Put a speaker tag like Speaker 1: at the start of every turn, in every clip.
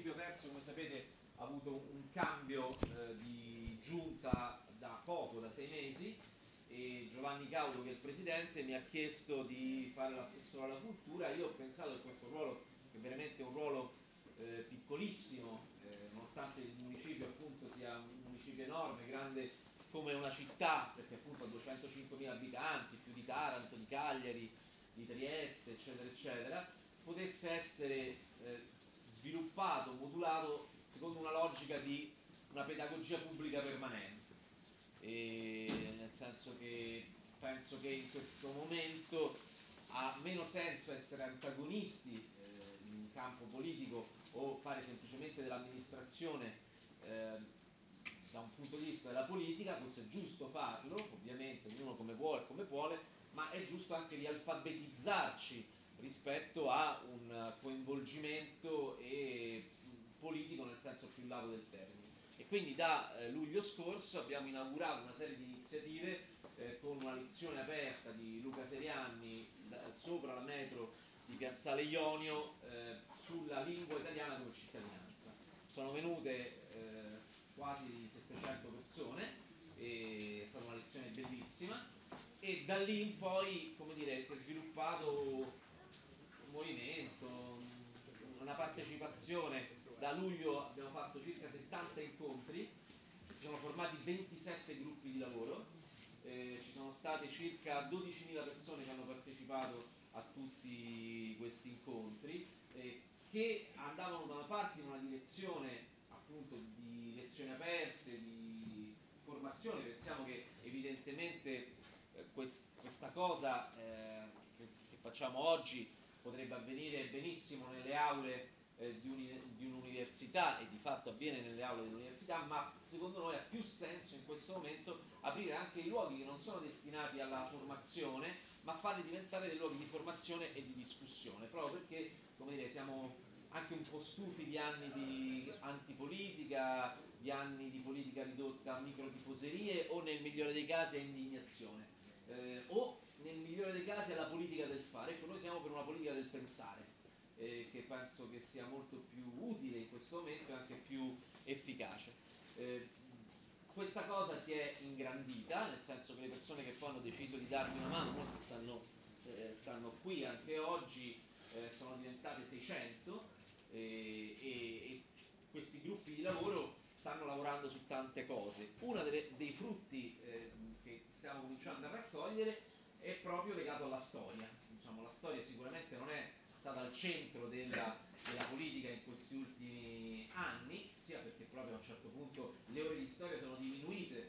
Speaker 1: Municipio Terzo, come sapete, ha avuto un cambio di giunta da poco, da 6 mesi, e Giovanni Caulo, che è il presidente, mi ha chiesto di fare l'assessore alla cultura. Io ho pensato che questo ruolo, che è veramente un ruolo piccolissimo, nonostante il municipio appunto sia un municipio enorme, grande come una città, perché appunto ha 205.000 abitanti, più di Taranto, di Cagliari, di Trieste, eccetera, eccetera, potesse essere sviluppato, modulato secondo una logica di una pedagogia pubblica permanente. Nel senso che penso che in questo momento ha meno senso essere antagonisti in campo politico o fare semplicemente dell'amministrazione da un punto di vista della politica. Questo è giusto farlo, ovviamente ognuno come vuole e come vuole, ma è giusto anche rialfabetizzarci rispetto a un coinvolgimento politico nel senso più lato del termine. E quindi da luglio scorso abbiamo inaugurato una serie di iniziative con una lezione aperta di Luca Serianni sopra la metro di Piazzale Ionio sulla lingua italiana come cittadinanza. Sono venute quasi 700 persone, è stata una lezione bellissima, e da lì in poi, come dire, si è sviluppato un movimento, una partecipazione. Da luglio abbiamo fatto circa 70 incontri, si sono formati 27 gruppi di lavoro, ci sono state circa 12.000 persone che hanno partecipato a tutti questi incontri, che andavano da una parte in una direzione appunto di lezioni aperte, di formazione. Pensiamo che evidentemente questa cosa che facciamo oggi potrebbe avvenire benissimo nelle aule di un'università, e di fatto avviene nelle aule dell'università, ma secondo noi ha più senso in questo momento aprire anche i luoghi che non sono destinati alla formazione, ma farli diventare dei luoghi di formazione e di discussione, proprio perché, come dire, siamo anche un po' stufi di anni di antipolitica, di anni di politica ridotta a microtifoserie o nel migliore dei casi a indignazione, o nel migliore dei casi alla politica del fare. Ecco, noi siamo per una politica del pensare, che penso che sia molto più utile in questo momento e anche più efficace. Questa cosa si è ingrandita, nel senso che le persone che poi hanno deciso di darmi una mano, molte stanno qui anche oggi, sono diventate 600, e questi gruppi di lavoro stanno lavorando su tante cose. Uno dei frutti che stiamo cominciando a raccogliere è proprio legato alla storia. Diciamo, la storia sicuramente non è stata al centro della politica in questi ultimi anni, sia perché proprio a un certo punto le ore di storia sono diminuite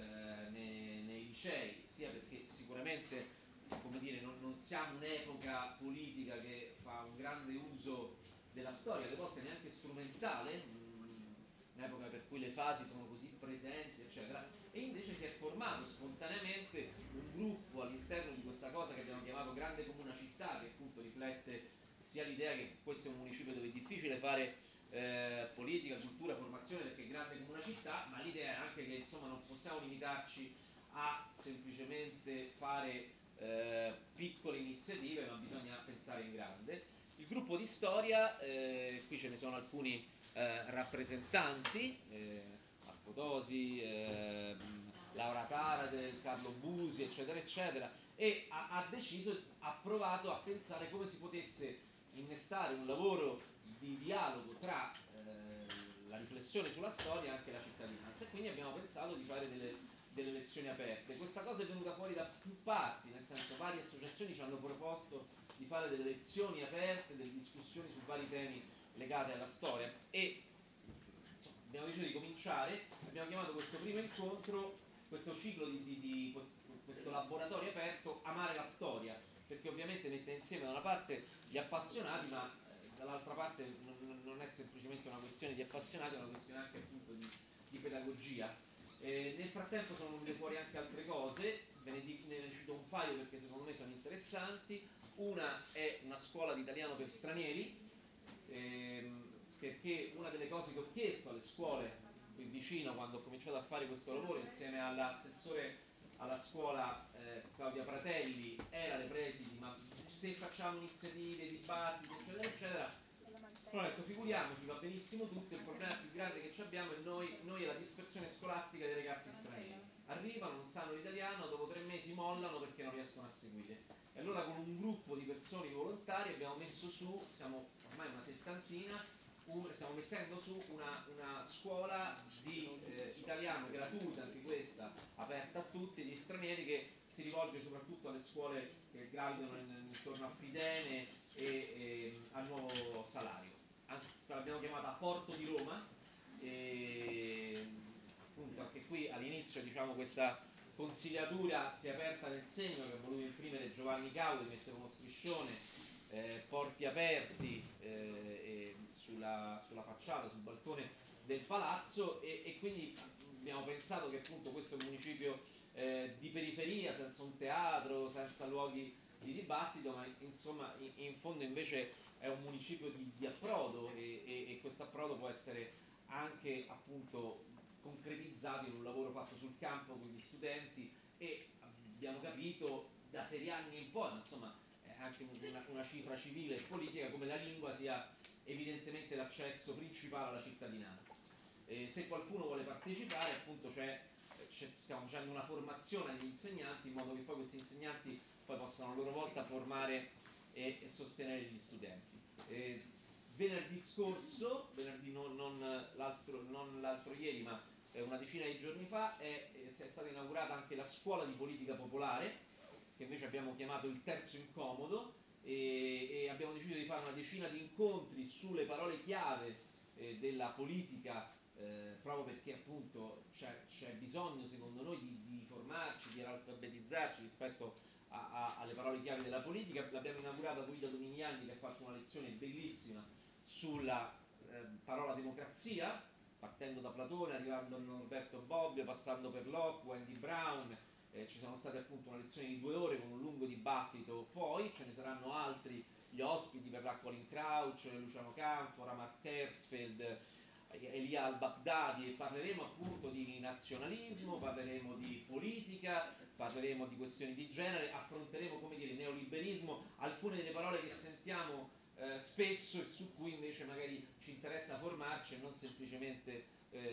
Speaker 1: nei licei, sia perché sicuramente, come dire, non siamo un'epoca politica che fa un grande uso della storia, alle volte neanche strumentale, un'epoca per cui le fasi sono così presenti, eccetera, e invece si è formato spontaneamente un gruppo all'interno di questa cosa che abbiamo chiamato Grande Comune Città, che appunto riflette sia l'idea che questo è un municipio dove è difficile fare politica, cultura, formazione perché è grande come una città, ma l'idea è anche che insomma non possiamo limitarci a semplicemente fare piccole iniziative, ma bisogna pensare in grande. Il gruppo di storia, qui ce ne sono alcuni rappresentanti, Arcotosi, Laura Tarade, Carlo Busi, eccetera, eccetera, e ha provato a pensare come si potesse innestare un lavoro di dialogo tra la riflessione sulla storia e anche la cittadinanza, e quindi abbiamo pensato di fare delle lezioni aperte. Questa cosa è venuta fuori da più parti, nel senso varie associazioni ci hanno proposto di fare delle lezioni aperte, delle discussioni su vari temi legati alla storia, e insomma, abbiamo deciso di cominciare. Abbiamo chiamato questo primo incontro, questo ciclo questo laboratorio aperto, Amare la storia, perché ovviamente mette insieme da una parte gli appassionati, ma dall'altra parte non è semplicemente una questione di appassionati, è una questione anche appunto di pedagogia. Nel frattempo sono venute fuori anche altre cose, ne cito un paio perché secondo me sono interessanti. Una è una scuola di italiano per stranieri, perché una delle cose che ho chiesto alle scuole qui vicino quando ho cominciato a fare questo lavoro insieme all'assessore alla scuola Claudia Pratelli era le presidi, ma se facciamo iniziative, dibattiti, eccetera, eccetera, ho detto figuriamoci, va benissimo tutto, il problema più grande che abbiamo è noi e la dispersione scolastica dei ragazzi stranieri. Arrivano, non sanno l'italiano, dopo 3 mesi mollano perché non riescono a seguire. E allora con un gruppo di persone volontari abbiamo messo su, siamo ormai una settantina, stiamo mettendo su una scuola di italiano gratuita, anche questa, aperta a tutti gli stranieri, che si rivolge soprattutto alle scuole che gravitano intorno a Fidene e a Nuovo Salario. L'abbiamo chiamata Porto di Roma e appunto anche qui all'inizio diciamo questa consigliatura si è aperta nel segno che ha voluto imprimere Giovanni Caudi, mettere uno striscione porti aperti sulla facciata, sul balcone del palazzo e quindi abbiamo pensato che appunto questo è un municipio di periferia, senza un teatro, senza luoghi di dibattito, ma insomma in fondo invece è un municipio di approdo e questo approdo può essere anche appunto concretizzato in un lavoro fatto sul campo con gli studenti e abbiamo capito da 6 anni in poi, ma insomma è anche una cifra civile e politica, come la lingua sia evidentemente l'accesso principale alla cittadinanza. Se qualcuno vuole partecipare appunto stiamo facendo una formazione agli insegnanti in modo che poi questi insegnanti poi possano a loro volta formare e sostenere gli studenti. Venerdì scorso, venerdì non l'altro ieri, ma una decina di giorni fa, è stata inaugurata anche la scuola di politica popolare, che invece abbiamo chiamato il terzo incomodo, e abbiamo deciso di fare una decina di incontri sulle parole chiave della politica, proprio perché appunto c'è bisogno secondo noi di formarci, di alfabetizzarci rispetto alle parole chiave della politica. L'abbiamo inaugurata Guida Domignani, che ha fatto una lezione bellissima sulla parola democrazia, partendo da Platone, arrivando a Norberto Bobbio, passando per Locke, Wendy Brown. Ci sono state appunto una lezione di 2 ore con un lungo dibattito, poi ce ne saranno altri, gli ospiti verrà Colin Crouch, Luciano Canfora, Mark Herzfeld, Elia al-Baghdadi, e parleremo appunto di nazionalismo, parleremo di politica, parleremo di questioni di genere, affronteremo come dire il neoliberismo, alcune delle parole che sentiamo spesso e su cui invece magari ci interessa formarci e non semplicemente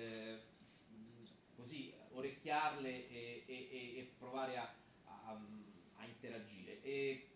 Speaker 1: così orecchiarle e provare a interagire. E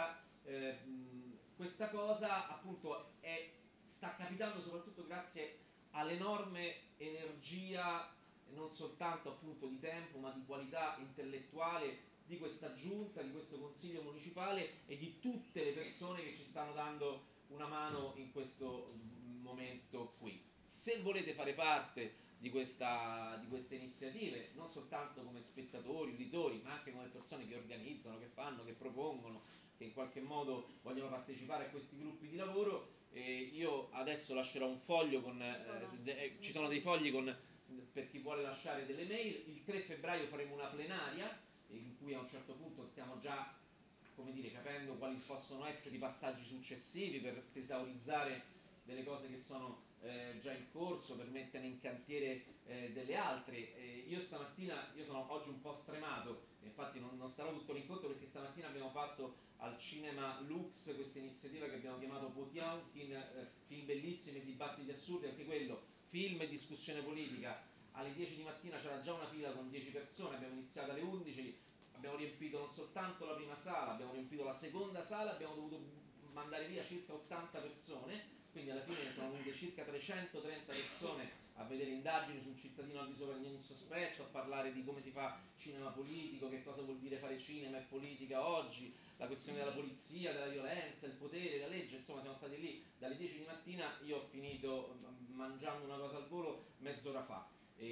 Speaker 1: questa cosa appunto sta capitando soprattutto grazie all'enorme energia non soltanto appunto di tempo ma di qualità intellettuale di questa giunta, di questo consiglio municipale e di tutte le persone che ci stanno dando una mano in questo momento qui. Se volete fare parte di queste iniziative, non soltanto come spettatori, uditori, ma anche come persone che organizzano, che fanno, che propongono, che in qualche modo vogliono partecipare a questi gruppi di lavoro, io adesso lascerò un foglio con ci sono dei fogli per chi vuole lasciare delle mail. Il 3 febbraio faremo una plenaria in cui a un certo punto stiamo già come dire, capendo quali possono essere i passaggi successivi per tesaurizzare delle cose che sono già in corso, per mettere in cantiere delle altre. Io stamattina, io sono oggi un po' stremato, infatti non starò tutto l'incontro perché stamattina abbiamo fatto al Cinema Lux questa iniziativa che abbiamo chiamato Potiomkin, film bellissimi e dibattiti assurdi, anche quello, film e discussione politica. Alle 10 di mattina c'era già una fila con 10 persone, abbiamo iniziato alle 11, abbiamo riempito non soltanto la prima sala, abbiamo riempito la seconda sala, abbiamo dovuto mandare via circa 80 persone, quindi alla fine sono venute circa 330 persone a vedere indagini su un cittadino al di sopra di ogni sospetto, a parlare di come si fa cinema politico, che cosa vuol dire fare cinema e politica oggi, la questione della polizia, della violenza, il potere, la legge, insomma siamo stati lì dalle 10 di mattina, io ho finito mangiando una cosa al volo mezz'ora fa.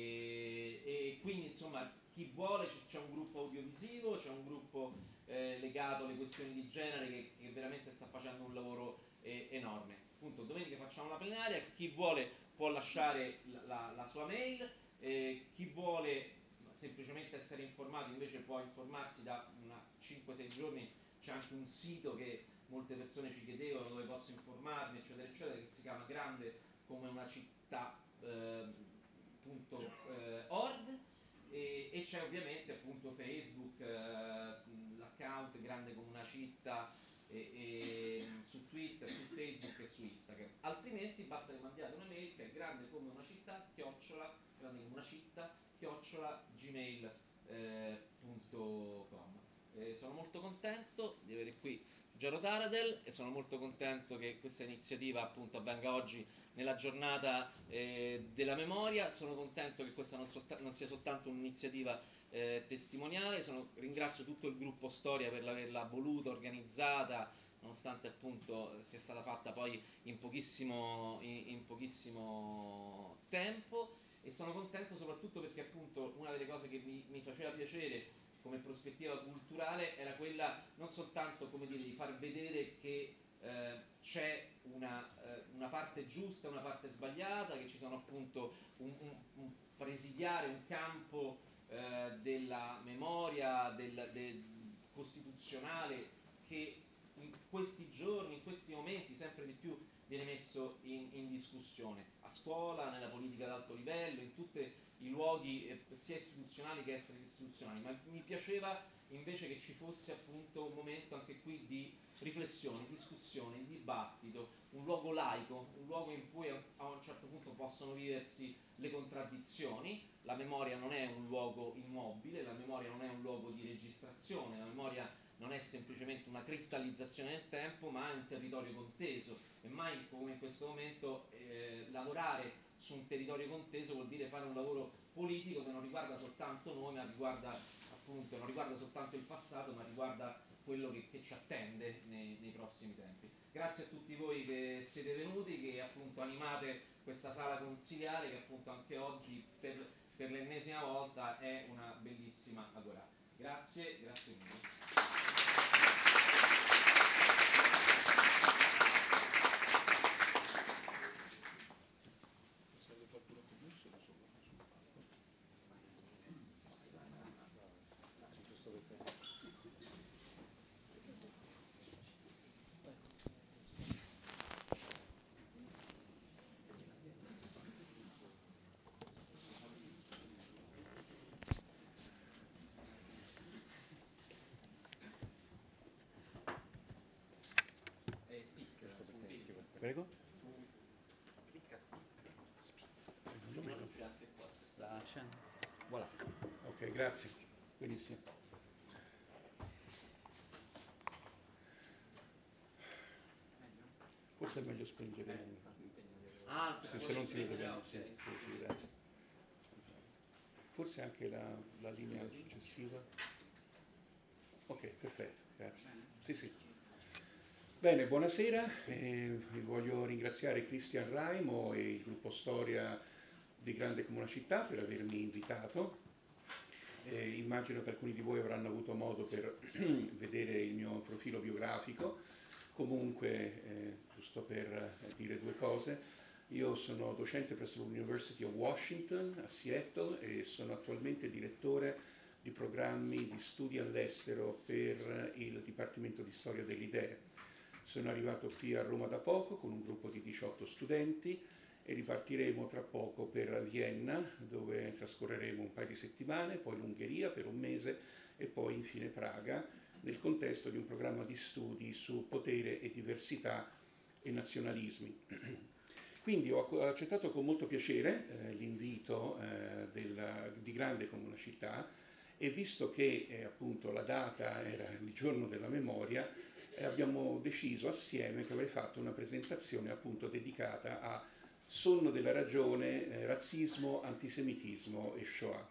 Speaker 1: E quindi insomma chi vuole c'è un gruppo audiovisivo, c'è un gruppo legato alle questioni di genere che veramente sta facendo un lavoro enorme. Appunto domenica facciamo la plenaria, chi vuole può lasciare la sua mail, chi vuole semplicemente essere informato invece può informarsi da 5-6 giorni, c'è anche un sito che molte persone ci chiedevano dove posso informarmi eccetera eccetera, che si chiama Grande come una città .org, e c'è ovviamente appunto Facebook, l'account Grande come una città su Twitter, su Facebook e su Instagram. altrimenti basta che mandiate una mail che è grande come una città, gmail.com. Sono molto contento di avere qui Gero Taradel e sono molto contento che questa iniziativa appunto avvenga oggi nella giornata della memoria. Sono contento che questa non sia soltanto un'iniziativa testimoniale. Ringrazio tutto il gruppo Storia per averla voluta, organizzata, nonostante appunto sia stata fatta poi in pochissimo tempo, e sono contento soprattutto perché appunto una delle cose che mi faceva piacere come prospettiva culturale era quella non soltanto, come dire, di far vedere che c'è una parte giusta e una parte sbagliata, che ci sono appunto un presidiare un campo della memoria costituzionale che in questi giorni, in questi momenti, sempre di più viene messo in discussione, a scuola, nella politica ad alto livello, in tutti i luoghi sia istituzionali che extra-istituzionali, ma mi piaceva invece che ci fosse appunto un momento anche qui di riflessione, discussione, dibattito, un luogo laico, un luogo in cui a un certo punto possono viversi le contraddizioni. La memoria non è un luogo immobile, la memoria non è un luogo di registrazione, la memoria non è semplicemente una cristallizzazione del tempo, ma è un territorio conteso, e mai come in questo momento lavorare su un territorio conteso vuol dire fare un lavoro politico che non riguarda soltanto noi, ma riguarda appunto, non riguarda soltanto il passato, ma riguarda quello che ci attende nei prossimi tempi. Grazie a tutti voi che siete venuti, che appunto animate questa sala consiliare, che appunto anche oggi per l'ennesima volta è una bellissima agorà. Grazie, grazie mille.
Speaker 2: Serve qualcuno con me, sono solo sul palco. Sì, giusto per te. Giusto per te, anche per te. Prego?
Speaker 1: Clicca speak.
Speaker 2: Non lo
Speaker 1: Una
Speaker 2: vedo.
Speaker 1: luce anche qua.
Speaker 2: La accendo. Voilà. Ok, grazie. Benissimo. Forse è meglio spengere.
Speaker 1: Ah, per
Speaker 2: Sì, se non si vede
Speaker 1: spegnere,
Speaker 2: bene,
Speaker 1: ok.
Speaker 2: sì, sì, grazie. Forse anche la linea successiva. Ok, perfetto, grazie. Sì, sì. Bene, buonasera. Voglio ringraziare Cristian Raimo e il gruppo Storia di Grande come una città per avermi invitato. Immagino che alcuni di voi avranno avuto modo per vedere il mio profilo biografico. Comunque, giusto per dire due cose, io sono docente presso l'University of Washington a Seattle e sono attualmente direttore di programmi di studi all'estero per il Dipartimento di Storia delle Idee. Sono arrivato qui a Roma da poco con un gruppo di 18 studenti e ripartiremo tra poco per Vienna, dove trascorreremo un paio di settimane, poi l'Ungheria per un mese e poi infine Praga, nel contesto di un programma di studi su potere e diversità e nazionalismi. Quindi ho accettato con molto piacere l'invito di Grande come una città, e visto che appunto la data era il giorno della memoria, abbiamo deciso assieme che avrei fatto una presentazione appunto dedicata a sonno della ragione, razzismo, antisemitismo e Shoah.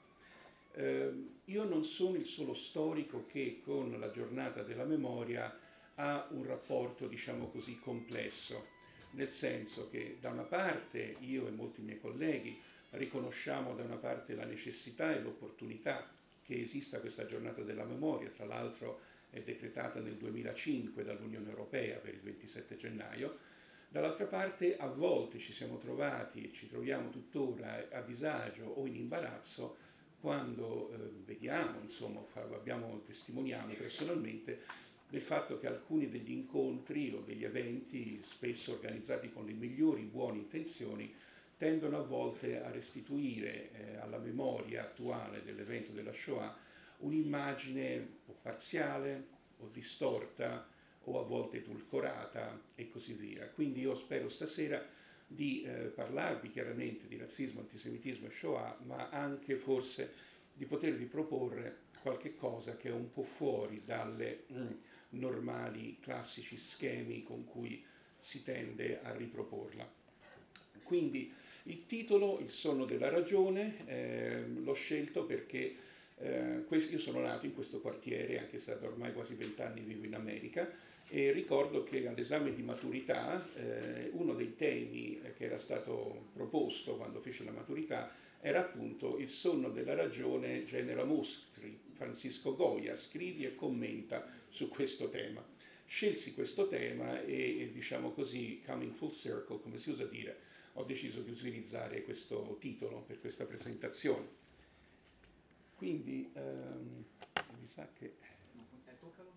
Speaker 2: Io non sono il solo storico che con la giornata della memoria ha un rapporto, diciamo così, complesso, nel senso che da una parte io e molti miei colleghi riconosciamo da una parte la necessità e l'opportunità che esista questa giornata della memoria, tra l'altro è decretata nel 2005 dall'Unione Europea per il 27 gennaio, dall'altra parte a volte ci siamo trovati e ci troviamo tuttora a disagio o in imbarazzo quando vediamo, insomma, testimoniamo personalmente del fatto che alcuni degli incontri o degli eventi, spesso organizzati con le migliori buone intenzioni, tendono a volte a restituire alla memoria attuale dell'evento della Shoah un'immagine o parziale o distorta o a volte edulcorata e così via. Quindi io spero stasera di parlarvi chiaramente di razzismo, antisemitismo e Shoah, ma anche forse di potervi proporre qualche cosa che è un po' fuori dalle normali classici schemi con cui si tende a riproporla. Quindi il titolo, Il sonno della ragione, l'ho scelto perché io sono nato in questo quartiere, anche se da ormai quasi 20 anni vivo in America, e ricordo che all'esame di maturità uno dei temi che era stato proposto quando fece la maturità era appunto Il sonno della ragione, Genera Mostri, Francisco Goya, scrivi e commenta su questo tema. Scelsi questo tema e diciamo così, coming full circle, come si usa dire, ho deciso di utilizzare questo titolo per questa presentazione. Quindi mi sa che...
Speaker 3: toccalo.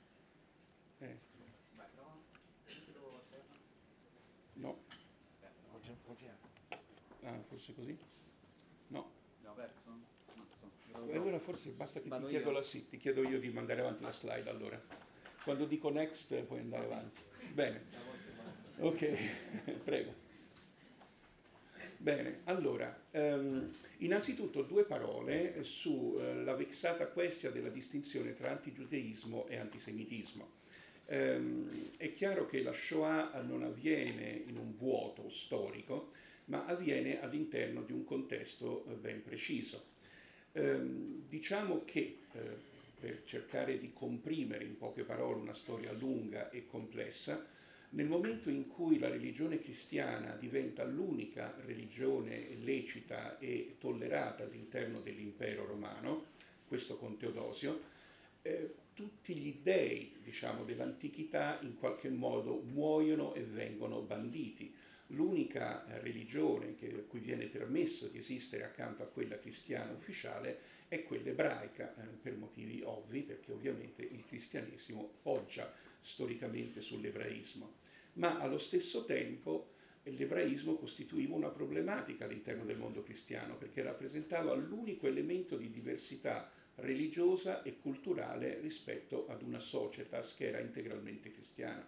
Speaker 3: Vai, prova. Titolo terra.
Speaker 2: No.
Speaker 3: Aspetta,
Speaker 2: Ah, forse così? No.
Speaker 3: abbiamo perso? Mazzo.
Speaker 2: E allora forse basta che
Speaker 3: Vado
Speaker 2: ti chiedo,
Speaker 3: io?
Speaker 2: sì, ti chiedo io di mandare avanti la slide allora. Quando dico next puoi andare avanti. Bene. Ok, prego. Bene, allora, innanzitutto due parole sulla vexata questione della distinzione tra antigiudeismo e antisemitismo. È chiaro che la Shoah non avviene in un vuoto storico, ma avviene all'interno di un contesto ben preciso. Diciamo che per cercare di comprimere in poche parole una storia lunga e complessa, nel momento in cui la religione cristiana diventa l'unica religione lecita e tollerata all'interno dell'impero romano, questo con Teodosio, tutti gli dei, diciamo, dell'antichità in qualche modo muoiono e vengono banditi. L'unica religione a cui viene permesso di esistere accanto a quella cristiana ufficiale è quella ebraica, per motivi ovvi, perché ovviamente il cristianesimo poggia storicamente sull'ebraismo. Ma allo stesso tempo l'ebraismo costituiva una problematica all'interno del mondo cristiano, perché rappresentava l'unico elemento di diversità religiosa e culturale rispetto ad una societas che era integralmente cristiana.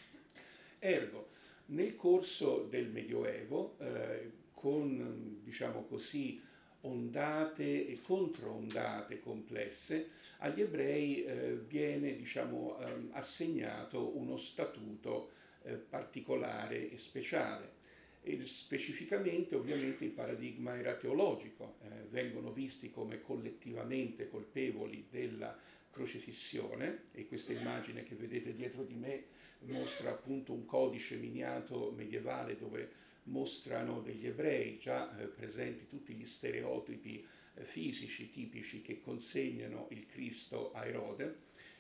Speaker 2: Ergo, nel corso del Medioevo, con, diciamo così, ondate e controondate complesse, agli ebrei viene, diciamo, assegnato uno statuto particolare e speciale. E specificamente ovviamente il paradigma era teologico, vengono visti come collettivamente colpevoli della crocifissione, e questa immagine che vedete dietro di me mostra appunto un codice miniato medievale dove mostrano degli ebrei già presenti tutti gli stereotipi fisici tipici che consegnano il Cristo a Erode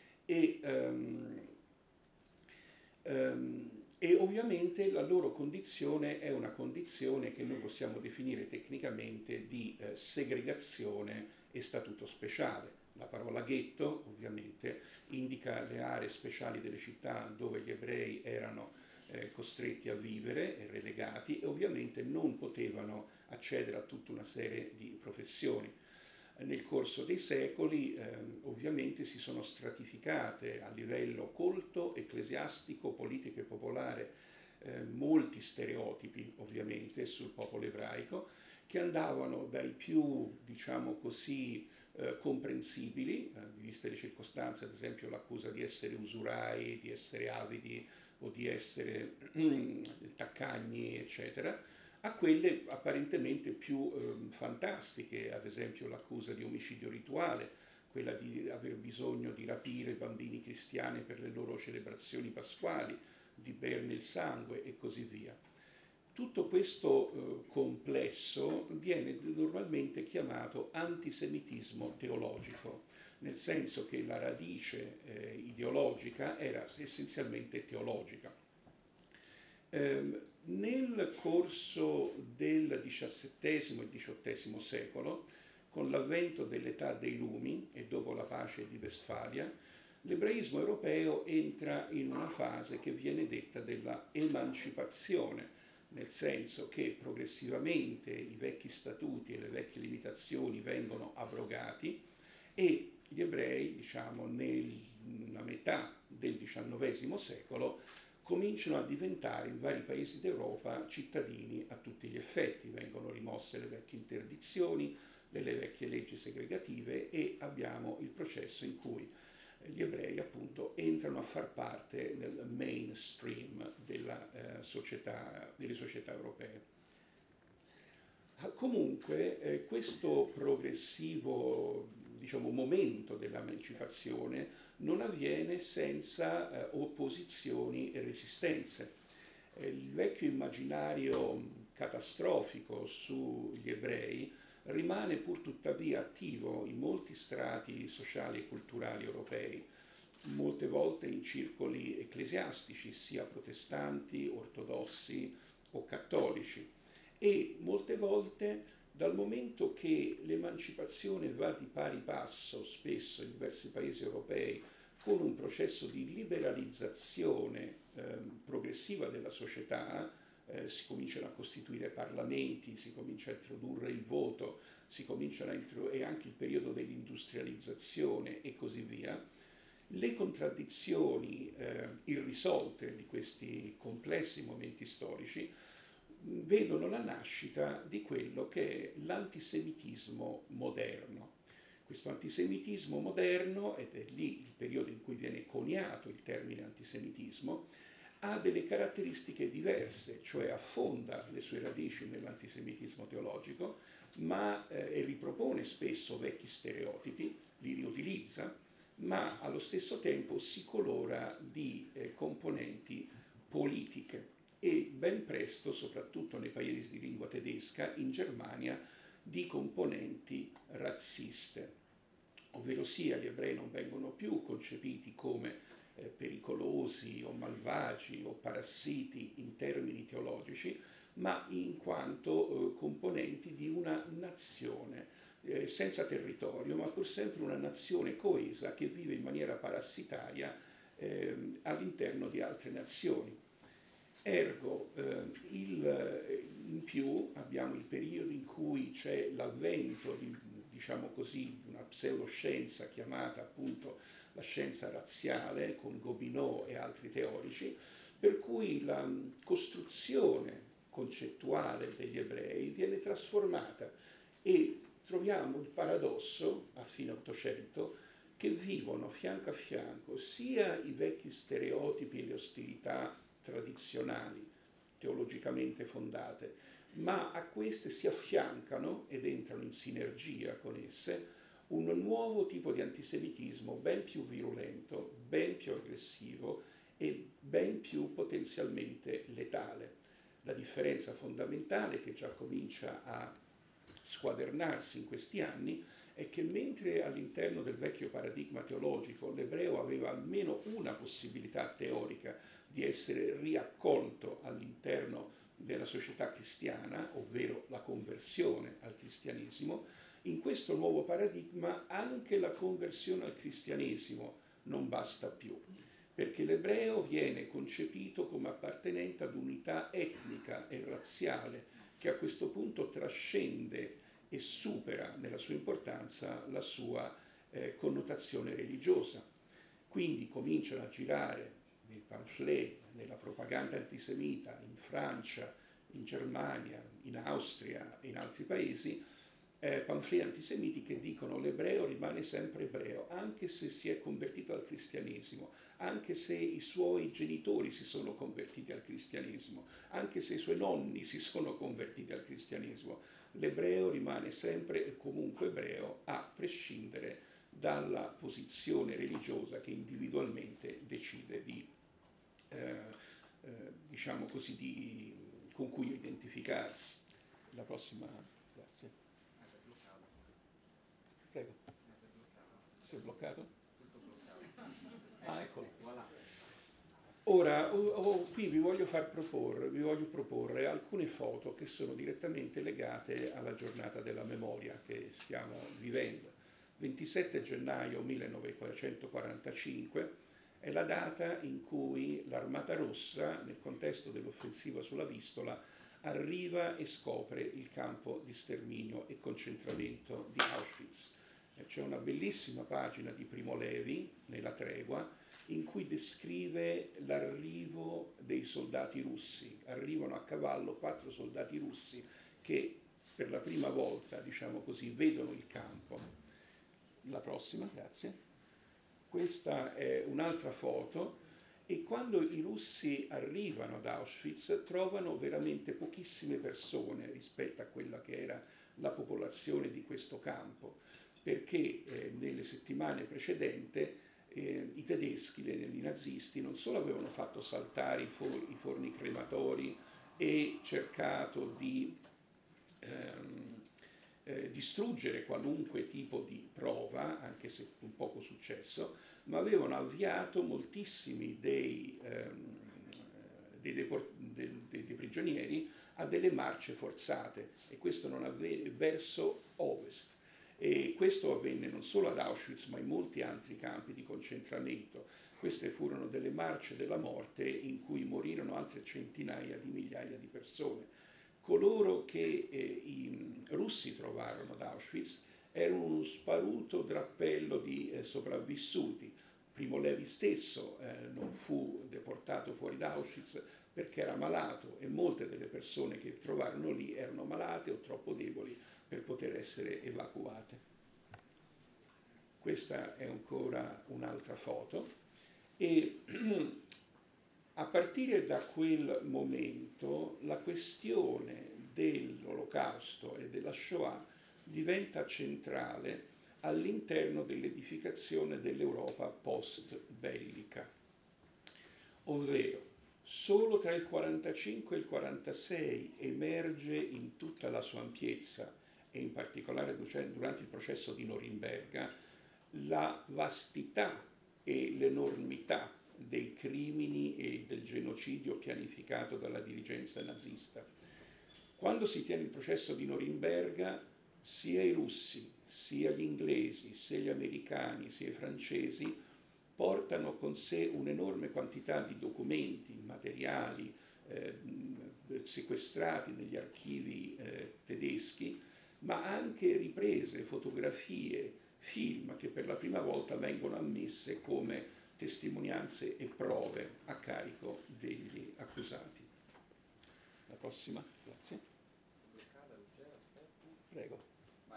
Speaker 2: e ovviamente la loro condizione è una condizione che noi possiamo definire tecnicamente di segregazione e statuto speciale. La parola ghetto ovviamente indica le aree speciali delle città dove gli ebrei erano costretti a vivere e relegati e ovviamente non potevano accedere a tutta una serie di professioni. Nel corso dei secoli ovviamente si sono stratificate a livello colto, ecclesiastico, politico e popolare molti stereotipi ovviamente sul popolo ebraico che andavano dai più, diciamo così, comprensibili, viste le circostanze, ad esempio l'accusa di essere usurai, di essere avidi o di essere taccagni, eccetera, a quelle apparentemente più fantastiche, ad esempio l'accusa di omicidio rituale, quella di aver bisogno di rapire bambini cristiani per le loro celebrazioni pasquali, di berne il sangue e così via. Tutto questo complesso viene normalmente chiamato antisemitismo teologico, nel senso che la radice ideologica era essenzialmente teologica. Nel corso del XVII e XVIII secolo, con l'avvento dell'età dei lumi e dopo la pace di Westfalia, l'ebraismo europeo entra in una fase che viene detta della emancipazione, nel senso che progressivamente i vecchi statuti e le vecchie limitazioni vengono abrogati e gli ebrei, diciamo, nella metà del XIX secolo cominciano a diventare in vari paesi d'Europa cittadini a tutti gli effetti, vengono rimosse le vecchie interdizioni, delle vecchie leggi segregative e abbiamo il processo in cui gli ebrei appunto entrano a far parte del mainstream delle società europee. Comunque questo progressivo, diciamo, momento dell'emancipazione non avviene senza opposizioni e resistenze. Il vecchio immaginario catastrofico sugli ebrei rimane pur tuttavia attivo in molti strati sociali e culturali europei, molte volte in circoli ecclesiastici, sia protestanti, ortodossi o cattolici, e molte volte dal momento che l'emancipazione va di pari passo spesso in diversi paesi europei con un processo di liberalizzazione progressiva della società, si cominciano a costituire parlamenti, si comincia a introdurre il voto, e anche il periodo dell'industrializzazione e così via, le contraddizioni irrisolte di questi complessi momenti storici vedono la nascita di quello che è l'antisemitismo moderno. Questo antisemitismo moderno, ed è lì il periodo in cui viene coniato il termine antisemitismo, ha delle caratteristiche diverse, cioè affonda le sue radici nell'antisemitismo teologico, ma ripropone spesso vecchi stereotipi, li riutilizza, ma allo stesso tempo si colora di componenti politiche e ben presto, soprattutto nei paesi di lingua tedesca, in Germania, di componenti razziste, ovvero sia gli ebrei non vengono più concepiti come pericolosi o malvagi o parassiti in termini teologici, ma in quanto componenti di una nazione senza territorio, ma pur sempre una nazione coesa che vive in maniera parassitaria all'interno di altre nazioni. Ergo, in più abbiamo il periodo in cui c'è l'avvento di, diciamo così, una pseudoscienza chiamata appunto la scienza razziale, con Gobineau e altri teorici, per cui la costruzione concettuale degli ebrei viene trasformata e troviamo il paradosso a fine Ottocento che vivono fianco a fianco sia i vecchi stereotipi e le ostilità tradizionali, teologicamente fondate, ma a queste si affiancano ed entrano in sinergia con esse un nuovo tipo di antisemitismo ben più virulento, ben più aggressivo e ben più potenzialmente letale. La differenza fondamentale che già comincia a squadernarsi in questi anni è che mentre all'interno del vecchio paradigma teologico l'ebreo aveva almeno una possibilità teorica di essere riaccolto all'interno della società cristiana, ovvero la conversione al cristianesimo, in questo nuovo paradigma anche la conversione al cristianesimo non basta più, perché l'ebreo viene concepito come appartenente ad unità etnica e razziale che a questo punto trascende e supera nella sua importanza la sua connotazione religiosa. Quindi cominciano a girare nei pamphlet, nella propaganda antisemita in Francia, in Germania, in Austria e in altri paesi, pamphlet antisemiti che dicono l'ebreo rimane sempre ebreo, anche se si è convertito al cristianesimo, anche se i suoi genitori si sono convertiti al cristianesimo, anche se i suoi nonni si sono convertiti al cristianesimo. L'ebreo rimane sempre e comunque ebreo, a prescindere dalla posizione religiosa che individualmente decide di, diciamo così, con cui identificarsi. La prossima, grazie.
Speaker 3: Si è bloccato.
Speaker 2: Prego.
Speaker 3: Si è bloccato.
Speaker 2: Si è bloccato?
Speaker 3: Tutto bloccato.
Speaker 2: Ah, eccolo.
Speaker 3: Voilà.
Speaker 2: Ora, qui vi voglio proporre alcune foto che sono direttamente legate alla giornata della memoria che stiamo vivendo. 27 gennaio 1945 è la data in cui l'Armata Rossa, nel contesto dell'offensiva sulla Vistola, arriva e scopre il campo di sterminio e concentramento di Auschwitz. C'è una bellissima pagina di Primo Levi, nella Tregua, in cui descrive l'arrivo dei soldati russi. Arrivano a cavallo 4 soldati russi che per la prima volta, diciamo così, vedono il campo. La prossima, grazie. Questa è un'altra foto e quando i russi arrivano ad Auschwitz trovano veramente pochissime persone rispetto a quella che era la popolazione di questo campo, perché nelle settimane precedenti i tedeschi, i nazisti, non solo avevano fatto saltare i forni crematori e cercato di distruggere qualunque tipo di prova, anche se con poco successo, ma avevano avviato moltissimi dei prigionieri a delle marce forzate, e questo non avvenne verso ovest. E questo avvenne non solo ad Auschwitz, ma in molti altri campi di concentramento. Queste furono delle marce della morte in cui morirono altre centinaia di migliaia di persone. Coloro che i russi trovarono ad Auschwitz erano uno sparuto drappello di sopravvissuti. Primo Levi stesso non fu deportato fuori da Auschwitz perché era malato, e molte delle persone che trovarono lì erano malate o troppo deboli per poter essere evacuate. Questa è ancora un'altra foto, e a partire da quel momento la questione dell'Olocausto e della Shoah diventa centrale all'interno dell'edificazione dell'Europa post-bellica, ovvero solo tra il 45 e il 46 emerge in tutta la sua ampiezza, e in particolare durante il processo di Norimberga, la vastità e l'enormità dei crimini e del genocidio pianificato dalla dirigenza nazista. Quando si tiene il processo di Norimberga, sia i russi, sia gli inglesi, sia gli americani, sia i francesi portano con sé un'enorme quantità di documenti, materiali sequestrati negli archivi tedeschi, ma anche riprese, fotografie, film che per la prima volta vengono ammesse come testimonianze e prove a carico degli accusati. La prossima, grazie.
Speaker 3: Bloccata, Ruggero, aspetta.
Speaker 2: Prego.
Speaker 3: Vai.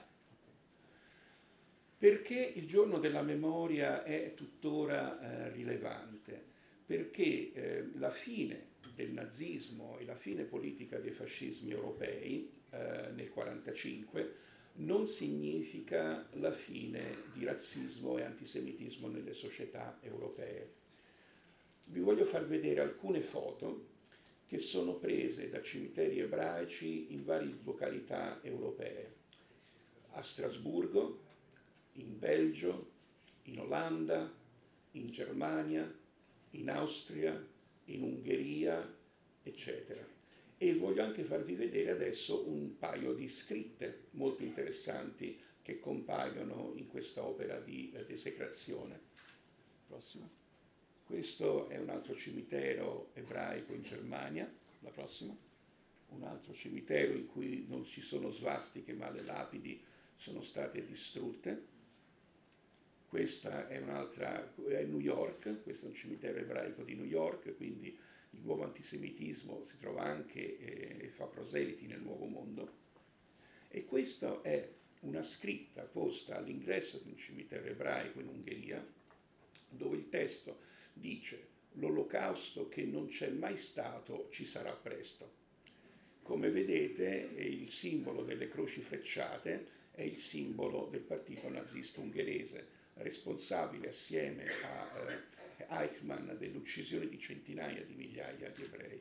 Speaker 2: Perché il giorno della memoria è tuttora rilevante? Perché la fine del nazismo e la fine politica dei fascismi europei nel 1945 non significa la fine di razzismo e antisemitismo nelle società europee. Vi voglio far vedere alcune foto che sono prese da cimiteri ebraici in varie località europee. A Strasburgo, in Belgio, in Olanda, in Germania, in Austria, in Ungheria, eccetera. E voglio anche farvi vedere adesso un paio di scritte molto interessanti che compaiono in questa opera di desecrazione. Prossima. Questo è un altro cimitero ebraico in Germania. La prossima. Un altro cimitero in cui non ci sono svastiche, ma le lapidi sono state distrutte. Questa è un'altra, è New York, questo è un cimitero ebraico di New York, quindi il nuovo antisemitismo si trova anche e fa proseliti nel nuovo mondo. E questa è una scritta posta all'ingresso di un cimitero ebraico in Ungheria, dove il testo dice: l'olocausto che non c'è mai stato ci sarà presto. Come vedete, il simbolo delle croci frecciate è il simbolo del partito nazista ungherese, responsabile assieme a Eichmann dell'uccisione di centinaia di migliaia di ebrei.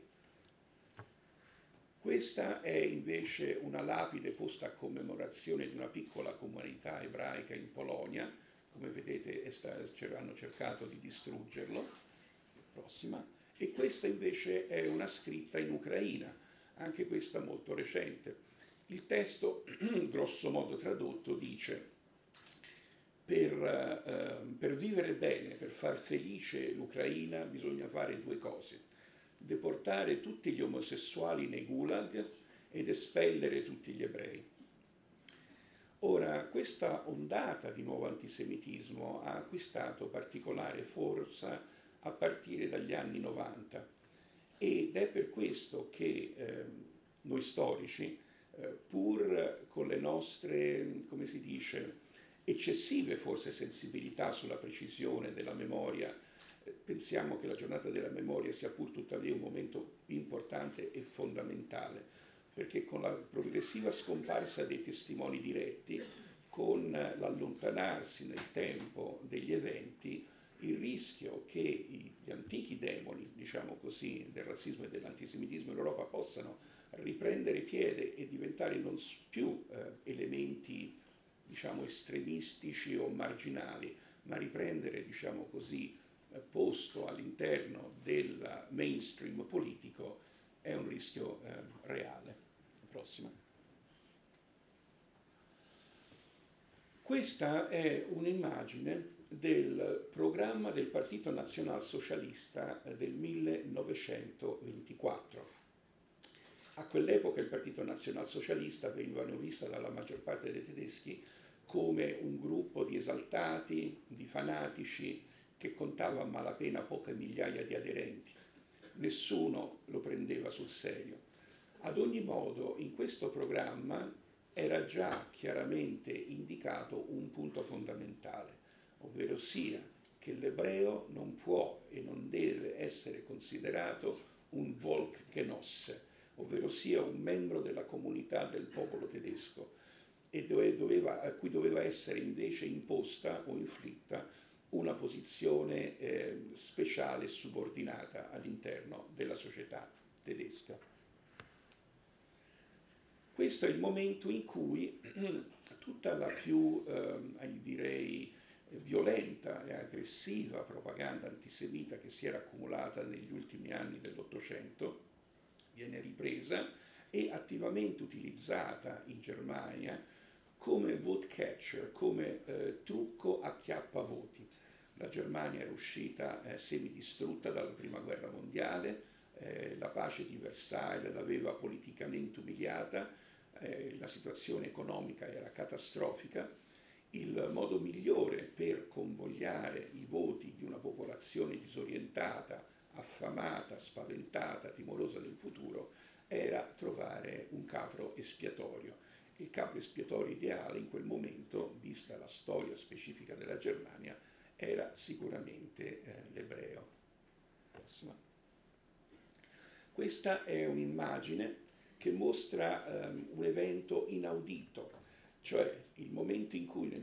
Speaker 2: Questa è invece una lapide posta a commemorazione di una piccola comunità ebraica in Polonia. Come vedete hanno cercato di distruggerlo. Prossima. E questa invece è una scritta in Ucraina, anche questa molto recente. Il testo, grosso modo tradotto, dice: per vivere bene, per far felice l'Ucraina bisogna fare due cose: deportare tutti gli omosessuali nei gulag ed espellere tutti gli ebrei. Ora, questa ondata di nuovo antisemitismo ha acquistato particolare forza a partire dagli anni 90 ed è per questo che noi storici, pur con le nostre, come si dice, eccessive forse sensibilità sulla precisione della memoria, pensiamo che la giornata della memoria sia pur tuttavia un momento importante e fondamentale, perché con la progressiva scomparsa dei testimoni diretti, con l'allontanarsi nel tempo degli eventi, il rischio che gli antichi demoni, diciamo così, del razzismo e dell'antisemitismo in Europa possano riprendere piede e diventare non più elementi, diciamo, estremistici o marginali, ma riprendere, diciamo così, posto all'interno del mainstream politico, è un rischio reale. Prossima. Questa è un'immagine del programma del Partito Nazionalsocialista del 1924. A quell'epoca il Partito Nazionalsocialista veniva vista dalla maggior parte dei tedeschi come un gruppo di esaltati, di fanatici, che contava a malapena poche migliaia di aderenti. Nessuno lo prendeva sul serio. Ad ogni modo, in questo programma era già chiaramente indicato un punto fondamentale, ovvero sia che l'ebreo non può e non deve essere considerato un Volksgenosse, ovvero sia un membro della comunità del popolo tedesco, e a cui doveva essere invece imposta o inflitta una posizione speciale e subordinata all'interno della società tedesca. Questo è il momento in cui tutta la più, direi, violenta e aggressiva propaganda antisemita che si era accumulata negli ultimi anni dell'Ottocento viene ripresa e attivamente utilizzata in Germania come vote catcher, come trucco acchiappavoti. La Germania era uscita semidistrutta dalla Prima Guerra Mondiale, la pace di Versailles l'aveva politicamente umiliata, la situazione economica era catastrofica. Il modo migliore per convogliare i voti di una popolazione disorientata, affamata, spaventata, timorosa del futuro, era trovare un capro espiatorio. Il capro espiatorio ideale in quel momento, vista la storia specifica della Germania, era sicuramente l'ebreo. Prossima. Questa è un'immagine che mostra un evento inaudito, cioè il momento in cui nel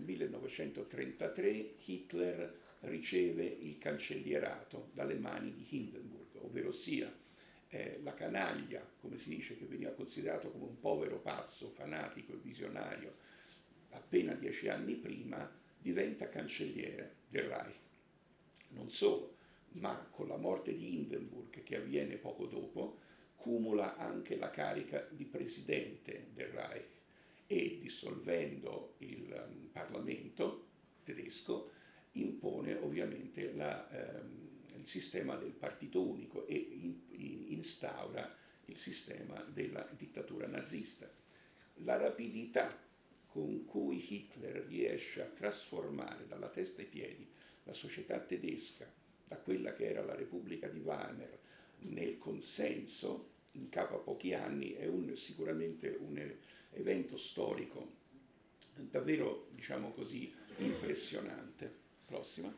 Speaker 2: 1933 Hitler riceve il cancellierato dalle mani di Hindenburg, ovvero sia la canaglia, come si dice, che veniva considerato come un povero pazzo, fanatico e visionario appena 10 anni prima, diventa cancelliere del Reich. Non solo, ma con la morte di Hindenburg, che avviene poco dopo, cumula anche la carica di presidente del Reich e, dissolvendo il Parlamento tedesco, impone ovviamente il sistema del partito unico e instaura il sistema della dittatura nazista. La rapidità con cui Hitler riesce a trasformare dalla testa ai piedi la società tedesca, da quella che era la Repubblica di Weimar, nel consenso in capo a pochi anni, è sicuramente un evento storico davvero, diciamo così, impressionante. Prossima.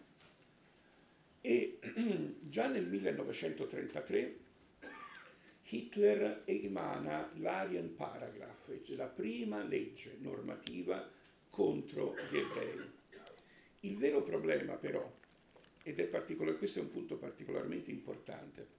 Speaker 2: E già nel 1933 Hitler emana l'Aryan Paragraph, cioè la prima legge normativa contro gli ebrei. Il vero problema però, questo è un punto particolarmente importante,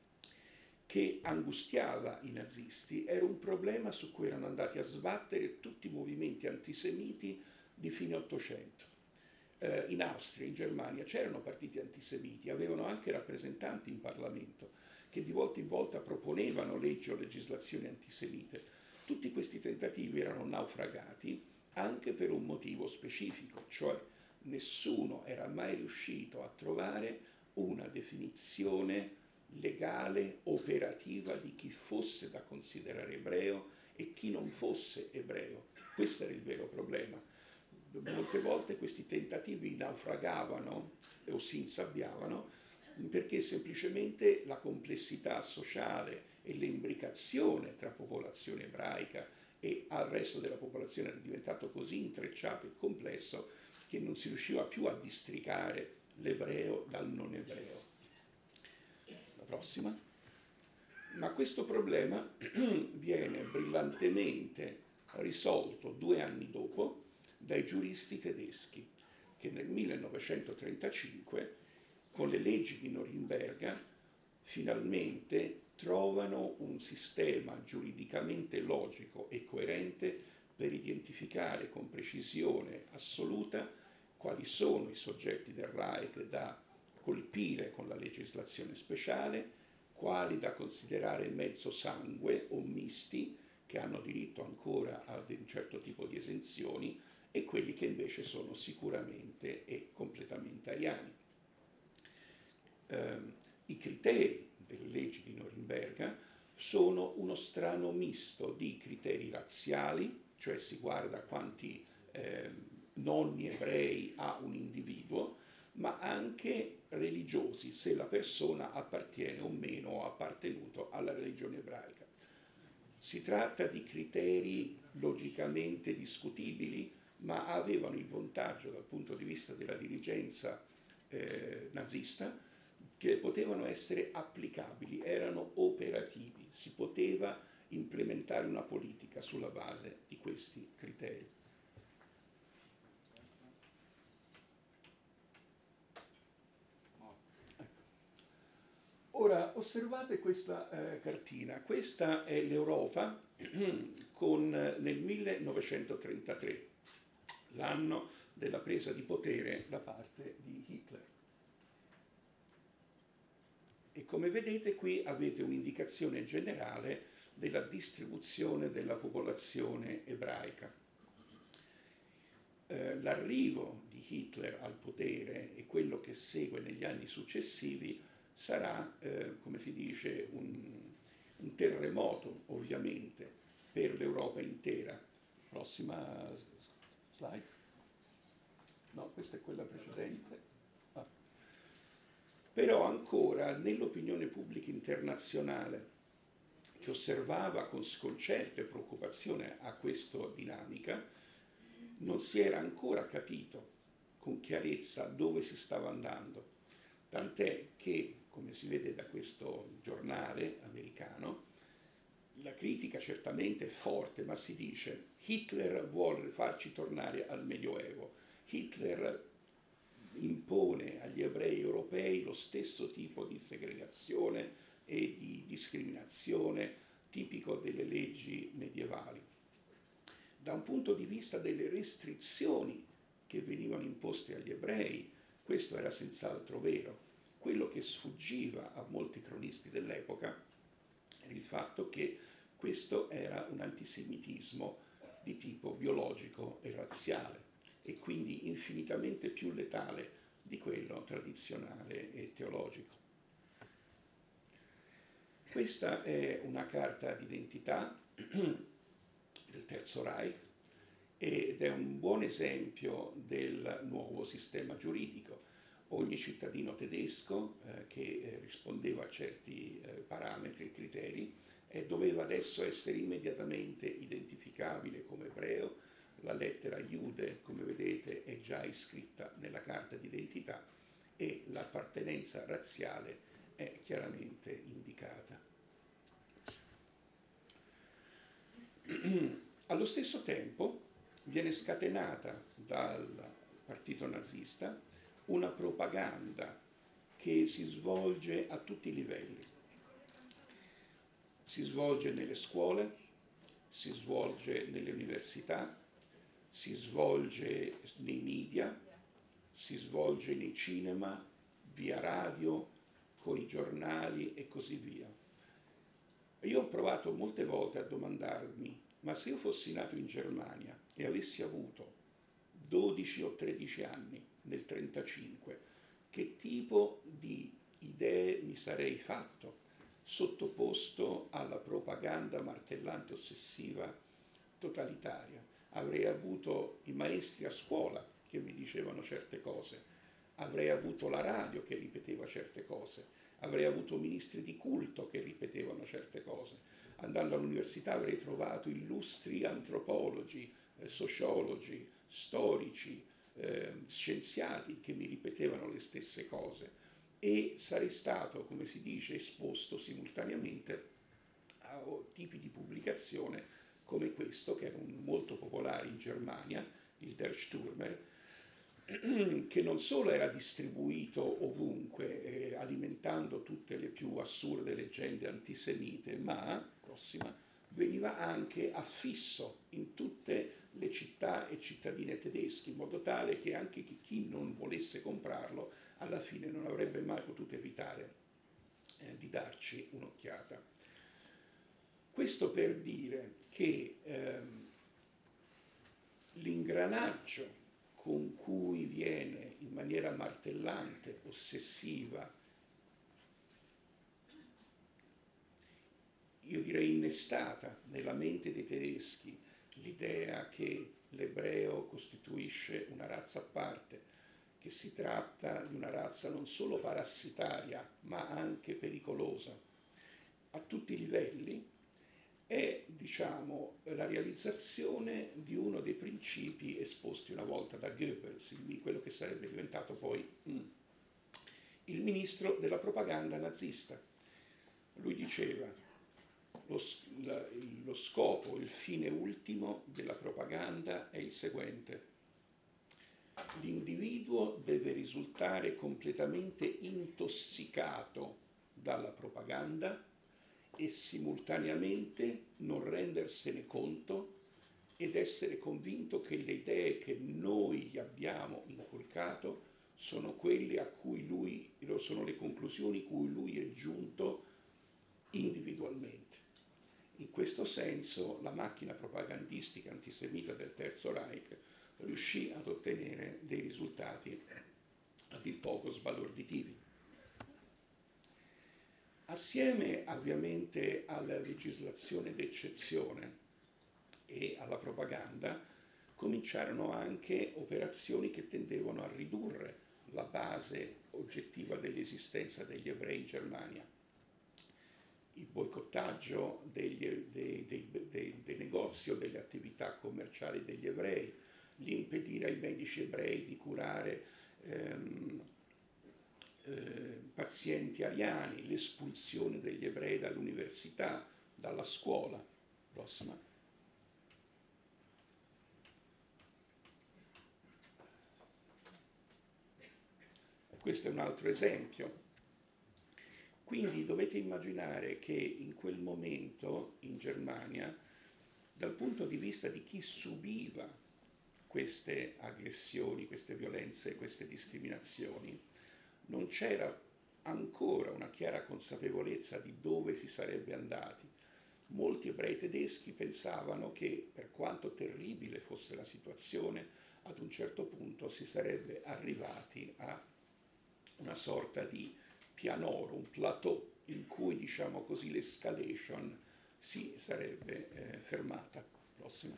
Speaker 2: che angustiava i nazisti, era un problema su cui erano andati a sbattere tutti i movimenti antisemiti di fine Ottocento. In Austria, in Germania c'erano partiti antisemiti, avevano anche rappresentanti in Parlamento che di volta in volta proponevano leggi o legislazioni antisemite. Tutti questi tentativi erano naufragati anche per un motivo specifico, cioè nessuno era mai riuscito a trovare una definizione legale, operativa di chi fosse da considerare ebreo e chi non fosse ebreo. Questo era il vero problema. Molte volte questi tentativi naufragavano o si insabbiavano perché semplicemente la complessità sociale e l'imbricazione tra popolazione ebraica e al resto della popolazione era diventato così intrecciato e complesso che non si riusciva più a districare l'ebreo dal non ebreo. La prossima. Ma questo problema viene brillantemente risolto 2 anni dopo dai giuristi tedeschi, che nel 1935, con le leggi di Norimberga, finalmente trovano un sistema giuridicamente logico e coerente per identificare con precisione assoluta quali sono i soggetti del Reich da colpire con la legislazione speciale, quali da considerare mezzo sangue o misti, che hanno diritto ancora ad un certo tipo di esenzioni, e quelli che invece sono sicuramente e completamente ariani. I criteri delle leggi di Norimberga sono uno strano misto di criteri razziali, cioè si guarda quanti nonni ebrei ha un individuo, ma anche religiosi, se la persona appartiene o meno o ha appartenuto alla religione ebraica. Si tratta di criteri logicamente discutibili, ma avevano il vantaggio dal punto di vista della dirigenza nazista che potevano essere applicabili, erano operativi, si poteva implementare una politica sulla base di questi criteri. Ora osservate questa cartina, questa è l'Europa nel 1933, l'anno della presa di potere da parte di Hitler. E come vedete qui avete un'indicazione generale della distribuzione della popolazione ebraica. L'arrivo di Hitler al potere e quello che segue negli anni successivi sarà, come si dice, un terremoto ovviamente per l'Europa intera. Prossima slide. No, questa è quella precedente. Ah. Però ancora nell'opinione pubblica internazionale, che osservava con sconcerto e preoccupazione a questa dinamica, non si era ancora capito con chiarezza dove si stava andando, tant'è che, come si vede da questo giornale americano, la critica certamente è forte, ma si dice Hitler vuole farci tornare al Medioevo, Hitler impone agli ebrei europei lo stesso tipo di segregazione e di discriminazione tipico delle leggi medievali. Da un punto di vista delle restrizioni che venivano imposte agli ebrei, questo era senz'altro vero. Quello che sfuggiva a molti cronisti dell'epoca era il fatto che questo era un antisemitismo di tipo biologico e razziale e quindi infinitamente più letale di quello tradizionale e teologico. Questa è una carta d'identità del Terzo Reich ed è un buon esempio del nuovo sistema giuridico. Ogni cittadino tedesco che rispondeva a certi parametri e criteri doveva adesso essere immediatamente identificabile come ebreo. La lettera Jude, come vedete, è già iscritta nella carta d'identità e l'appartenenza razziale è chiaramente indicata. Allo stesso tempo viene scatenata dal partito nazista una propaganda che si svolge a tutti i livelli. Si svolge nelle scuole, si svolge nelle università, si svolge nei media, si svolge nei cinema, via radio, con i giornali e così via. Io ho provato molte volte a domandarmi, ma se io fossi nato in Germania e avessi avuto 12 o 13 anni nel 1935, che tipo di idee mi sarei fatto sottoposto alla propaganda martellante ossessiva totalitaria. Avrei avuto i maestri a scuola che mi dicevano certe cose, avrei avuto la radio che ripeteva certe cose, avrei avuto ministri di culto che ripetevano certe cose. Andando all'università avrei trovato illustri antropologi, sociologi, storici, scienziati che mi ripetevano le stesse cose, e sarei stato, come si dice, esposto simultaneamente a tipi di pubblicazione come questo, che erano molto popolari in Germania, il Der Stürmer, che non solo era distribuito ovunque, alimentando tutte le più assurde leggende antisemite, ma, veniva anche affisso in tutte le città e cittadine tedesche, in modo tale che anche chi non volesse comprarlo, alla fine non avrebbe mai potuto evitare di darci un'occhiata. Questo per dire che l'ingranaggio con cui viene in maniera martellante, ossessiva, io direi innestata nella mente dei tedeschi, l'idea che l'ebreo costituisce una razza a parte, che si tratta di una razza non solo parassitaria, ma anche pericolosa, a tutti i livelli, è, diciamo, la realizzazione di uno dei principi esposti una volta da Goebbels, quello che sarebbe diventato poi il ministro della propaganda nazista. Lui diceva: lo scopo, il fine ultimo della propaganda è il seguente: l'individuo deve risultare completamente intossicato dalla propaganda e simultaneamente non rendersene conto ed essere convinto che le idee che noi gli abbiamo inculcato sono quelle a cui sono le conclusioni cui lui è giunto individualmente. In questo senso la macchina propagandistica antisemita del Terzo Reich riuscì ad ottenere dei risultati a dir poco sbalorditivi. Assieme ovviamente alla legislazione d'eccezione e alla propaganda cominciarono anche operazioni che tendevano a ridurre la base oggettiva dell'esistenza degli ebrei in Germania. Il boicottaggio dei negozi o delle attività commerciali degli ebrei, l'impedire ai medici ebrei di curare pazienti ariani, l'espulsione degli ebrei dall'università, dalla scuola. Prossima. Questo è un altro esempio. Quindi dovete immaginare che in quel momento in Germania, dal punto di vista di chi subiva queste aggressioni, queste violenze, queste discriminazioni, non c'era ancora una chiara consapevolezza di dove si sarebbe andati. Molti ebrei tedeschi pensavano che, per quanto terribile fosse la situazione, ad un certo punto si sarebbe arrivati a una sorta di pianoro, un plateau, in cui, diciamo così, l'escalation si sarebbe fermata. Prossima.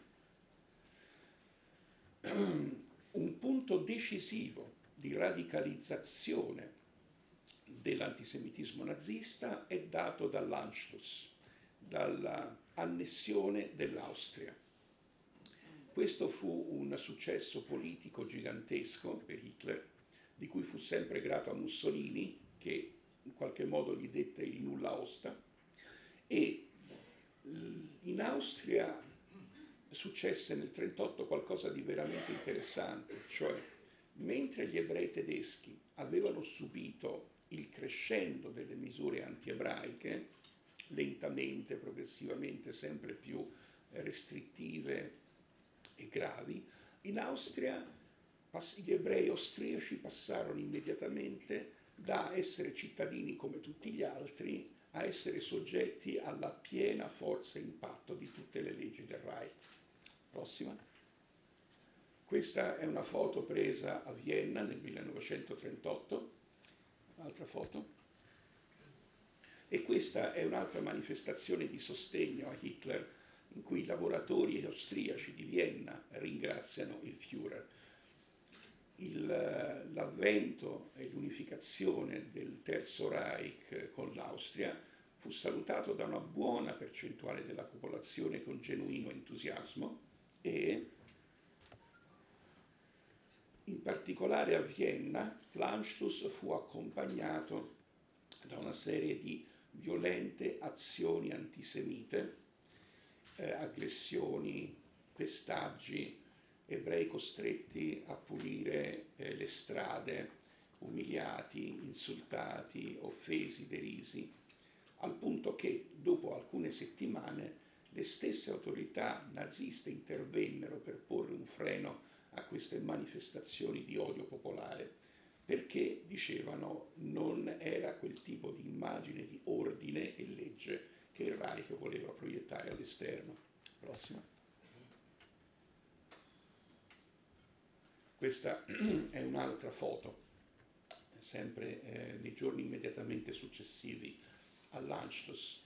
Speaker 2: Un punto decisivo di radicalizzazione dell'antisemitismo nazista è dato dall'Anschluss, dall'annessione dell'Austria. Questo fu un successo politico gigantesco per Hitler, di cui fu sempre grato a Mussolini, che in qualche modo gli dette il nulla osta, e in Austria successe nel 1938 qualcosa di veramente interessante, cioè mentre gli ebrei tedeschi avevano subito il crescendo delle misure antiebraiche, lentamente, progressivamente, sempre più restrittive e gravi, in Austria gli ebrei austriaci passarono immediatamente da essere cittadini come tutti gli altri a essere soggetti alla piena forza e impatto di tutte le leggi del Reich. Prossima. Questa è una foto presa a Vienna nel 1938, altra foto. E questa è un'altra manifestazione di sostegno a Hitler, in cui i lavoratori austriaci di Vienna ringraziano il Führer. L'avvento e l'unificazione del Terzo Reich con l'Austria fu salutato da una buona percentuale della popolazione con genuino entusiasmo e in particolare a Vienna l'Anschluss fu accompagnato da una serie di violente azioni antisemite, aggressioni, pestaggi, ebrei costretti a pulire le strade, umiliati, insultati, offesi, derisi, al punto che dopo alcune settimane le stesse autorità naziste intervennero per porre un freno a queste manifestazioni di odio popolare, perché, dicevano, non era quel tipo di immagine di ordine e legge che il Reich voleva proiettare all'esterno. Prossima. Questa è un'altra foto, sempre nei giorni immediatamente successivi all'Anschluss.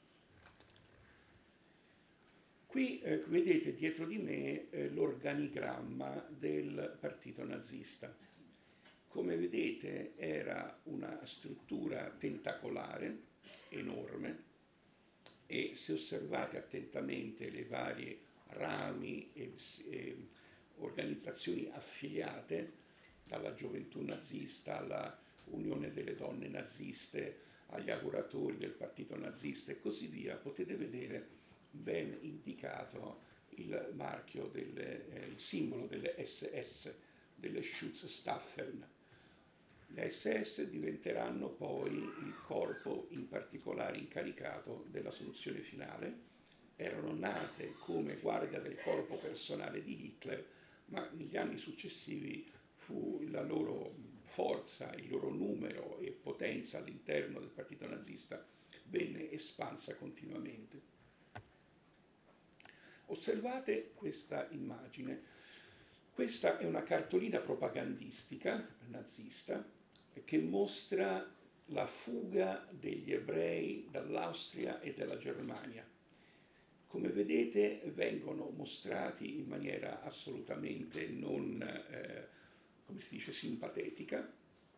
Speaker 2: Qui vedete dietro di me l'organigramma del partito nazista. Come vedete era una struttura tentacolare, enorme, e se osservate attentamente le varie rami e organizzazioni affiliate, dalla gioventù nazista alla Unione delle donne naziste, agli auguratori del partito nazista e così via, potete vedere ben indicato il marchio, il simbolo delle SS, delle Schutzstaffeln. Le SS diventeranno poi il corpo in particolare incaricato della soluzione finale. Erano nate come guardia del corpo personale di Hitler, ma negli anni successivi fu la loro forza, il loro numero e potenza all'interno del partito nazista venne espansa continuamente. Osservate questa immagine. Questa è una cartolina propagandistica nazista che mostra la fuga degli ebrei dall'Austria e dalla Germania. Come vedete vengono mostrati in maniera assolutamente non, come si dice, simpatetica,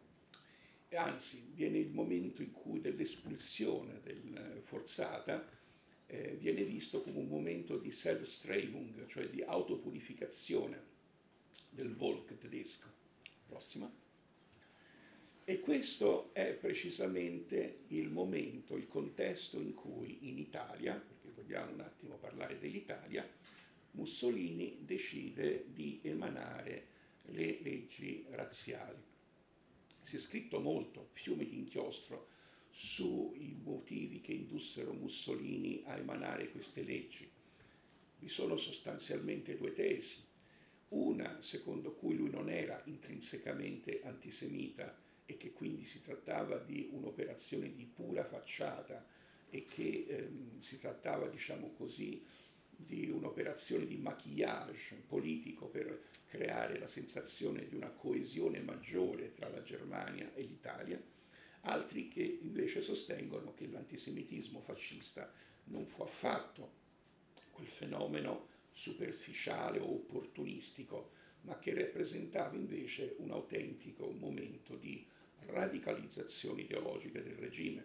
Speaker 2: e anzi viene il momento in cui dell'espulsione forzata viene visto come un momento di Selbststreibung, cioè di autopurificazione del Volk tedesco. Prossima. E questo è precisamente il momento, il contesto in cui in Italia, perché dobbiamo un attimo parlare dell'Italia, Mussolini decide di emanare le leggi razziali. Si è scritto molto, fiumi di inchiostro, sui motivi che indussero Mussolini a emanare queste leggi. Vi sono sostanzialmente due tesi. Una, secondo cui lui non era intrinsecamente antisemita e che quindi si trattava di un'operazione di pura facciata e che si trattava, diciamo così, di un'operazione di maquillage politico per creare la sensazione di una coesione maggiore tra la Germania e l'Italia. Altri che invece sostengono che l'antisemitismo fascista non fu affatto quel fenomeno superficiale o opportunistico, ma che rappresentava invece un autentico momento di radicalizzazione ideologica del regime.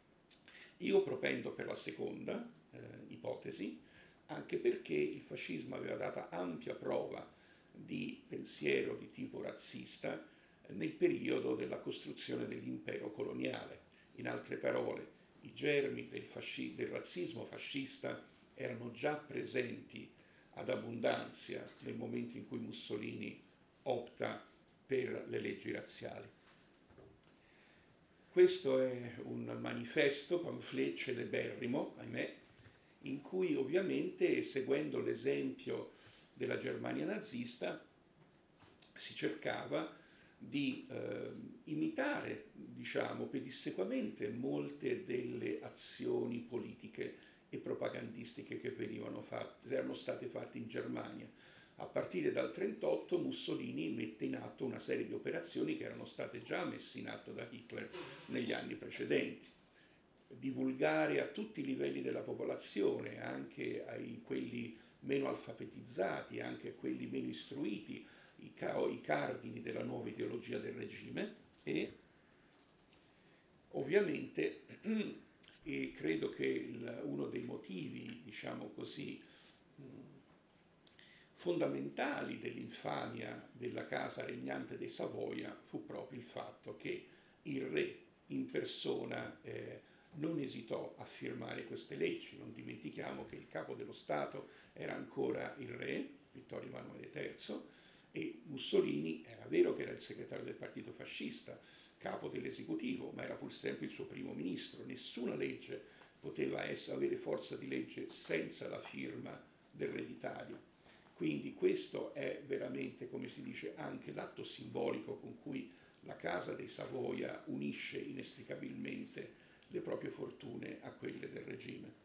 Speaker 2: Io propendo per la seconda ipotesi, anche perché il fascismo aveva dato ampia prova di pensiero di tipo razzista nel periodo della costruzione dell'impero coloniale. In altre parole, i germi del razzismo fascista erano già presenti ad abbondanza nel momento in cui Mussolini opta per le leggi razziali. Questo è un manifesto, pamphlet celeberrimo, ahimè, in cui ovviamente, seguendo l'esempio della Germania nazista, si cercava di imitare, diciamo, pedissequamente molte delle azioni politiche e propagandistiche che erano state fatte in Germania. A partire dal 1938 Mussolini mette in atto una serie di operazioni che erano state già messe in atto da Hitler negli anni precedenti. divulgare a tutti i livelli della popolazione, anche a quelli meno alfabetizzati, anche a quelli meno istruiti, i cardini della nuova ideologia del regime e ovviamente e credo che uno dei motivi, diciamo così, fondamentali dell'infamia della casa regnante dei Savoia fu proprio il fatto che il re in persona non esitò a firmare queste leggi. Non dimentichiamo che il capo dello Stato era ancora il re, Vittorio Emanuele III, e Mussolini era vero che era il segretario del partito fascista, capo dell'esecutivo, ma era pur sempre il suo primo ministro. Nessuna legge poteva avere forza di legge senza la firma del re d'Italia. Quindi questo è veramente, come si dice, anche l'atto simbolico con cui la casa dei Savoia unisce inestricabilmente le proprie fortune a quelle del regime.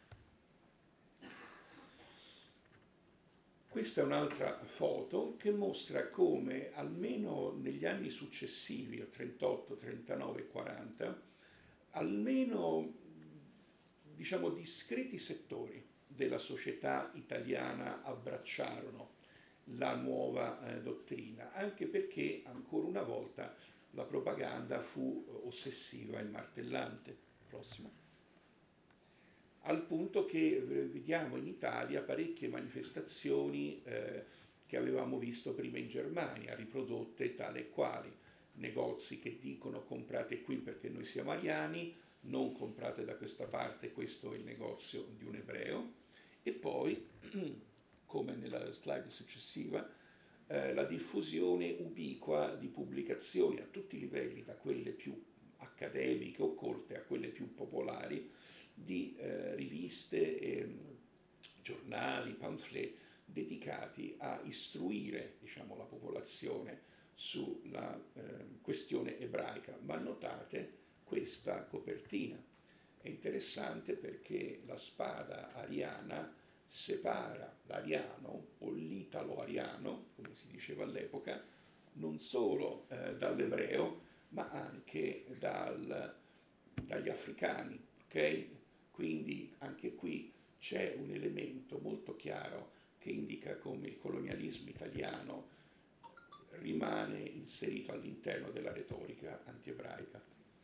Speaker 2: Questa è un'altra foto che mostra come almeno negli anni successivi, a 38, 39 e 40, almeno diciamo discreti settori della società italiana abbracciarono la nuova dottrina, anche perché ancora una volta la propaganda fu ossessiva e martellante. Prossimo. Al punto che vediamo in Italia parecchie manifestazioni che avevamo visto prima in Germania, riprodotte tale e quali, negozi che dicono comprate qui perché noi siamo ariani, non comprate da questa parte, questo è il negozio di un ebreo, e poi, come nella slide successiva, la diffusione ubiqua di pubblicazioni a tutti i livelli, da quelle più accademiche o colte a quelle più popolari, di riviste, giornali, pamphlet dedicati a istruire, diciamo, la popolazione sulla questione ebraica. Ma notate questa copertina. È interessante perché la spada ariana separa l'ariano o l'italo-ariano, come si diceva all'epoca, non solo dall'ebreo, ma anche dagli africani. Okay? Quindi anche qui c'è un elemento molto chiaro che indica come il colonialismo italiano rimane inserito all'interno della retorica antiebraica.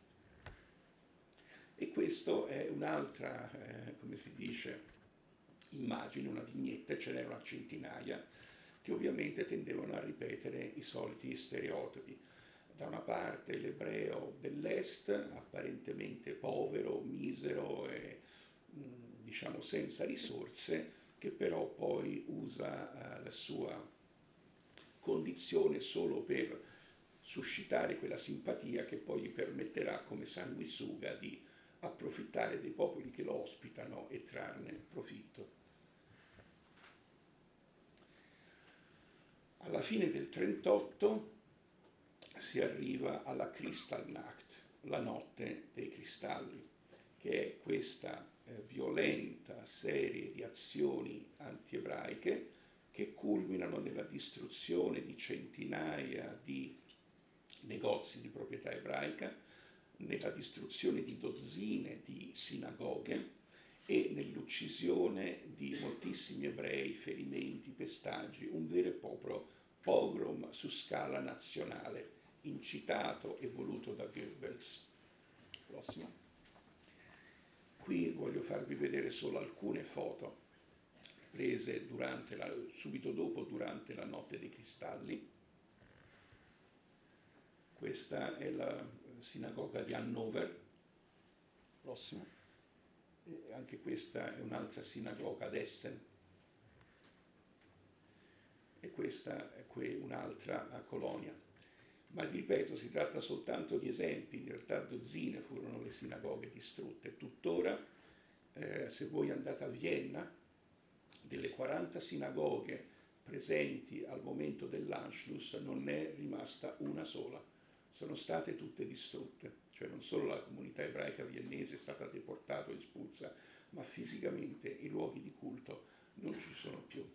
Speaker 2: E questo è un'altra, come si dice, immagine, una vignetta, ce n'erano a centinaia, che ovviamente tendevano a ripetere i soliti stereotipi. Da una parte l'ebreo dell'est, apparentemente povero, misero e diciamo senza risorse, che però poi usa la sua condizione solo per suscitare quella simpatia che poi gli permetterà come sanguisuga di approfittare dei popoli che lo ospitano e trarne profitto. Alla fine del 1938 si arriva alla Kristallnacht, la notte dei cristalli, che è questa violenta serie di azioni antiebraiche che culminano nella distruzione di centinaia di negozi di proprietà ebraica, nella distruzione di dozzine di sinagoghe e nell'uccisione di moltissimi ebrei, ferimenti, pestaggi, un vero e proprio pogrom su scala nazionale, incitato e voluto da Goebbels. Prossimo. Qui voglio farvi vedere solo alcune foto prese subito dopo, durante la notte dei cristalli. Questa è la sinagoga di Hannover. Prossimo. E anche questa è un'altra sinagoga ad Essen. E questa è un'altra a Colonia. Ma vi ripeto, si tratta soltanto di esempi, in realtà dozzine furono le sinagoghe distrutte. Tuttora, se voi andate a Vienna, delle 40 sinagoghe presenti al momento dell'Anschluss non è rimasta una sola, sono state tutte distrutte, cioè non solo la comunità ebraica viennese è stata deportata o espulsa, ma fisicamente i luoghi di culto non ci sono più.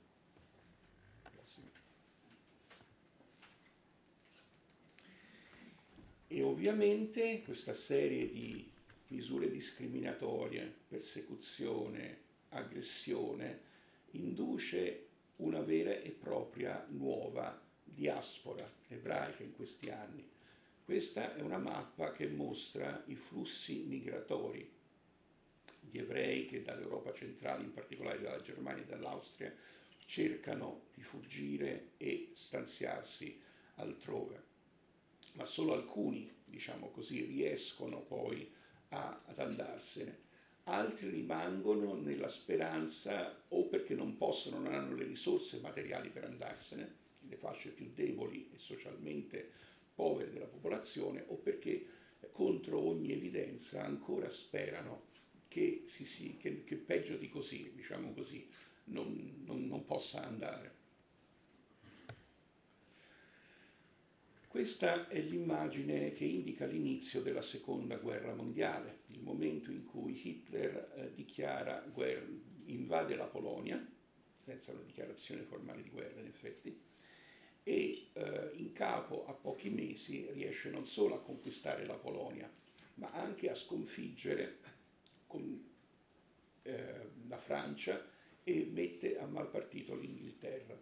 Speaker 2: E ovviamente questa serie di misure discriminatorie, persecuzione, aggressione, induce una vera e propria nuova diaspora ebraica in questi anni. Questa è una mappa che mostra i flussi migratori di ebrei che dall'Europa centrale, in particolare dalla Germania e dall'Austria, cercano di fuggire e stanziarsi altrove. Ma solo alcuni, diciamo così, riescono poi ad andarsene. Altri rimangono nella speranza, o perché non possono, non hanno le risorse materiali per andarsene, le fasce più deboli e socialmente povere della popolazione, o perché contro ogni evidenza ancora sperano che peggio di così, diciamo così, non possa andare. Questa è l'immagine che indica l'inizio della Seconda Guerra Mondiale, il momento in cui Hitler invade la Polonia, senza una dichiarazione formale di guerra in effetti, e in capo a pochi mesi riesce non solo a conquistare la Polonia, ma anche a sconfiggere la Francia e mette a malpartito l'Inghilterra.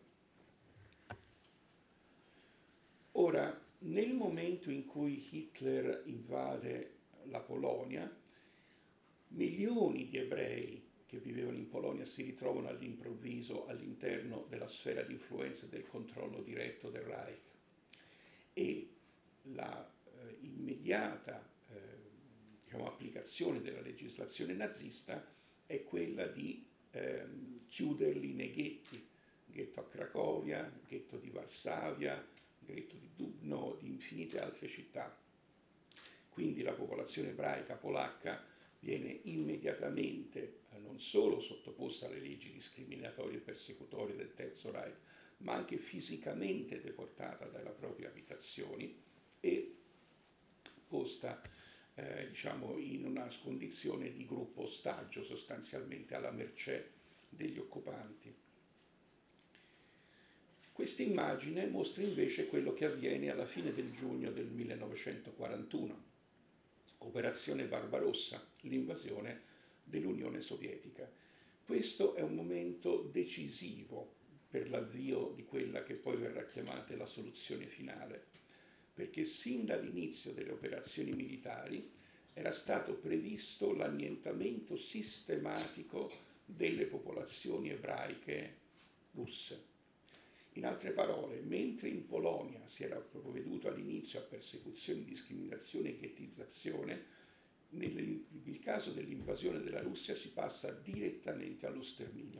Speaker 2: Ora, nel momento in cui Hitler invade la Polonia, milioni di ebrei che vivevano in Polonia si ritrovano all'improvviso all'interno della sfera di influenza e del controllo diretto del Reich, e la immediata applicazione della legislazione nazista è quella di chiuderli nei ghetti, ghetto a Cracovia, ghetto di Varsavia, ghetto di Dubno, di infinite altre città. Quindi la popolazione ebraica polacca viene immediatamente non solo sottoposta alle leggi discriminatorie e persecutorie del Terzo Reich, ma anche fisicamente deportata dalle proprie abitazioni e posta in una condizione di gruppo ostaggio, sostanzialmente alla mercé degli occupanti. Questa immagine mostra invece quello che avviene alla fine del giugno del 1941, Operazione Barbarossa, l'invasione dell'Unione Sovietica. Questo è un momento decisivo per l'avvio di quella che poi verrà chiamata la soluzione finale, perché sin dall'inizio delle operazioni militari era stato previsto l'annientamento sistematico delle popolazioni ebraiche russe. In altre parole, mentre in Polonia si era provveduto all'inizio a persecuzioni, discriminazione e ghettizzazione, nel caso dell'invasione della Russia si passa direttamente allo sterminio.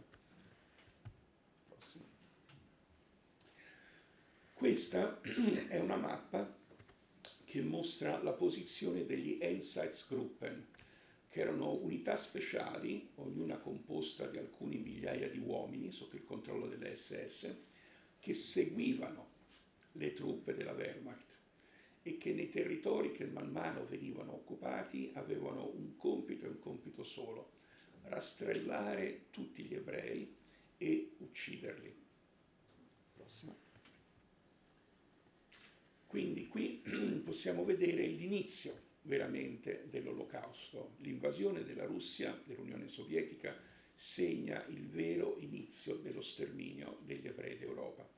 Speaker 2: Questa è una mappa che mostra la posizione degli Einsatzgruppen, che erano unità speciali, ognuna composta di alcune migliaia di uomini sotto il controllo delle SS, che seguivano le truppe della Wehrmacht e che nei territori che man mano venivano occupati avevano un compito solo: rastrellare tutti gli ebrei e ucciderli. Prossima. Quindi qui possiamo vedere l'inizio veramente dell'Olocausto. L'invasione della Russia, dell'Unione Sovietica, segna il vero inizio dello sterminio degli ebrei d'Europa.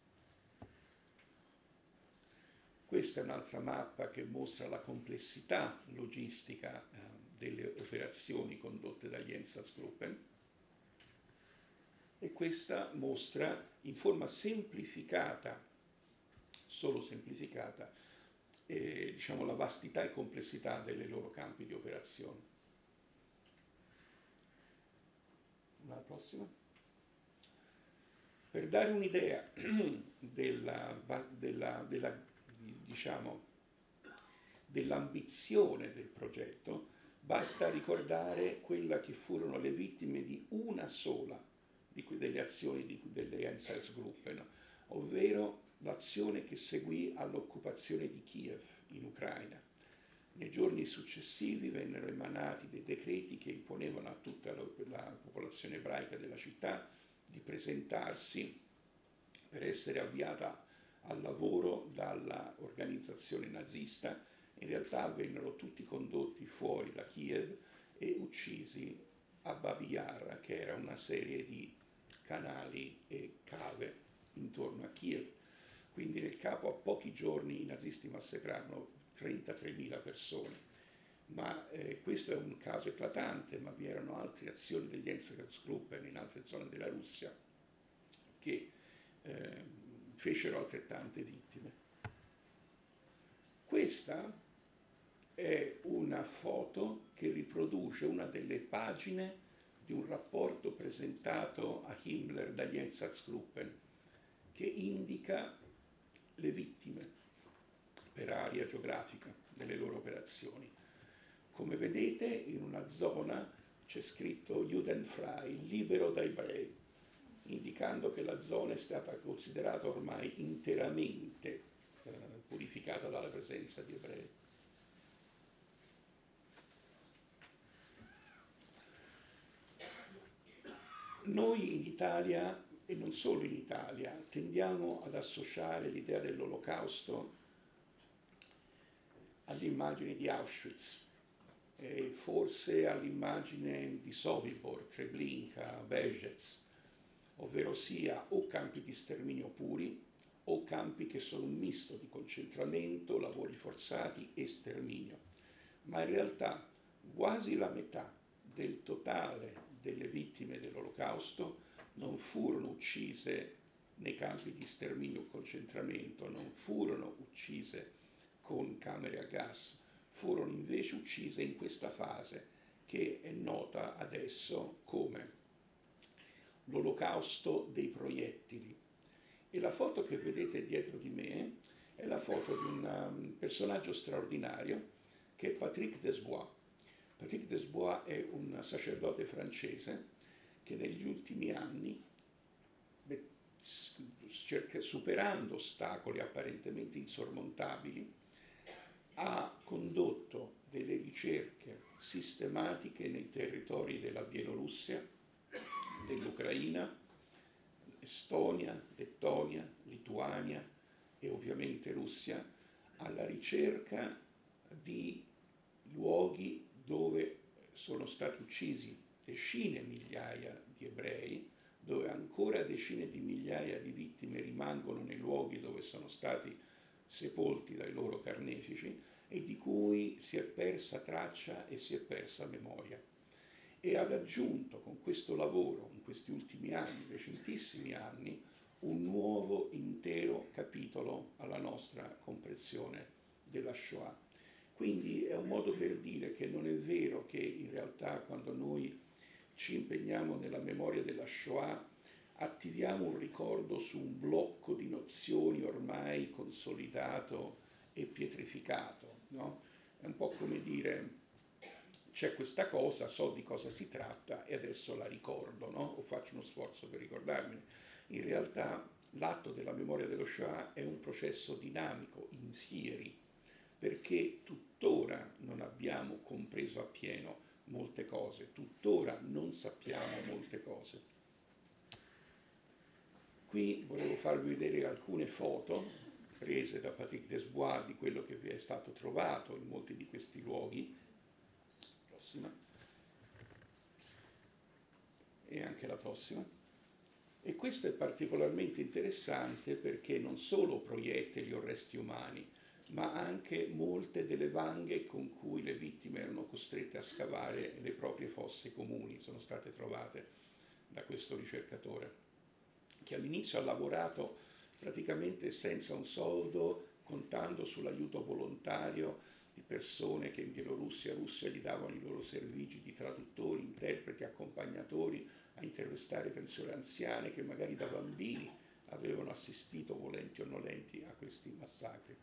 Speaker 2: Questa è un'altra mappa che mostra la complessità logistica delle operazioni condotte dagli Einsatzgruppen, e questa mostra in forma semplificata, solo semplificata, la vastità e complessità delle loro campi di operazione. Una prossima. Per dare un'idea dell'ambizione del progetto, basta ricordare quella che furono le vittime di una sola delle azioni delle Einsatzgruppen, ovvero l'azione che seguì all'occupazione di Kiev in Ucraina. Nei giorni successivi vennero emanati dei decreti che imponevano a tutta la popolazione ebraica della città di presentarsi per essere avviata al lavoro dall'organizzazione nazista, in realtà vennero tutti condotti fuori da Kiev e uccisi a Babi Yar, che era una serie di canali e cave intorno a Kiev. Quindi nel capo a pochi giorni i nazisti massacrarono 33.000 persone. Ma questo è un caso eclatante, ma vi erano altre azioni degli Einsatzgruppen in altre zone della Russia che fecero altrettante vittime. Questa è una foto che riproduce una delle pagine di un rapporto presentato a Himmler dagli Einsatzgruppen che indica le vittime per area geografica delle loro operazioni. Come vedete, in una zona c'è scritto Judenfrei, libero da ebrei, indicando che la zona è stata considerata ormai interamente purificata dalla presenza di ebrei. Noi in Italia, e non solo in Italia, tendiamo ad associare l'idea dell'Olocausto all'immagine di Auschwitz, e forse all'immagine di Sobibor, Treblinka, Bezec, ovvero sia o campi di sterminio puri o campi che sono un misto di concentramento, lavori forzati e sterminio. Ma in realtà quasi la metà del totale delle vittime dell'Olocausto non furono uccise nei campi di sterminio o concentramento, non furono uccise con camere a gas, furono invece uccise in questa fase che è nota adesso come l'Olocausto dei proiettili. E la foto che vedete dietro di me è la foto di un personaggio straordinario che è Patrick Desbois. Patrick Desbois è un sacerdote francese che negli ultimi anni, superando ostacoli apparentemente insormontabili, ha condotto delle ricerche sistematiche nei territori della Bielorussia, dell'Ucraina, Estonia, Lettonia, Lituania e ovviamente Russia, alla ricerca di luoghi dove sono stati uccisi decine di migliaia di ebrei, dove ancora decine di migliaia di vittime rimangono nei luoghi dove sono stati sepolti dai loro carnefici e di cui si è persa traccia e si è persa memoria. E ha aggiunto con questo lavoro, in questi ultimi anni, recentissimi anni, un nuovo intero capitolo alla nostra comprensione della Shoah. Quindi è un modo per dire che non è vero che in realtà quando noi ci impegniamo nella memoria della Shoah attiviamo un ricordo su un blocco di nozioni ormai consolidato e pietrificato, no? È un po' come dire c'è questa cosa, so di cosa si tratta e adesso la ricordo, no? O faccio uno sforzo per ricordarmene. In realtà l'atto della memoria dello Shoah è un processo dinamico, in fieri, perché tuttora non abbiamo compreso appieno molte cose, tuttora non sappiamo molte cose. Qui volevo farvi vedere alcune foto prese da Patrick Desbois di quello che vi è stato trovato in molti di questi luoghi. Prossima. E anche la prossima. E questo è particolarmente interessante perché non solo proiettili o resti umani, ma anche molte delle vanghe con cui le vittime erano costrette a scavare le proprie fosse comuni sono state trovate da questo ricercatore, che all'inizio ha lavorato praticamente senza un soldo, contando sull'aiuto volontario di persone che in Bielorussia e Russia gli davano i loro servigi di traduttori, interpreti, accompagnatori, a intervistare persone anziane che magari da bambini avevano assistito, volenti o nolenti, a questi massacri.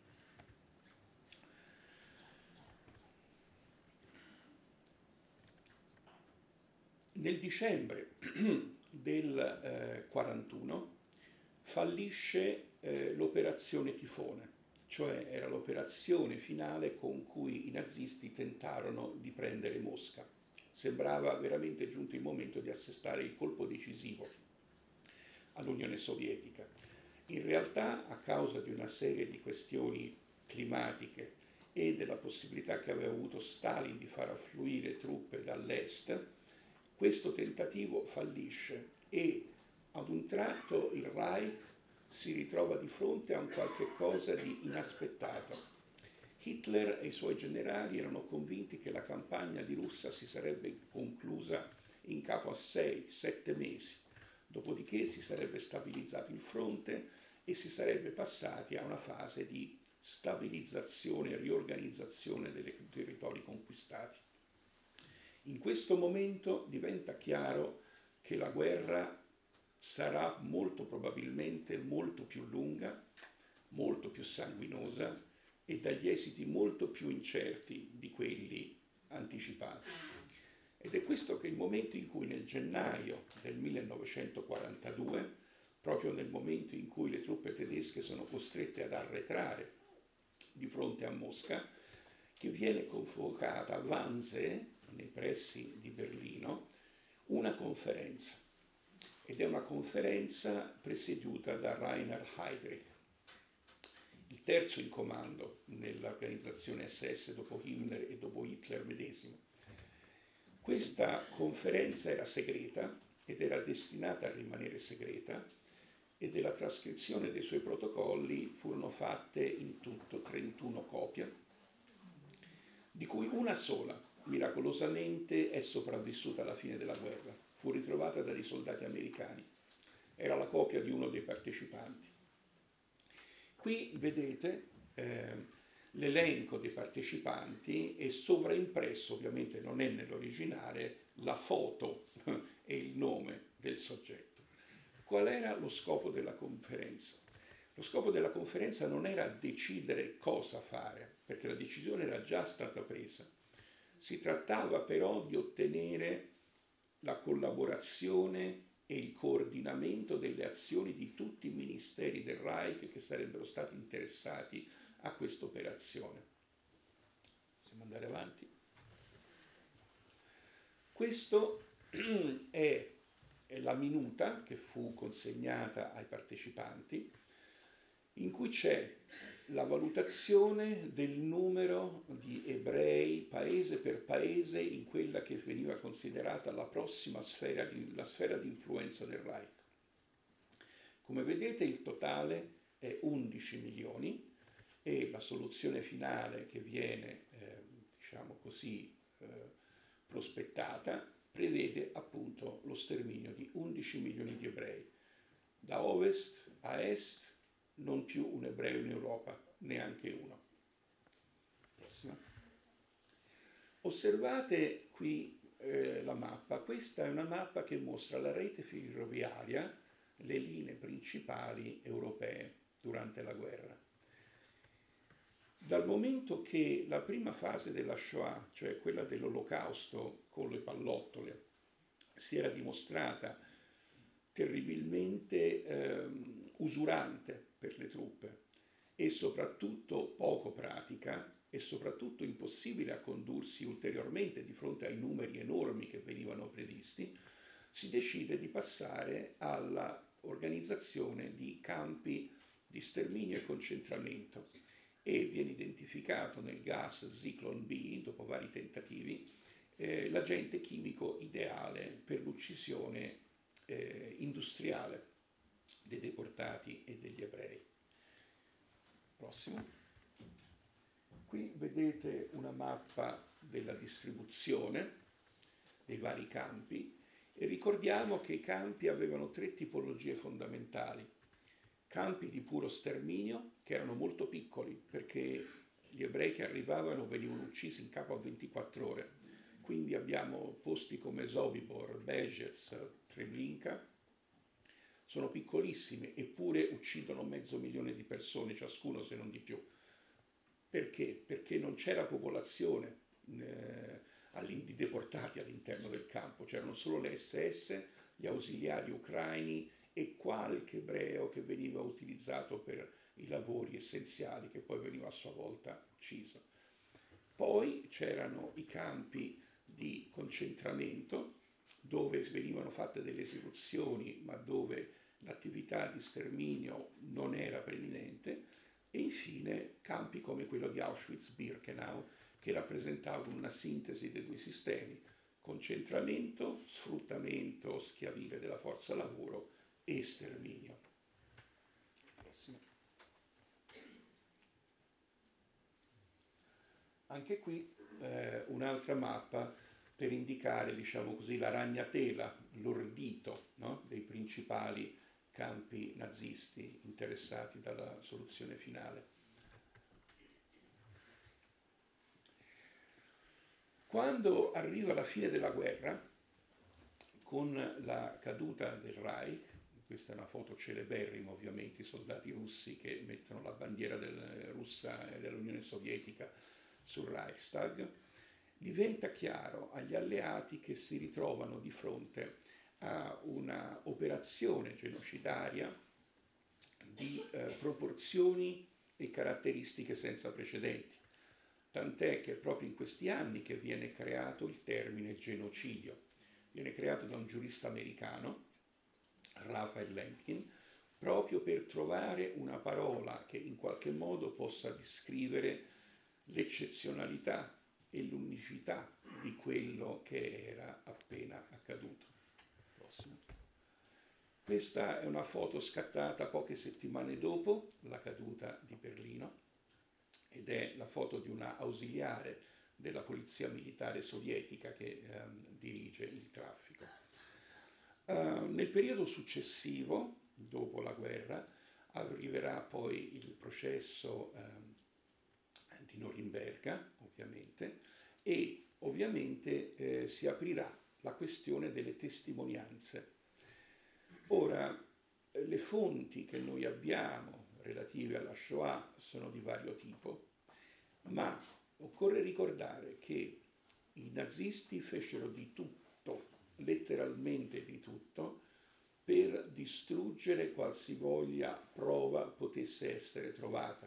Speaker 2: Nel dicembre del 41 fallisce l'operazione Tifone, cioè era l'operazione finale con cui i nazisti tentarono di prendere Mosca. Sembrava veramente giunto il momento di assestare il colpo decisivo all'Unione Sovietica. In realtà, a causa di una serie di questioni climatiche e della possibilità che aveva avuto Stalin di far affluire truppe dall'est, questo tentativo fallisce e ad un tratto il Reich si ritrova di fronte a un qualche cosa di inaspettato. Hitler e i suoi generali erano convinti che la campagna di Russia si sarebbe conclusa in capo a 6-7 mesi, dopodiché si sarebbe stabilizzato il fronte e si sarebbe passati a una fase di stabilizzazione e riorganizzazione dei territori conquistati. In questo momento diventa chiaro che la guerra sarà molto probabilmente molto più lunga, molto più sanguinosa e dagli esiti molto più incerti di quelli anticipati. Ed è questo che il momento in cui nel gennaio del 1942, proprio nel momento in cui le truppe tedesche sono costrette ad arretrare di fronte a Mosca, che viene convocata a Wannsee, nei pressi di Berlino, una conferenza. Ed è una conferenza presieduta da Rainer Heydrich, il terzo in comando nell'organizzazione SS dopo Himmler e dopo Hitler medesimo. Questa conferenza era segreta ed era destinata a rimanere segreta e della trascrizione dei suoi protocolli furono fatte in tutto 31 copie, di cui una sola, miracolosamente, è sopravvissuta alla fine della guerra. Fu ritrovata dai soldati americani. Era la copia di uno dei partecipanti. Qui vedete l'elenco dei partecipanti e sovraimpresso, ovviamente non è nell'originale, la foto e il nome del soggetto. Qual era lo scopo della conferenza? Lo scopo della conferenza non era decidere cosa fare, perché la decisione era già stata presa. Si trattava però di ottenere la collaborazione e il coordinamento delle azioni di tutti i ministeri del Reich che sarebbero stati interessati a questa operazione. Possiamo andare avanti? Questo è la minuta che fu consegnata ai partecipanti, in cui c'è la valutazione del numero di ebrei paese per paese in quella che veniva considerata la prossima sfera di influenza del Reich. Come vedete il totale è 11 milioni e la soluzione finale che viene, diciamo così, prospettata prevede appunto lo sterminio di 11 milioni di ebrei, da ovest a est. Non più un ebreo in Europa, neanche uno. Prossima. Osservate qui la mappa. Questa è una mappa che mostra la rete ferroviaria, le linee principali europee durante la guerra. Dal momento che la prima fase della Shoah, cioè quella dell'Olocausto con le pallottole, si era dimostrata terribilmente usurante per le truppe e soprattutto poco pratica e soprattutto impossibile a condursi ulteriormente di fronte ai numeri enormi che venivano previsti, si decide di passare alla organizzazione di campi di sterminio e concentramento e viene identificato nel gas Zyklon B, dopo vari tentativi, l'agente chimico ideale per l'uccisione industriale dei deportati e degli ebrei. Prossimo. Qui vedete una mappa della distribuzione dei vari campi e ricordiamo che i campi avevano 3 tipologie fondamentali. Campi di puro sterminio, che erano molto piccoli perché gli ebrei che arrivavano venivano uccisi in capo a 24 ore. Quindi abbiamo posti come Sobibor, Bezhets, Treblinka, sono piccolissimi eppure uccidono 500.000 di persone ciascuno, se non di più. Perché? Perché non c'era popolazione di deportati all'interno del campo, c'erano solo le SS, gli ausiliari ucraini e qualche ebreo che veniva utilizzato per i lavori essenziali, che poi veniva a sua volta ucciso. Poi c'erano i campi di concentramento, dove venivano fatte delle esecuzioni, ma dove l'attività di sterminio non era preminente, e infine campi come quello di Auschwitz-Birkenau, che rappresentavano una sintesi dei due sistemi: concentramento, sfruttamento schiavile della forza lavoro e sterminio. Anche qui un'altra mappa per indicare, diciamo così, la ragnatela, l'ordito, no? Dei principali campi nazisti interessati dalla soluzione finale. Quando arriva la fine della guerra, con la caduta del Reich, questa è una foto celeberrima ovviamente, i soldati russi che mettono la bandiera russa e dell'Unione Sovietica sul Reichstag, diventa chiaro agli alleati che si ritrovano di fronte a una operazione genocidaria di proporzioni e caratteristiche senza precedenti. Tant'è che è proprio in questi anni che viene creato il termine genocidio. Viene creato da un giurista americano, Raphael Lemkin, proprio per trovare una parola che in qualche modo possa descrivere l'eccezionalità e l'unicità di quello che era appena accaduto. Prossimo. Questa è una foto scattata poche settimane dopo la caduta di Berlino ed è la foto di una ausiliare della polizia militare sovietica che dirige il traffico. Nel periodo successivo, dopo la guerra, arriverà poi il processo di Norimberga, ovviamente, e ovviamente si aprirà la questione delle testimonianze. Ora, le fonti che noi abbiamo relative alla Shoah sono di vario tipo, ma occorre ricordare che i nazisti fecero di tutto, letteralmente di tutto, per distruggere qualsivoglia prova potesse essere trovata.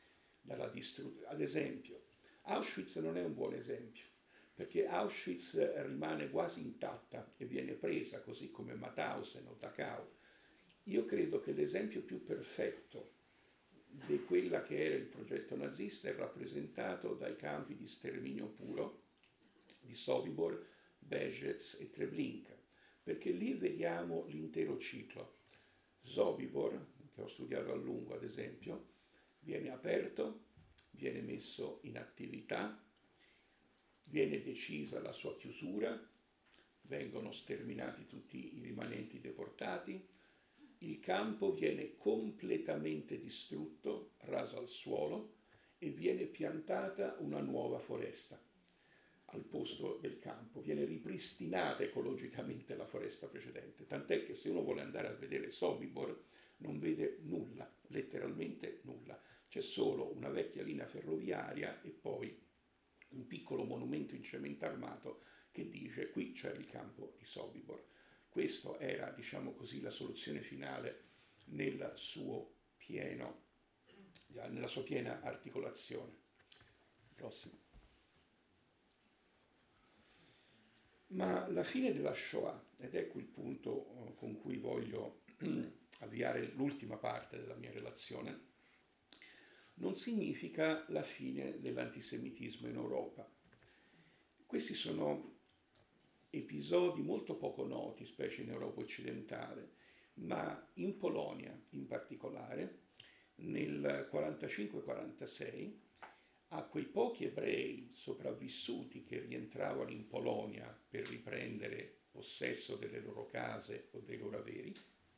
Speaker 2: Ad esempio, Auschwitz non è un buon esempio, perché Auschwitz rimane quasi intatta e viene presa, così come Mauthausen o Dachau. Io credo che l'esempio più perfetto di quella che era il progetto nazista è rappresentato dai campi di sterminio puro di Sobibor, Belzec e Treblinka, perché lì vediamo l'intero ciclo. Sobibor, che ho studiato a lungo ad esempio, viene aperto, viene messo in attività, viene decisa la sua chiusura, vengono sterminati tutti i rimanenti deportati, il campo viene completamente distrutto, raso al suolo, e viene piantata una nuova foresta al posto del campo, viene ripristinata ecologicamente la foresta precedente, tant'è che se uno vuole andare a vedere Sobibor non vede nulla, letteralmente nulla, c'è solo una vecchia linea ferroviaria e poi un piccolo monumento in cemento armato che dice qui c'è il campo di Sobibor. Questa era, diciamo così, la soluzione finale nella sua piena articolazione. Prossimo. Ma la fine della Shoah, ed ecco il punto con cui voglio avviare l'ultima parte della mia relazione, non significa la fine dell'antisemitismo in Europa. Questi sono episodi molto poco noti, specie in Europa occidentale, ma in Polonia in particolare, nel 45-46, a quei pochi ebrei sopravvissuti che rientravano in Polonia per riprendere possesso delle loro case o dei loro averi,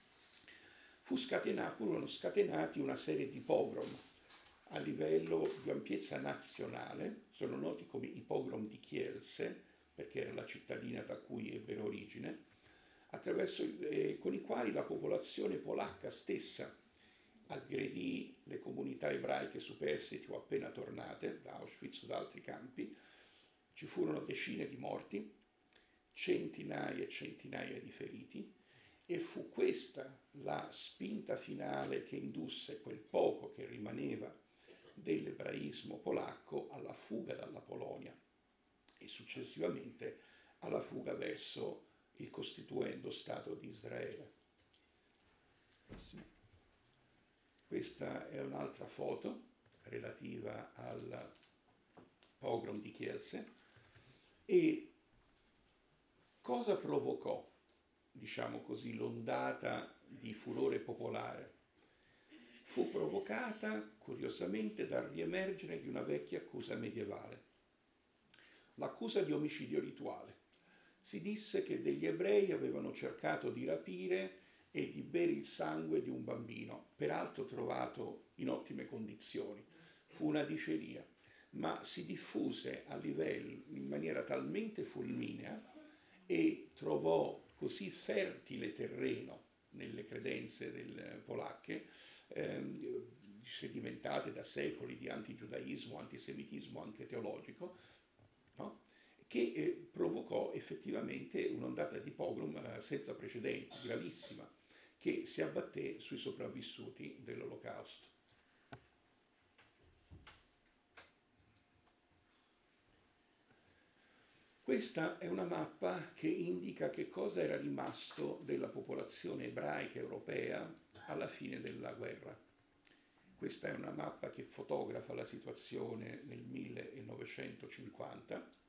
Speaker 2: furono scatenati una serie di pogrom a livello di ampiezza nazionale, sono noti come i pogrom di Kielce, perché era la cittadina da cui ebbero origine, con i quali la popolazione polacca stessa aggredì le comunità ebraiche superstiti o appena tornate da Auschwitz o da altri campi. Ci furono decine di morti, centinaia e centinaia di feriti, e fu questa la spinta finale che indusse quel poco che rimaneva dell'ebraismo polacco alla fuga dalla Polonia e successivamente alla fuga verso il costituendo Stato di Israele. Questa è un'altra foto relativa al pogrom di Kielce. E cosa provocò, diciamo così, l'ondata di furore popolare? Fu provocata, curiosamente, dal riemergere di una vecchia accusa medievale, l'accusa di omicidio rituale. Si disse che degli ebrei avevano cercato di rapire e di bere il sangue di un bambino, peraltro trovato in ottime condizioni. Fu una diceria, ma si diffuse a livello in maniera talmente fulminea e trovò così fertile terreno nelle credenze polacche, sedimentate da secoli di antigiudaismo, antisemitismo anche teologico, no? Che provocò effettivamente un'ondata di pogrom senza precedenti, gravissima, che si abbatté sui sopravvissuti dell'Olocausto. Questa è una mappa che indica che cosa era rimasto della popolazione ebraica europea alla fine della guerra. Questa è una mappa che fotografa la situazione nel 1950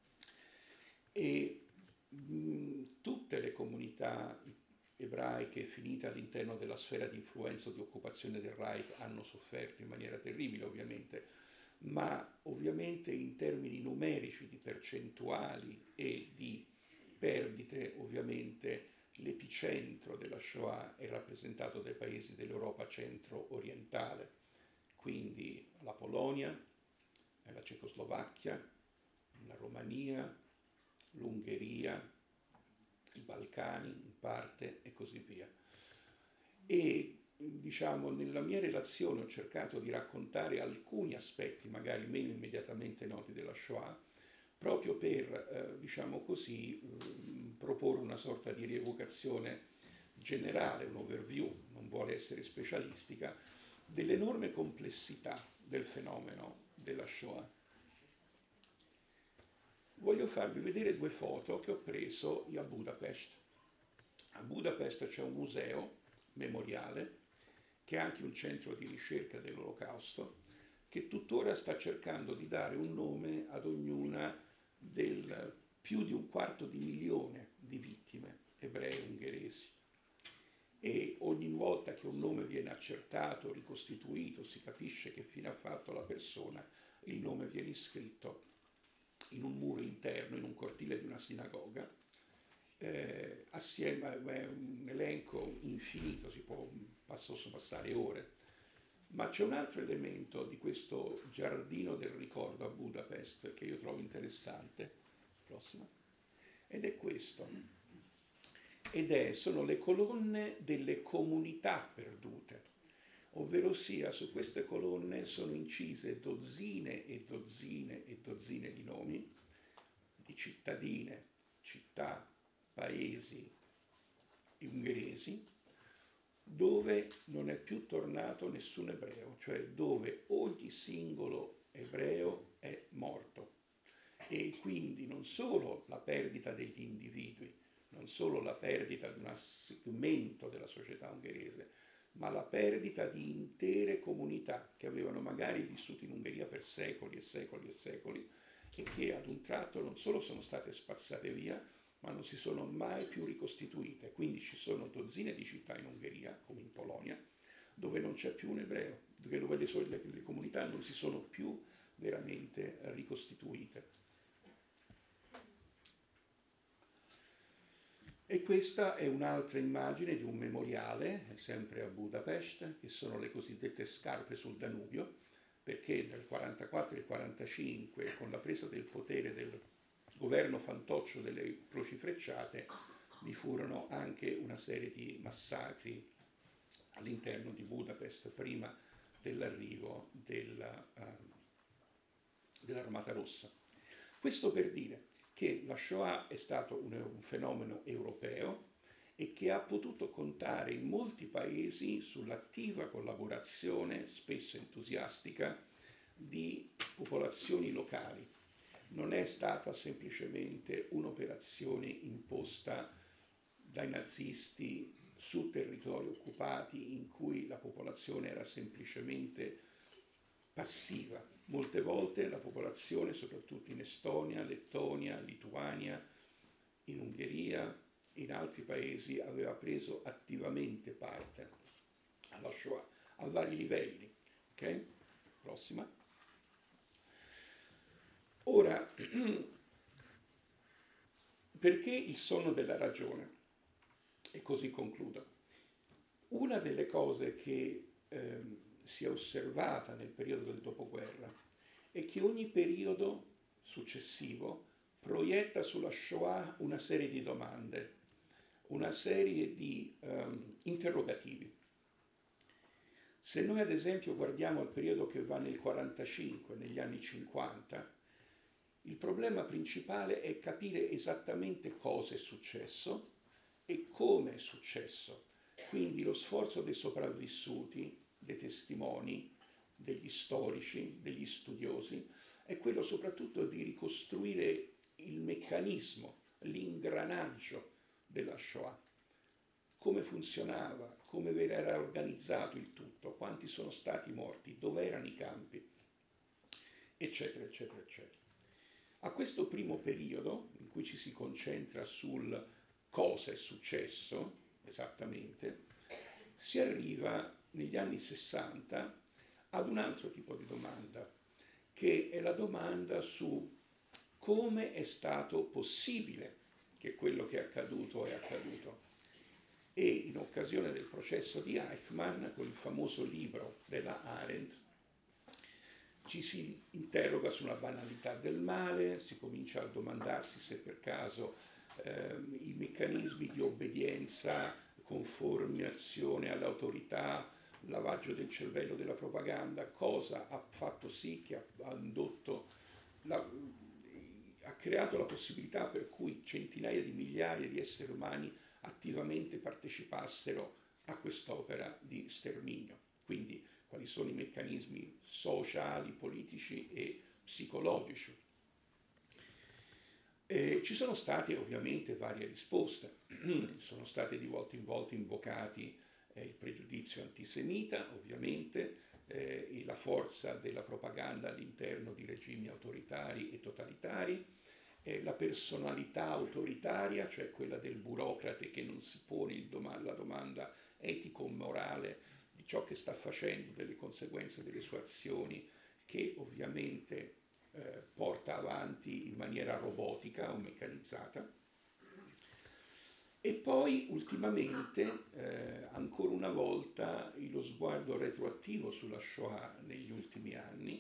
Speaker 2: e tutte le comunità ebraiche finite all'interno della sfera di influenza o di occupazione del Reich hanno sofferto in maniera terribile, ovviamente, ma ovviamente in termini numerici, di percentuali e di perdite, ovviamente l'epicentro della Shoah è rappresentato dai paesi dell'Europa centro-orientale, quindi la Polonia, la Cecoslovacchia, la Romania, l'Ungheria, i Balcani in parte e così via. E diciamo nella mia relazione ho cercato di raccontare alcuni aspetti magari meno immediatamente noti della Shoah, proprio per, diciamo così, proporre una sorta di rievocazione generale, un overview, non vuole essere specialistica, dell'enorme complessità del fenomeno della Shoah. Voglio farvi vedere due foto che ho preso a Budapest. A Budapest c'è un museo memoriale che è anche un centro di ricerca dell'Olocausto, che tuttora sta cercando di dare un nome ad ognuna del più di 250.000 di vittime ebree ungheresi. E ogni volta che un nome viene accertato, ricostituito, si capisce che fine ha fatto la persona, il nome viene iscritto in un muro interno, in un cortile di una sinagoga, assieme a un elenco infinito, posso passare ore. Ma c'è un altro elemento di questo giardino del ricordo a Budapest che io trovo interessante, prossima, ed è questo. Sono le colonne delle comunità perdute, ovvero sia su queste colonne sono incise dozzine e dozzine e dozzine di nomi di cittadine, città, paesi ungheresi, dove non è più tornato nessun ebreo, cioè dove ogni singolo ebreo è morto. E quindi non solo la perdita degli individui, non solo la perdita di un segmento della società ungherese, ma la perdita di intere comunità che avevano magari vissuto in Ungheria per secoli e secoli e secoli e che ad un tratto non solo sono state spazzate via, ma non si sono mai più ricostituite. Quindi ci sono dozzine di città in Ungheria, come in Polonia, dove non c'è più un ebreo, dove le comunità non si sono più veramente ricostituite. E questa è un'altra immagine di un memoriale, sempre a Budapest, che sono le cosiddette scarpe sul Danubio, perché nel 1944 e il 1945, con la presa del potere del governo fantoccio delle croci frecciate, vi furono anche una serie di massacri all'interno di Budapest prima dell'arrivo dell'Armata Rossa. Questo per dire che la Shoah è stato un fenomeno europeo e che ha potuto contare in molti paesi sull'attiva collaborazione, spesso entusiastica, di popolazioni locali. Non è stata semplicemente un'operazione imposta dai nazisti su territori occupati in cui la popolazione era semplicemente passiva. Molte volte la popolazione, soprattutto in Estonia, Lettonia, Lituania, in Ungheria, in altri paesi, aveva preso attivamente parte alla Shoah a vari livelli. Ok? Prossima. Ora, perché il sonno della ragione? E così concludo. Una delle cose che si è osservata nel periodo del dopoguerra è che ogni periodo successivo proietta sulla Shoah una serie di domande, una serie di interrogativi. Se noi ad esempio guardiamo il periodo che va nel 45, negli anni 50, il problema principale è capire esattamente cosa è successo e come è successo. Quindi lo sforzo dei sopravvissuti, dei testimoni, degli storici, degli studiosi, è quello soprattutto di ricostruire il meccanismo, l'ingranaggio della Shoah. Come funzionava, come era organizzato il tutto, quanti sono stati morti, dove erano i campi, eccetera, eccetera, eccetera. A questo primo periodo, in cui ci si concentra sul cosa è successo esattamente, si arriva negli anni 60 ad un altro tipo di domanda, che è la domanda su come è stato possibile che quello che è accaduto è accaduto. E in occasione del processo di Eichmann, con il famoso libro della Arendt, ci si interroga sulla banalità del male, si comincia a domandarsi se per caso i meccanismi di obbedienza, conformazione all'autorità, lavaggio del cervello della propaganda, cosa ha fatto sì che ha indotto, ha creato la possibilità per cui centinaia di migliaia di esseri umani attivamente partecipassero a quest'opera di sterminio. Quindi quali sono i meccanismi sociali, politici e psicologici. Ci sono state ovviamente varie risposte, sono state di volta in volta invocati il pregiudizio antisemita, ovviamente, e la forza della propaganda all'interno di regimi autoritari e totalitari, la personalità autoritaria, cioè quella del burocrate che non si pone la domanda etico-morale di ciò che sta facendo, delle conseguenze delle sue azioni, che ovviamente porta avanti in maniera robotica o meccanizzata. E poi ultimamente, ancora una volta, lo sguardo retroattivo sulla Shoah negli ultimi anni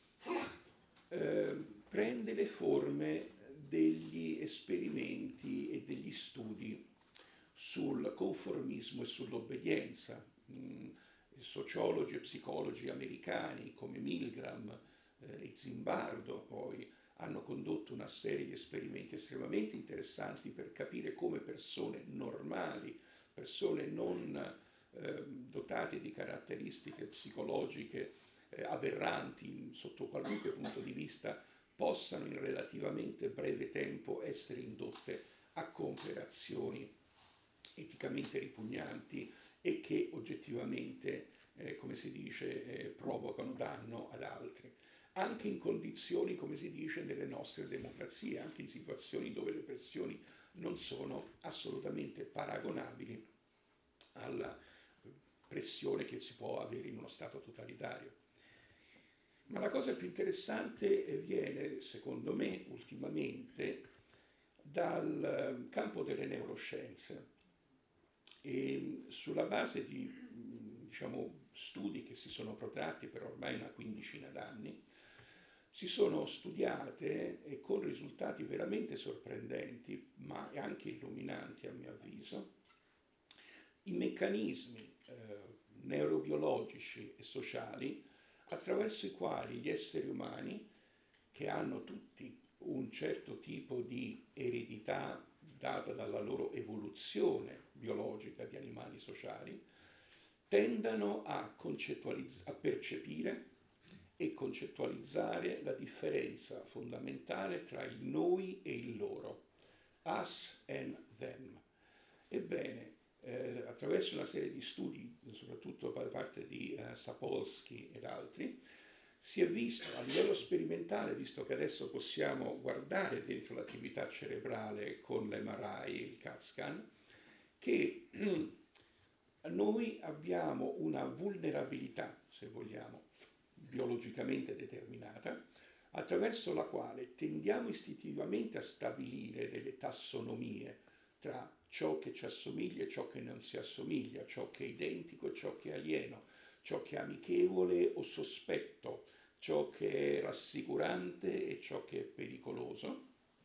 Speaker 2: prende le forme degli esperimenti e degli studi sul conformismo e sull'obbedienza. Sociologi e psicologi americani come Milgram e Zimbardo poi hanno condotto una serie di esperimenti estremamente interessanti per capire come persone normali, persone non dotate di caratteristiche psicologiche aberranti sotto qualunque punto di vista, possano in relativamente breve tempo essere indotte a compiere azioni eticamente ripugnanti e che oggettivamente, come si dice, provocano danno ad altri. Anche in condizioni, come si dice, delle nostre democrazie, anche in situazioni dove le pressioni non sono assolutamente paragonabili alla pressione che si può avere in uno Stato totalitario. Ma la cosa più interessante viene, secondo me, ultimamente dal campo delle neuroscienze. E sulla base di studi che si sono protratti per ormai una quindicina d'anni, si sono studiate e con risultati veramente sorprendenti, ma anche illuminanti a mio avviso, i meccanismi neurobiologici e sociali attraverso i quali gli esseri umani, che hanno tutti un certo tipo di eredità data dalla loro evoluzione biologica di animali sociali, tendano a percepire e concettualizzare la differenza fondamentale tra il noi e il loro, us and them. Ebbene, attraverso una serie di studi, soprattutto da parte di Sapolsky ed altri, si è visto a livello sperimentale, visto che adesso possiamo guardare dentro l'attività cerebrale con l'MRI, il CAT scan, che noi abbiamo una vulnerabilità, se vogliamo, biologicamente determinata, attraverso la quale tendiamo istintivamente a stabilire delle tassonomie tra ciò che ci assomiglia e ciò che non si assomiglia, ciò che è identico e ciò che è alieno, ciò che è amichevole o sospetto, ciò che è rassicurante e ciò che è pericoloso,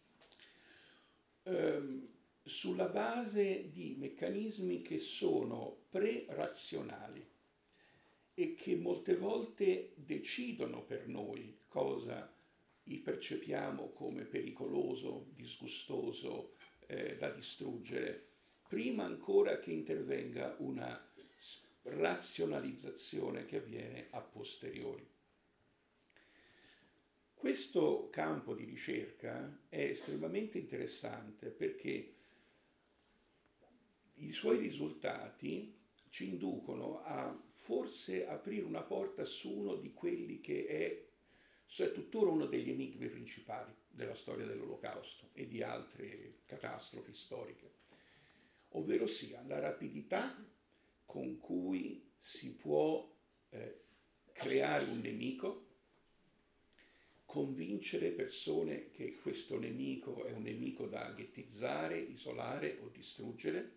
Speaker 2: sulla base di meccanismi che sono pre-razionali e che molte volte decidono per noi cosa percepiamo come pericoloso, disgustoso, da distruggere, prima ancora che intervenga una razionalizzazione che avviene a posteriori. Questo campo di ricerca è estremamente interessante perché i suoi risultati ci inducono a forse aprire una porta su uno di quelli che è tuttora uno degli enigmi principali della storia dell'Olocausto e di altre catastrofi storiche, ovvero sia la rapidità con cui si può creare un nemico, convincere persone che questo nemico è un nemico da ghettizzare, isolare o distruggere,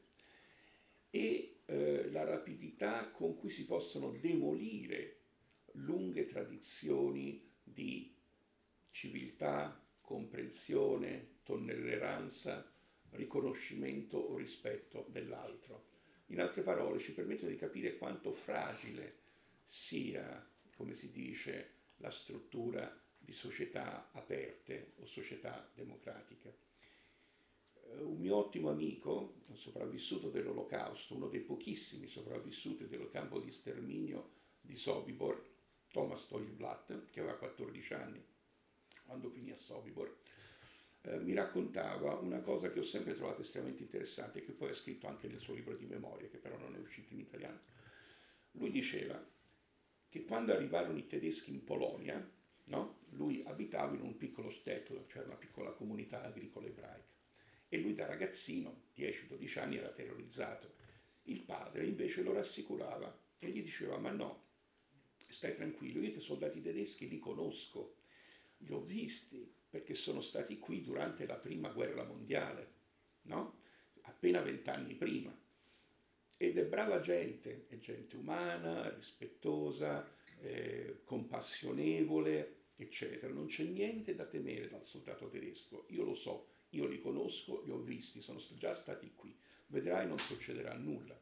Speaker 2: e la rapidità con cui si possono demolire lunghe tradizioni di civiltà, comprensione, tolleranza, riconoscimento o rispetto dell'altro. In altre parole, ci permettono di capire quanto fragile sia, come si dice, la struttura di società aperte o società democratiche. Un mio ottimo amico, un sopravvissuto dell'Olocausto, uno dei pochissimi sopravvissuti del campo di sterminio di Sobibor, Thomas Tollblatt, che aveva 14 anni quando finì a Sobibor, mi raccontava una cosa che ho sempre trovato estremamente interessante e che poi ha scritto anche nel suo libro di memorie, che però non è uscito in italiano. Lui diceva che quando arrivarono i tedeschi in Polonia, no? Lui abitava in un piccolo shtetl, cioè una piccola comunità agricola ebraica, e lui da ragazzino, 10-12 anni, era terrorizzato. Il padre invece lo rassicurava e gli diceva: ma no, stai tranquillo, io i soldati tedeschi li conosco, li ho visti perché sono stati qui durante la prima guerra mondiale, no? Appena 20 anni prima. Ed è brava gente, è gente umana, rispettosa, compassionevole, eccetera. Non c'è niente da temere dal soldato tedesco, io lo so, io li conosco, li ho visti, sono già stati qui, vedrai non succederà nulla.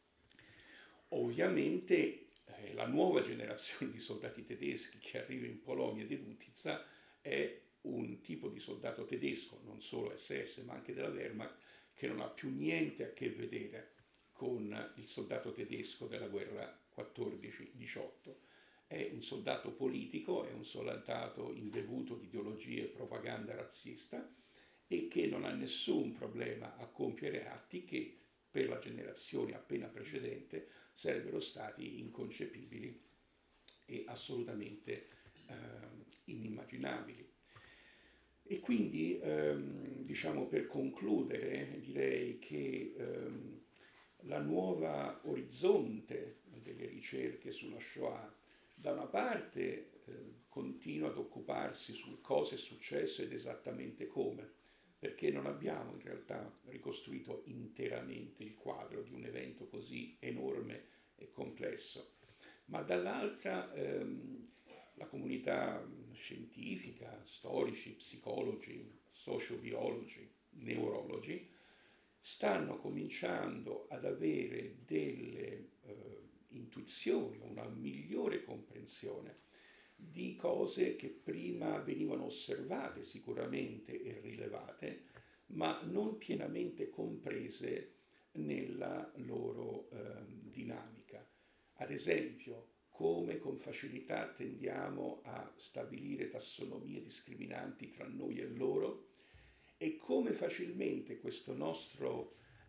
Speaker 2: Ovviamente la nuova generazione di soldati tedeschi che arriva in Polonia ed Uditza è un tipo di soldato tedesco, non solo SS ma anche della Wehrmacht, che non ha più niente a che vedere con il soldato tedesco della guerra 14-18. È un soldato politico, è un soldato imbevuto di ideologie e propaganda razzista e che non ha nessun problema a compiere atti che per la generazione appena precedente sarebbero stati inconcepibili e assolutamente inimmaginabili. E quindi, diciamo, per concludere, direi che la nuova orizzonte delle ricerche sulla Shoah, da una parte continua ad occuparsi su cosa è successo ed esattamente come, perché non abbiamo in realtà ricostruito interamente il quadro di un evento così enorme e complesso, ma dall'altra la comunità scientifica, storici, psicologi, sociobiologi, neurologi, stanno cominciando ad avere delle intuizioni, una migliore comprensione di cose che prima venivano osservate sicuramente e rilevate, ma non pienamente comprese nella loro dinamica. Ad esempio, come con facilità tendiamo a stabilire tassonomie discriminanti tra noi e loro, e come facilmente questo nostro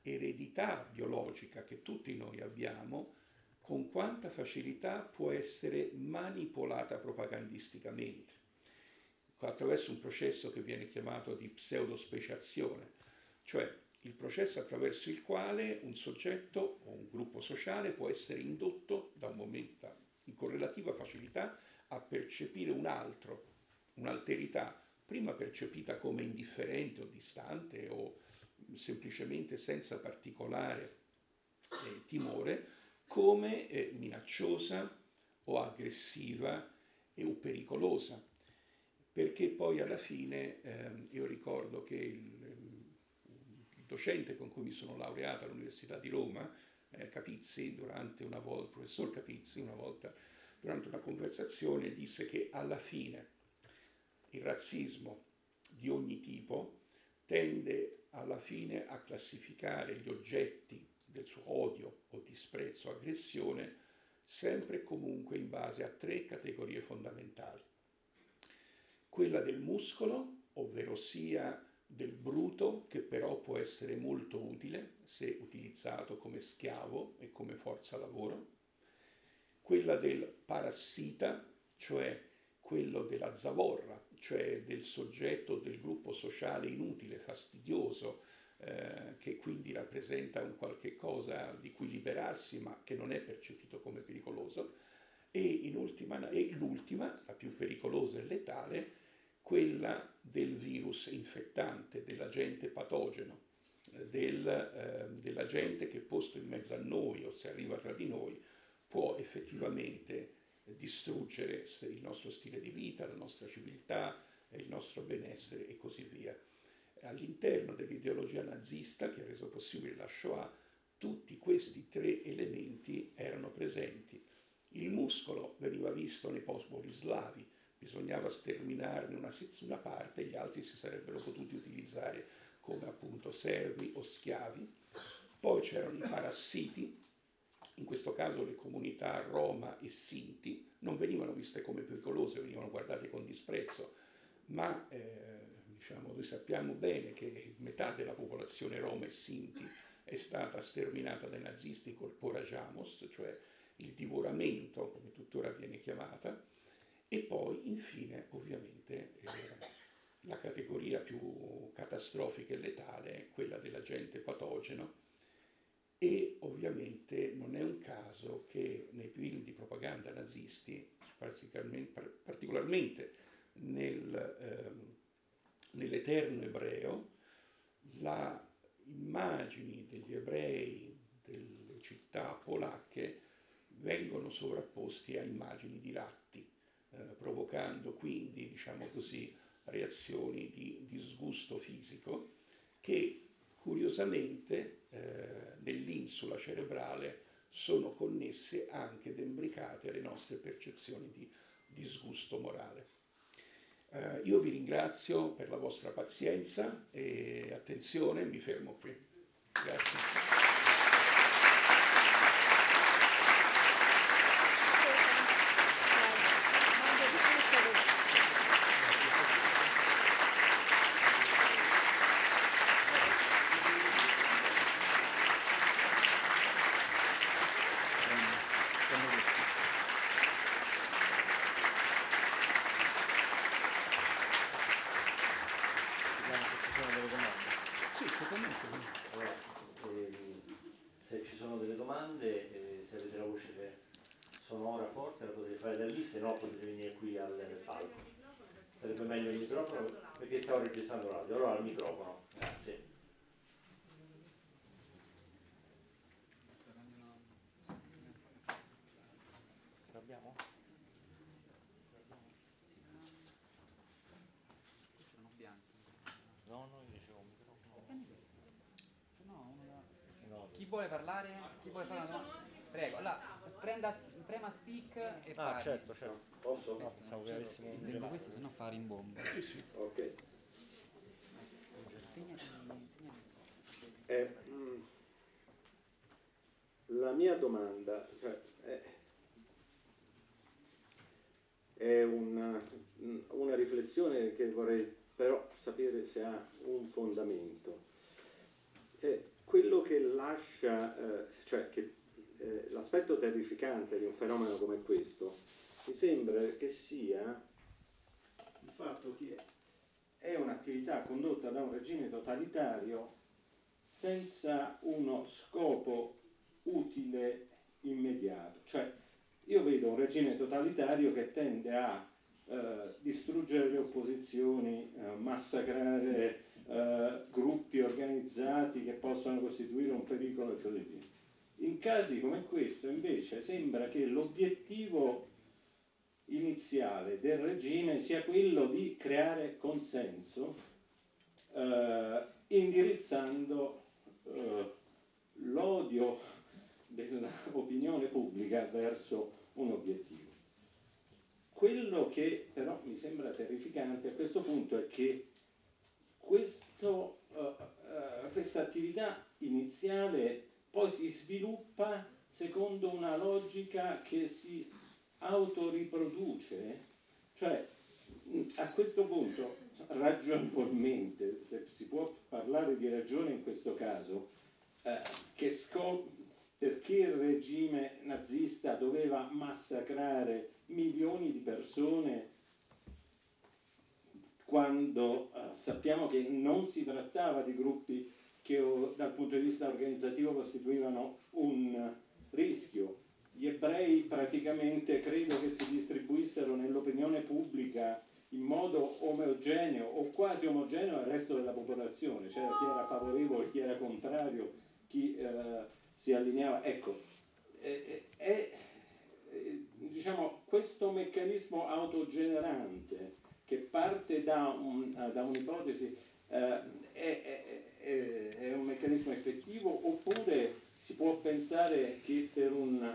Speaker 2: eredità biologica che tutti noi abbiamo, con quanta facilità può essere manipolata propagandisticamente, attraverso un processo che viene chiamato di pseudospeciazione, cioè il processo attraverso il quale un soggetto o un gruppo sociale può essere indotto da un momento con relativa facilità a percepire un altro, un'alterità, prima percepita come indifferente o distante o semplicemente senza particolare timore, come minacciosa o aggressiva o pericolosa. Perché poi alla fine io ricordo che il docente con cui mi sono laureato all'Università di Roma, Capizzi, il professor Capizzi, una volta durante una conversazione disse che alla fine il razzismo di ogni tipo tende alla fine a classificare gli oggetti del suo odio o disprezzo o aggressione sempre e comunque in base a 3 categorie fondamentali. Quella del muscolo, ovvero sia del bruto, che però può essere molto utile se utilizzato come schiavo e come forza lavoro, quella del parassita, cioè quello della zavorra, cioè del soggetto del gruppo sociale inutile, fastidioso, che quindi rappresenta un qualche cosa di cui liberarsi ma che non è percepito come pericoloso, e l'ultima, la più pericolosa e letale, quella del virus infettante, dell'agente patogeno, dell'agente che posto in mezzo a noi o se arriva tra di noi può effettivamente distruggere il nostro stile di vita, la nostra civiltà, il nostro benessere e così via. All'interno dell'ideologia nazista che ha reso possibile la Shoah, tutti questi 3 elementi erano presenti. Il muscolo veniva visto nei popoli slavi, bisognava sterminarne una parte, gli altri si sarebbero potuti utilizzare come appunto servi o schiavi. Poi c'erano i parassiti, in questo caso le comunità Roma e Sinti non venivano viste come pericolose, venivano guardate con disprezzo, ma noi sappiamo bene che metà della popolazione Roma e Sinti è stata sterminata dai nazisti col Porajamos, cioè il divoramento, come tuttora viene chiamata, e poi infine ovviamente la categoria più catastrofica e letale, quella dell'agente patogeno. E ovviamente non è un caso che nei film di propaganda nazisti, particolarmente nell'Eterno ebreo, le immagini degli ebrei delle città polacche vengono sovrapposti a immagini di ratti, provocando quindi, diciamo così, reazioni di disgusto fisico che curiosamente nell'insula cerebrale sono connesse anche ed imbricate alle nostre percezioni di disgusto morale. Io vi ringrazio per la vostra pazienza e attenzione, mi fermo qui. Grazie.
Speaker 4: Se ci sono delle domande, se avete la voce sonora forte la potete fare da lì, se no potete venire qui al palco. Sarebbe meglio il microfono perché stavo registrando l'audio. Allora al microfono, grazie.
Speaker 3: Abbiamo?
Speaker 5: Questi sono bianchi.
Speaker 3: No, no, io dicevo un microfono.
Speaker 5: Se no, uno da...
Speaker 3: No,
Speaker 5: Chi vuole parlare? Chi vuole fare una domanda? Prego, allora, prema speak e
Speaker 3: ah,
Speaker 5: parli.
Speaker 3: certo, certo.
Speaker 6: Posso?
Speaker 3: No, pensavo che avessimo un
Speaker 5: Prendo
Speaker 3: gelato.
Speaker 5: questo, se no fa rimbombo.
Speaker 6: Ok.
Speaker 5: Segnali.
Speaker 6: La mia domanda è una riflessione che vorrei però sapere se ha un fondamento. quello che lascia, cioè che l'aspetto terrificante di un fenomeno come questo mi sembra che sia il fatto che è un'attività condotta da un regime totalitario senza uno scopo utile immediato. Cioè, io vedo un regime totalitario che tende a distruggere le opposizioni, massacrare gruppi organizzati che possono costituire un pericolo e così via. In casi come questo, invece, sembra che l'obiettivo iniziale del regime sia quello di creare consenso, indirizzando l'odio dell'opinione pubblica verso un obiettivo. Quello che però mi sembra terrificante a questo punto è che questa attività iniziale poi si sviluppa secondo una logica che si autoriproduce, cioè a questo punto ragionevolmente, se si può parlare di ragione in questo caso, perché il regime nazista doveva massacrare milioni di persone quando sappiamo che non si trattava di gruppi che dal punto di vista organizzativo costituivano un rischio. Gli ebrei praticamente credo che si distribuissero nell'opinione pubblica in modo omogeneo o quasi omogeneo al resto della popolazione, c'era chi era favorevole, chi era contrario, chi si allineava. Ecco, diciamo, questo meccanismo autogenerante che parte da un'ipotesi è un meccanismo effettivo, oppure si può pensare che per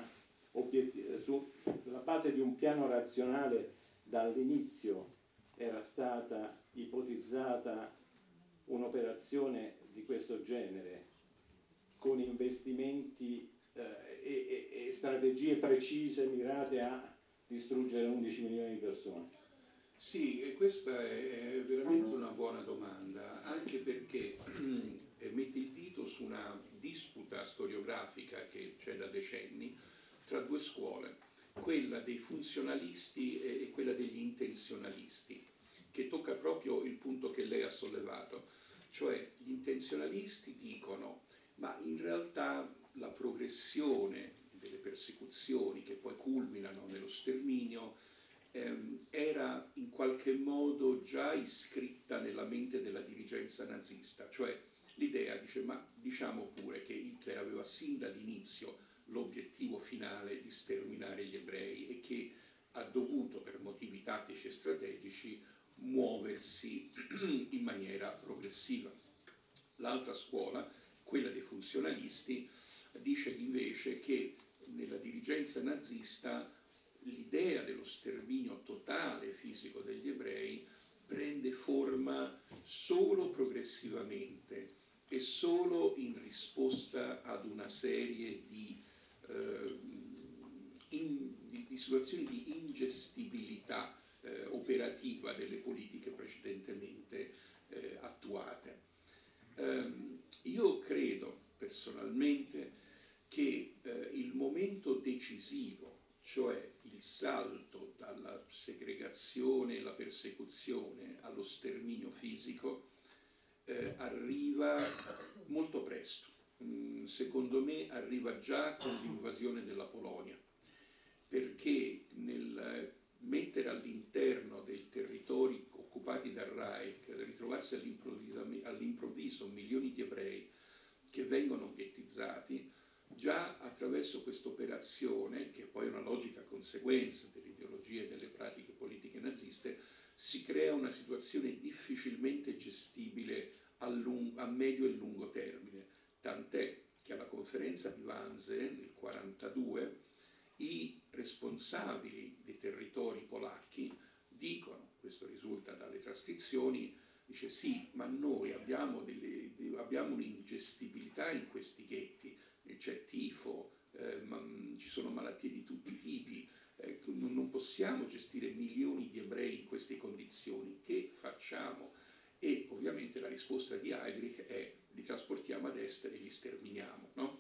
Speaker 6: sulla base di un piano razionale dall'inizio era stata ipotizzata un'operazione di questo genere con investimenti e strategie precise mirate a distruggere 11 milioni di persone?
Speaker 2: Sì, e questa è veramente una buona domanda, anche perché mette il dito su una disputa storiografica che c'è da decenni tra due scuole, quella dei funzionalisti e quella degli intenzionalisti, che tocca proprio il punto che lei ha sollevato, cioè gli intenzionalisti dicono ma in realtà la progressione delle persecuzioni che poi culminano nello sterminio era in qualche modo già iscritta nella mente della dirigenza nazista, cioè l'idea dice ma diciamo pure che Hitler aveva sin dall'inizio l'obiettivo finale di sterminare gli ebrei e che ha dovuto per motivi tattici e strategici muoversi in maniera progressiva. L'altra scuola, quella dei funzionalisti, dice invece che nella dirigenza nazista l'idea dello sterminio totale fisico degli ebrei prende forma solo progressivamente e solo in risposta ad una serie di situazioni di ingestibilità operativa delle politiche precedentemente attuate. Io credo personalmente che il momento decisivo, cioè il salto dalla segregazione e la persecuzione allo sterminio fisico, arriva molto presto. Secondo me arriva già con l'invasione della Polonia, perché nel mettere all'interno dei territori occupati dal Reich, ritrovarsi all'improvviso milioni di ebrei che vengono ghettizzati, già attraverso questa operazione, che poi è una logica conseguenza dell'ideologia e delle pratiche politiche naziste, si crea una situazione difficilmente gestibile a medio e lungo termine, tant'è che alla conferenza di Wannsee nel 1942 i responsabili dei territori polacchi dicono, questo risulta dalle trascrizioni, dice sì, ma noi abbiamo un'ingestibilità in questi ghetti, c'è tifo, ci sono malattie di tutti i tipi, non possiamo gestire milioni di ebrei in queste condizioni, che facciamo? E ovviamente la risposta di Heydrich è li trasportiamo ad est e li sterminiamo, no?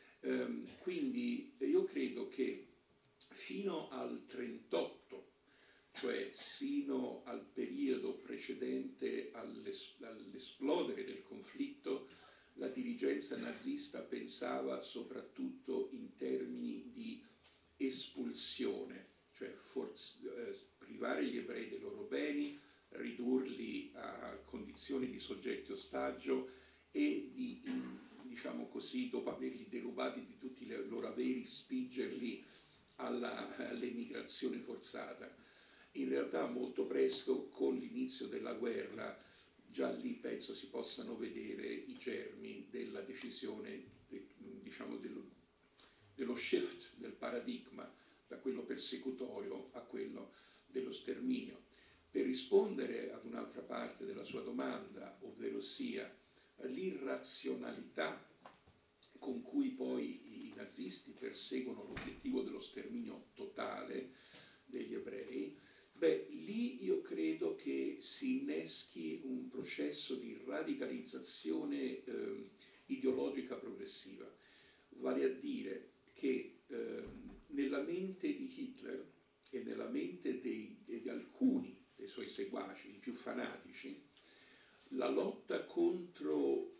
Speaker 2: Quindi io credo che fino al 38, cioè sino al periodo precedente all'esplodere del conflitto, la dirigenza nazista pensava soprattutto in termini di espulsione, cioè privare gli ebrei dei loro beni, ridurli a condizioni di soggetti ostaggio e di, diciamo così, dopo averli derubati di tutti i loro averi, spingerli all'emigrazione forzata. In realtà molto presto, con l'inizio della guerra, già lì penso si possano vedere i germi della decisione, diciamo dello shift del paradigma da quello persecutorio a quello dello sterminio. Per rispondere ad un'altra parte della sua domanda, ovvero sia l'irrazionalità con cui poi i nazisti perseguono l'obiettivo dello sterminio totale degli ebrei, beh, lì io credo che si inneschi un processo di radicalizzazione ideologica progressiva, vale a dire che nella mente di Hitler e nella mente di alcuni dei suoi seguaci, i più fanatici, la lotta contro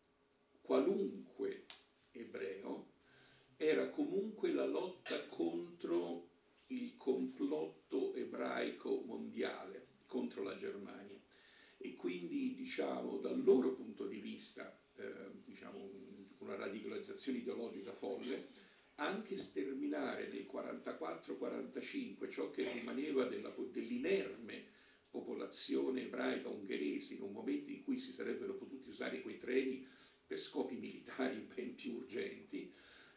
Speaker 2: qualunque ebreo era comunque la lotta contro il complotto ebraico mondiale, contro la Germania. E quindi, diciamo, dal loro punto di vista, diciamo, una radicalizzazione ideologica folle, anche sterminare nel 44-45 ciò che rimaneva dell'inerme popolazione ebraica ungherese, in un momento in cui si sarebbero potuti usare quei treni per scopi militari ben più urgenti,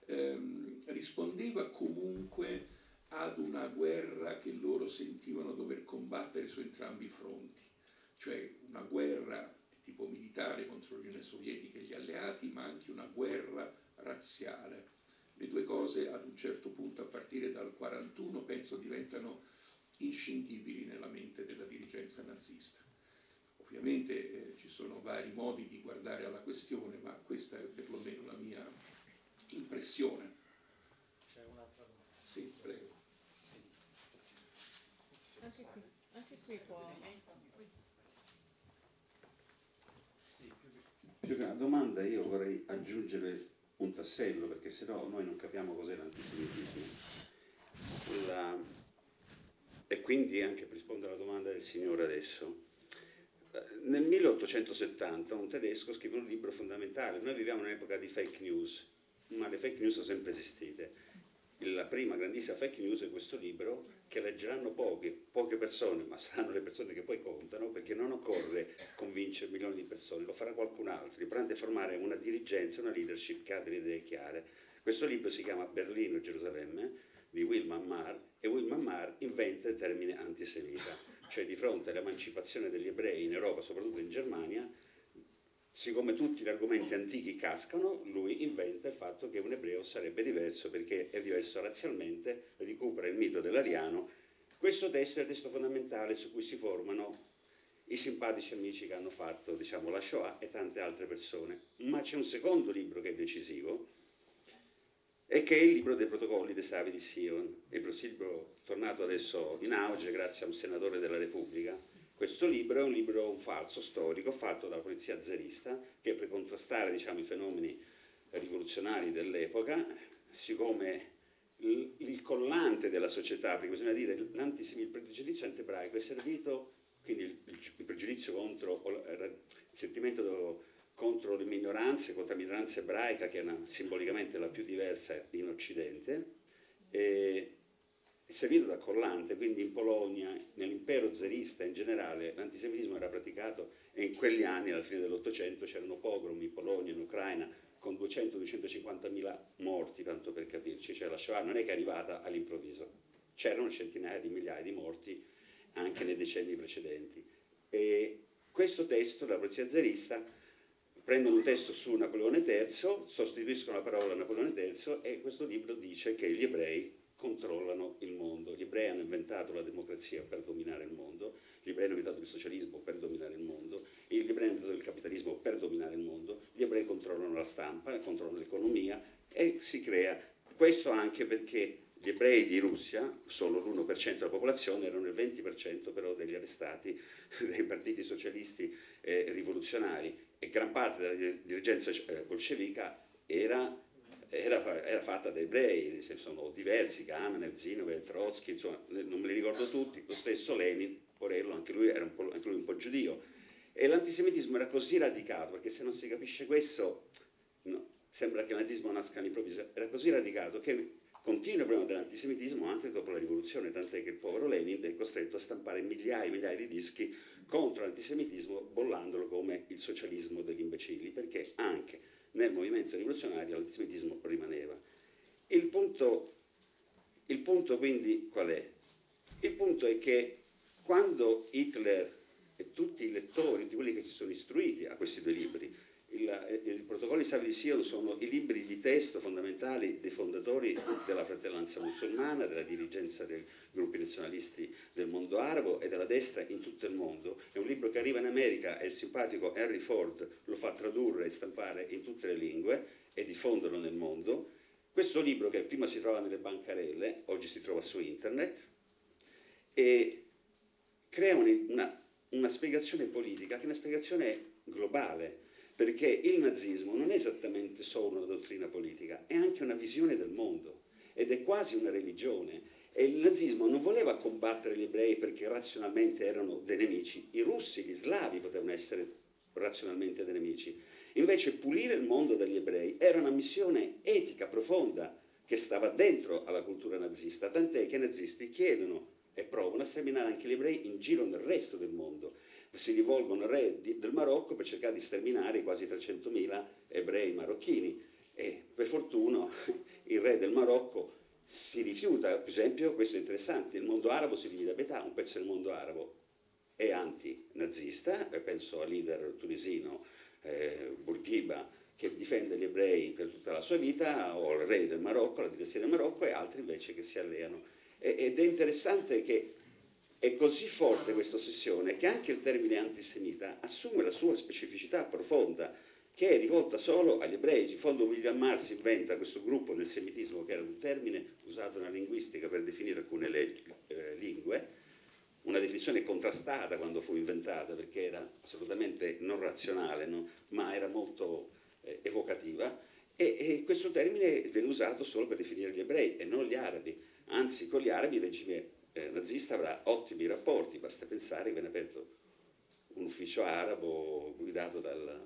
Speaker 2: rispondeva comunque ad una guerra che loro sentivano dover combattere su entrambi i fronti, cioè una guerra di tipo militare contro l'Unione Sovietica e gli alleati, ma anche una guerra razziale. Le due cose ad un certo punto, a partire dal 41, penso diventano inscindibili nella mente della dirigenza nazista. Ovviamente ci sono vari modi di guardare alla questione, ma questa è perlomeno la mia impressione.
Speaker 3: C'è un'altra domanda.
Speaker 2: Sì, prego.
Speaker 7: Anche qui può.
Speaker 6: Più che una domanda io vorrei aggiungere un tassello, perché sennò noi non capiamo cos'è l'antisemitismo. E quindi anche per rispondere alla domanda del signore adesso, nel 1870 un tedesco scrive un libro fondamentale. Noi viviamo in un'epoca di fake news, ma le fake news sono sempre esistite. La prima grandissima fake news è questo libro, che leggeranno poche persone, ma saranno le persone che poi contano, perché non occorre convincere milioni di persone, lo farà qualcun altro. L'importante è formare una dirigenza, una leadership che ha delle idee chiare. Questo libro si chiama Berlino e Gerusalemme, di Wilhelm Marr, e Wilhelm Marr inventa il termine antisemita, cioè di fronte all'emancipazione degli ebrei in Europa, soprattutto in Germania, siccome tutti gli argomenti antichi cascano, lui inventa il fatto che un ebreo sarebbe diverso perché è diverso razzialmente, recupera il mito dell'ariano. Questo testo è il testo fondamentale su cui si formano i simpatici amici che hanno fatto, diciamo, la Shoah e tante altre persone. Ma c'è un secondo libro che è decisivo, e che è il libro dei protocolli dei Savi di Sion. È il libro tornato adesso in auge grazie a un senatore della Repubblica. Questo libro è un falso storico fatto dalla polizia zarista, che per contrastare, diciamo, i fenomeni rivoluzionari dell'epoca, siccome il collante della società, perché bisogna dire il pregiudizio antiebraico è servito, quindi il pregiudizio contro il sentimento contro le minoranze, contro la minoranza ebraica, che è simbolicamente la più diversa in Occidente, è servito da collante. Quindi in Polonia, nell'impero zarista in generale, l'antisemitismo era praticato, e in quegli anni, alla fine dell'Ottocento, c'erano pogrom in Polonia, in Ucraina, con 200-250.000 morti, tanto per capirci. Cioè la Shoah non è che è arrivata all'improvviso, c'erano centinaia di migliaia di morti anche nei decenni precedenti. E questo testo della polizia zarista, prendono un testo su Napoleone III, sostituiscono la parola Napoleone III, e questo libro dice che gli ebrei controllano il mondo. Gli ebrei hanno inventato la democrazia per dominare il mondo, gli ebrei hanno inventato il socialismo per dominare il mondo,
Speaker 8: gli ebrei hanno usato il capitalismo per dominare il mondo, gli ebrei controllano la stampa, controllano l'economia e si crea questo anche perché gli ebrei di Russia, solo l'1% della popolazione, erano il 20% però degli arrestati dei partiti socialisti rivoluzionari, e gran parte della dirigenza bolscevica era fatta da ebrei, sono diversi, Kamenev, Zinoviev, Trotsky, insomma, non me li ricordo tutti, lo stesso Lenin, Porello, anche lui era anche lui un po' giudio. E l'antisemitismo era così radicato, perché se non si capisce questo, no, sembra che il nazismo nasca all'improvviso, era così radicato che continua il problema dell'antisemitismo anche dopo la rivoluzione, tant'è che il povero Lenin è costretto a stampare migliaia e migliaia di dischi contro l'antisemitismo, bollandolo come il socialismo degli imbecilli, perché anche nel movimento rivoluzionario l'antisemitismo rimaneva. Il punto quindi qual è? Il punto è che quando Hitler e tutti i lettori, tutti quelli che si sono istruiti a questi due libri, i protocolli Savio di Sion sono i libri di testo fondamentali dei fondatori della fratellanza musulmana, della dirigenza dei gruppi nazionalisti del mondo arabo e della destra in tutto il mondo. È un libro che arriva in America e il simpatico Henry Ford lo fa tradurre e stampare in tutte le lingue e diffonderlo nel mondo. Questo libro, che prima si trova nelle bancarelle, oggi si trova su internet, e crea una spiegazione politica che è una spiegazione globale, perché il nazismo non è esattamente solo una dottrina politica, è anche una visione del mondo ed è quasi una religione. E il nazismo non voleva combattere gli ebrei perché razionalmente erano dei nemici, i russi, gli slavi potevano essere razionalmente dei nemici, invece pulire il mondo dagli ebrei era una missione etica profonda che stava dentro alla cultura nazista, tant'è che i nazisti chiedono e provano a sterminare anche gli ebrei in giro nel resto del mondo. Si rivolgono al re del Marocco per cercare di sterminare i quasi 300.000 ebrei marocchini, e per fortuna il re del Marocco si rifiuta. Per esempio, questo è interessante, il mondo arabo si divide a metà, un pezzo del mondo arabo è antinazista, penso al leader tunisino Bourguiba, che difende gli ebrei per tutta la sua vita, o il re del Marocco, la dinastia del Marocco, e altri invece che si alleano. Ed è interessante che è così forte questa ossessione che anche il termine antisemita assume la sua specificità profonda, che è rivolta solo agli ebrei. In fondo William Marx inventa questo gruppo del semitismo, che era un termine usato nella linguistica per definire alcune lingue, una definizione contrastata quando fu inventata, perché era assolutamente non razionale, no? Ma era molto evocativa, e questo termine viene usato solo per definire gli ebrei e non gli arabi. Anzi, con gli arabi il regime nazista avrà ottimi rapporti, basta pensare che viene aperto un ufficio arabo guidato dal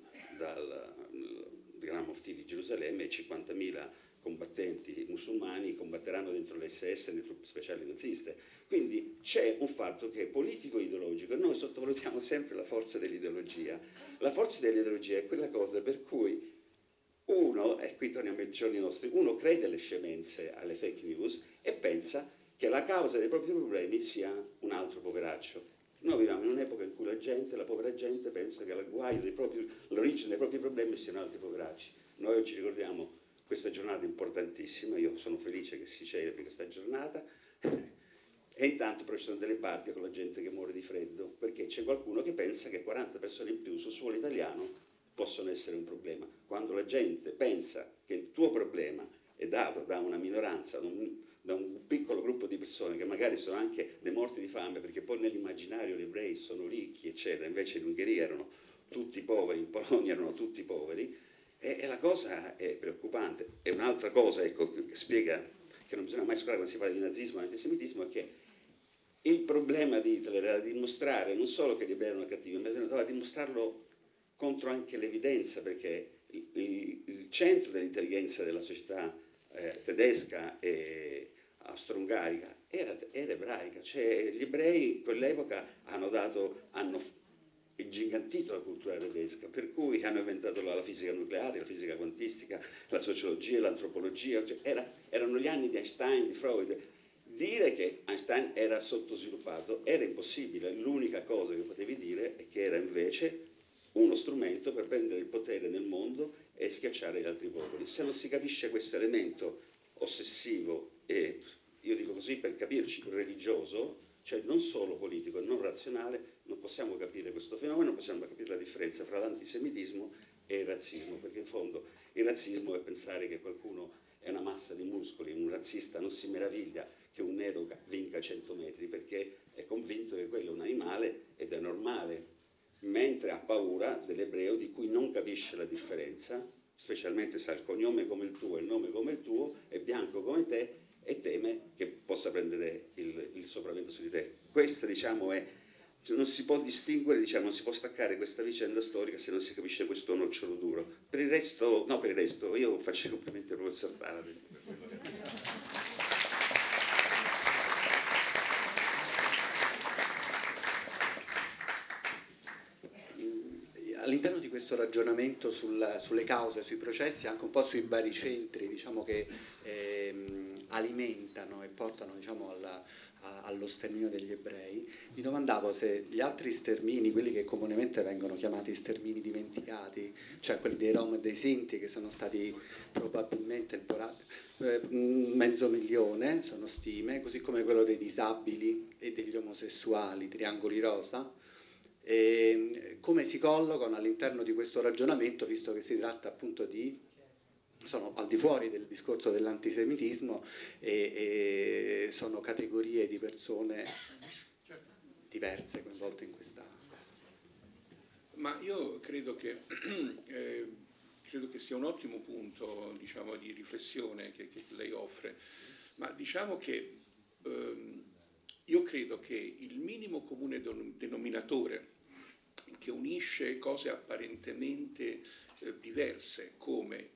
Speaker 8: Gran Muftì di Gerusalemme, e 50.000 combattenti musulmani combatteranno dentro l'SS e le truppe speciali naziste. Quindi c'è un fatto che è politico-ideologico, e noi sottovalutiamo sempre la forza dell'ideologia. La forza dell'ideologia è quella cosa per cui uno, e qui torniamo ai giorni nostri, uno crede alle scemenze, alle fake news, e pensa che la causa dei propri problemi sia un altro poveraccio. Noi viviamo in un'epoca in cui la povera gente, pensa che l'origine dei propri problemi siano altri poveracci. Noi oggi ricordiamo questa giornata importantissima, io sono felice che si celebri questa giornata, e intanto però ci sono delle barche con la gente che muore di freddo, perché c'è qualcuno che pensa che 40 persone in più sul suolo italiano possono essere un problema. Quando la gente pensa che il tuo problema è dato da una minoranza, da un piccolo gruppo di persone che magari sono anche dei morti di fame, perché poi nell'immaginario gli ebrei sono ricchi, eccetera, invece in Ungheria erano tutti poveri, in Polonia erano tutti poveri, e la cosa è preoccupante. E un'altra cosa, ecco, che spiega che non bisogna mai scordare quando si parla di nazismo e antisemitismo, è che il problema di Hitler era dimostrare non solo che gli ebrei erano cattivi, ma doveva dimostrarlo contro anche l'evidenza, perché il centro dell'intelligenza della società tedesca e austro-ungarica era ebraica, cioè gli ebrei in quell'epoca hanno ingigantito la cultura tedesca, per cui hanno inventato la fisica nucleare, la fisica quantistica, la sociologia, l'antropologia, cioè erano gli anni di Einstein, di Freud. Dire che Einstein era sottosviluppato era impossibile, l'unica cosa che potevi dire è che era invece uno strumento per prendere il potere nel mondo e schiacciare gli altri popoli. Se non si capisce questo elemento ossessivo, e io dico così per capirci, religioso, cioè non solo politico e non razionale, Non possiamo capire questo fenomeno, non possiamo capire la differenza fra l'antisemitismo e il razzismo, perché in fondo il razzismo è pensare che qualcuno è una massa di muscoli, un razzista non si meraviglia che un nero vinca 100 metri perché è convinto che quello è un animale ed è normale, mentre ha paura dell'ebreo di cui non capisce la differenza, specialmente se ha il cognome come il tuo e il nome come il tuo, è bianco come te e teme che possa prendere il sopravvento su di te. Questa, diciamo, non si può distinguere, diciamo, non si può staccare questa vicenda storica se non si capisce questo nocciolo duro. Per il resto, io faccio i complimenti al professor Faraday per quello che...
Speaker 3: All'interno di questo ragionamento sulle cause, sui processi, anche un po' sui baricentri, diciamo, che alimentano e portano, diciamo, allo sterminio degli ebrei, mi domandavo se gli altri stermini, quelli che comunemente vengono chiamati stermini dimenticati, cioè quelli dei Rom e dei Sinti, che sono stati probabilmente 500.000, sono stime, così come quello dei disabili e degli omosessuali, triangoli rosa, e come si collocano all'interno di questo ragionamento, visto che si tratta appunto sono al di fuori del discorso dell'antisemitismo e sono categorie di persone diverse coinvolte in questa cosa.
Speaker 2: Ma io credo che sia un ottimo punto, diciamo, di riflessione che lei offre, ma diciamo che io credo che il minimo comune denominatore che unisce cose apparentemente diverse come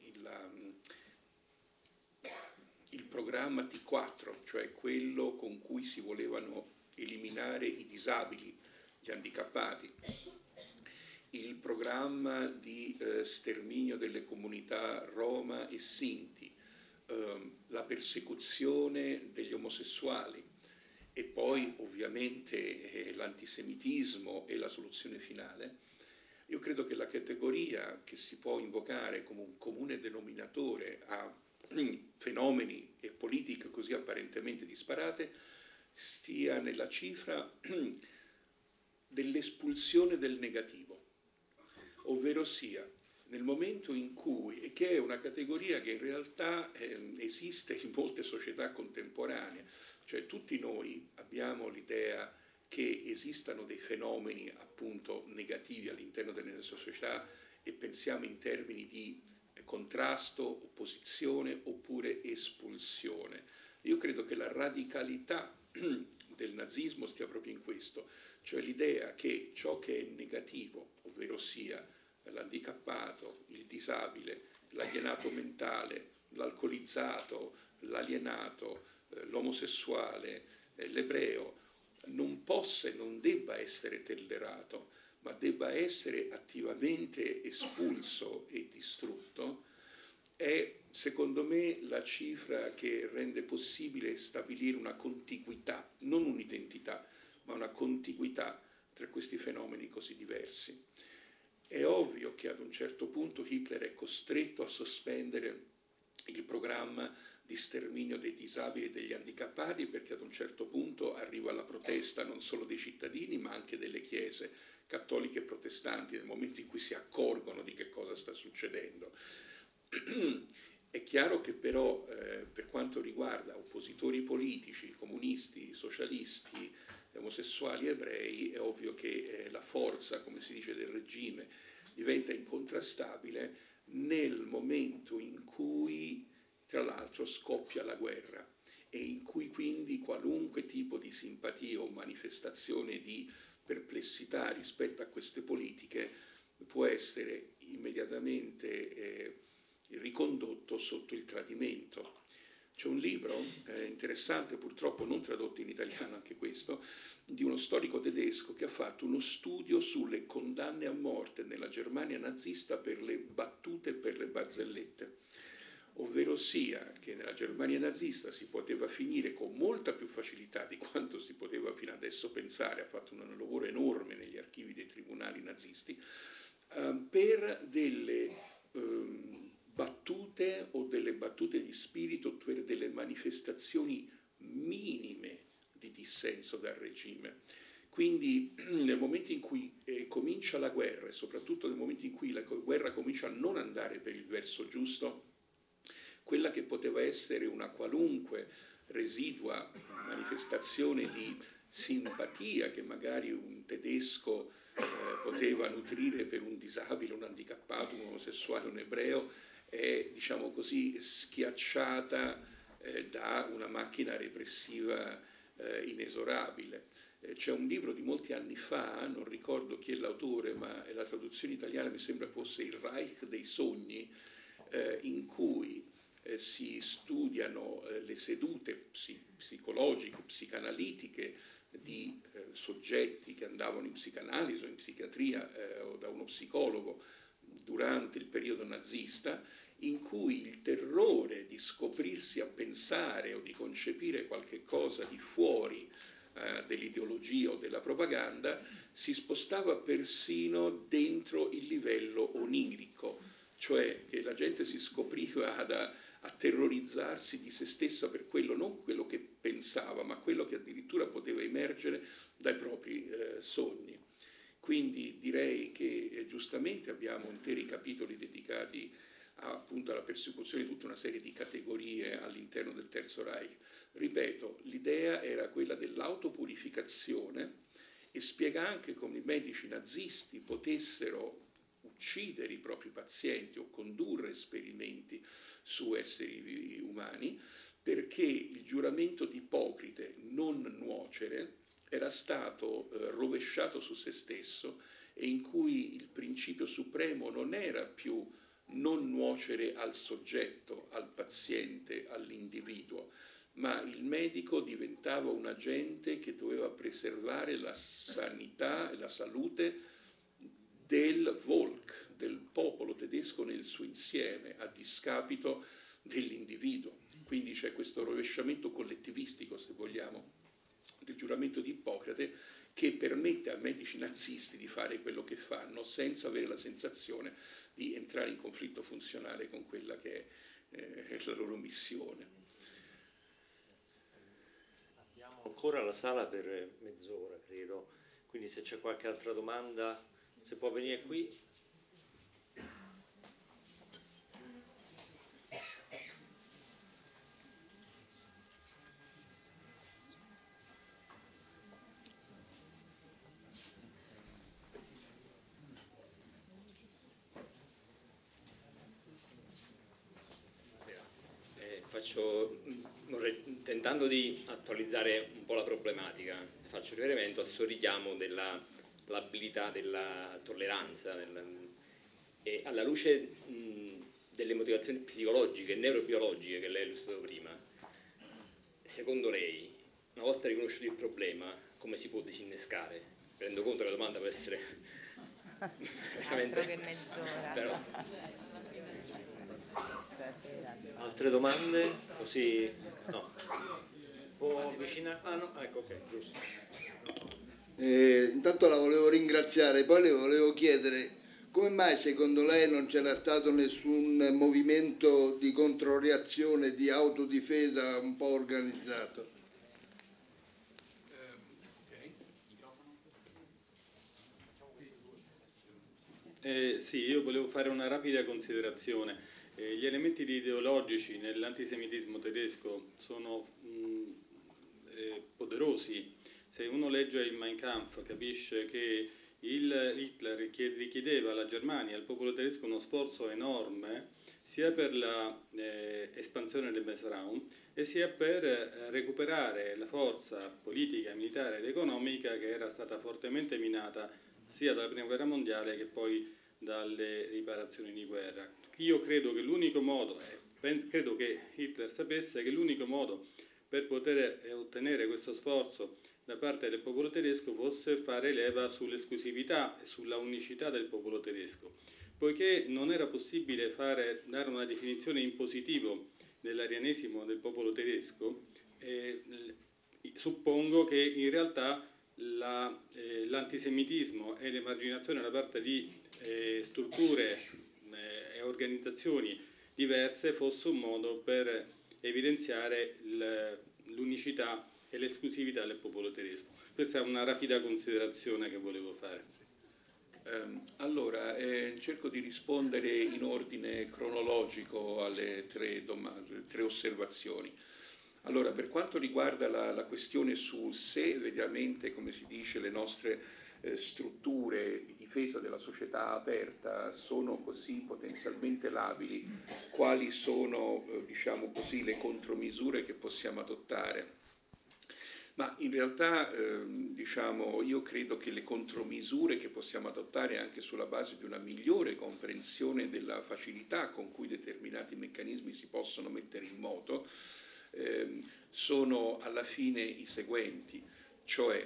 Speaker 2: il programma T4, cioè quello con cui si volevano eliminare i disabili, gli handicappati, il programma di sterminio delle comunità Roma e Sinti, la persecuzione degli omosessuali e poi ovviamente l'antisemitismo e la soluzione finale. Io credo che la categoria che si può invocare come un comune denominatore a fenomeni e politiche così apparentemente disparate stia nella cifra dell'espulsione del negativo, ovvero sia nel momento in cui, e che è una categoria che in realtà esiste in molte società contemporanee, cioè tutti noi abbiamo l'idea che esistano dei fenomeni appunto negativi all'interno delle nostre società e pensiamo in termini di contrasto, opposizione oppure espulsione. Io credo che la radicalità del nazismo stia proprio in questo, cioè l'idea che ciò che è negativo, ovvero sia l'handicappato, il disabile, l'alienato mentale, l'alcolizzato, l'alienato, l'omosessuale, l'ebreo, non possa e non debba essere tollerato, ma debba essere attivamente espulso e distrutto, è secondo me la cifra che rende possibile stabilire una contiguità, non un'identità, ma una contiguità tra questi fenomeni così diversi. È ovvio che ad un certo punto Hitler è costretto a sospendere il programma di sterminio dei disabili e degli handicappati, perché ad un certo punto arriva la protesta non solo dei cittadini ma anche delle chiese cattoliche e protestanti nel momento in cui si accorgono di che cosa sta succedendo. È chiaro che però per quanto riguarda oppositori politici, comunisti, socialisti, omosessuali, ebrei, è ovvio che la forza, come si dice, del regime diventa incontrastabile nel momento in cui, tra l'altro, scoppia la guerra e in cui quindi qualunque tipo di simpatia o manifestazione di perplessità rispetto a queste politiche può essere immediatamente ricondotto sotto il tradimento. C'è un libro interessante, purtroppo non tradotto in italiano anche questo, di uno storico tedesco che ha fatto uno studio sulle condanne a morte nella Germania nazista per le battute e per le barzellette, ovvero sia che nella Germania nazista si poteva finire con molta più facilità di quanto si poteva fino adesso pensare, ha fatto un lavoro enorme negli archivi dei tribunali nazisti, per delle battute o delle battute di spirito, per delle manifestazioni minime di dissenso dal regime, Quindi nel momento in cui comincia la guerra, e soprattutto nel momento in cui la guerra comincia a non andare per il verso giusto, quella che poteva essere una qualunque residua manifestazione di simpatia che magari un tedesco poteva nutrire per un disabile, un handicappato, un omosessuale, un ebreo, è, diciamo così, schiacciata da una macchina repressiva inesorabile. C'è un libro di molti anni fa, non ricordo chi è l'autore, ma la traduzione italiana mi sembra fosse Il Reich dei sogni, in cui si studiano le sedute psicologiche, psicanalitiche di soggetti che andavano in psicanalisi o in psichiatria o da uno psicologo durante il periodo nazista, in cui il terrore di scoprirsi a pensare o di concepire qualche cosa di fuori dell'ideologia o della propaganda si spostava persino dentro il livello onirico, cioè che la gente si scopriva a terrorizzarsi di se stessa per quello, non quello che pensava, ma quello che addirittura poteva emergere dai propri sogni. Quindi direi che giustamente abbiamo interi capitoli dedicati appunto alla persecuzione di tutta una serie di categorie all'interno del Terzo Reich. Ripeto, l'idea era quella dell'autopurificazione e spiega anche come i medici nazisti potessero uccidere i propri pazienti o condurre esperimenti su esseri umani, perché il giuramento di Ippocrate, non nuocere, era stato rovesciato su se stesso e in cui il principio supremo non era più non nuocere al soggetto, al paziente, all'individuo, ma il medico diventava un agente che doveva preservare la sanità e la salute del Volk, del popolo tedesco nel suo insieme, a discapito dell'individuo. Quindi c'è questo rovesciamento collettivistico, se vogliamo, del giuramento di Ippocrate, che permette ai medici nazisti di fare quello che fanno senza avere la sensazione di entrare in conflitto funzionale con quella che è la loro missione.
Speaker 4: Abbiamo ancora la sala per mezz'ora, credo, quindi se c'è qualche altra domanda, se può venire qui.
Speaker 9: Tentando di attualizzare un po' la problematica, faccio riferimento a questo richiamo dell'abilità della tolleranza e alla luce delle motivazioni psicologiche e neurobiologiche che lei ha illustrato prima. Secondo lei, una volta riconosciuto il problema, come si può disinnescare? Mi rendo conto che la domanda può essere veramente...
Speaker 10: Altro che mezz'ora.
Speaker 9: Però...
Speaker 4: Altre domande? Così no. Può avvicinare? Ah no, ecco, ok, giusto.
Speaker 11: Intanto la volevo ringraziare, poi le volevo chiedere come mai secondo lei non c'era stato nessun movimento di controreazione, di autodifesa un po' organizzato?
Speaker 12: Sì, io volevo fare una rapida considerazione. Gli elementi ideologici nell'antisemitismo tedesco sono poderosi. Se uno legge il Mein Kampf capisce che Hitler richiedeva alla Germania, al popolo tedesco, uno sforzo enorme sia per l'espansione del Messraum e sia per recuperare la forza politica, militare ed economica che era stata fortemente minata sia dalla Prima Guerra Mondiale che poi dalle riparazioni di guerra. Io credo che l'unico modo, credo che Hitler sapesse che l'unico modo per poter ottenere questo sforzo da parte del popolo tedesco fosse fare leva sull'esclusività e sulla unicità del popolo tedesco. Poiché non era possibile dare una definizione in positivo dell'arianesimo del popolo tedesco, suppongo che in realtà l'antisemitismo e l'emarginazione da parte di strutture e organizzazioni diverse fosse un modo per evidenziare l'unicità e l'esclusività del popolo tedesco. Questa è una rapida considerazione che volevo fare.
Speaker 2: Allora, cerco di rispondere in ordine cronologico alle tre osservazioni. Allora, per quanto riguarda la questione su se veramente, come si dice, le nostre strutture di difesa della società aperta sono così potenzialmente labili, quali sono, diciamo così, le contromisure che possiamo adottare? Ma in realtà, diciamo, io credo che le contromisure che possiamo adottare anche sulla base di una migliore comprensione della facilità con cui determinati meccanismi si possono mettere in moto, sono alla fine i seguenti, cioè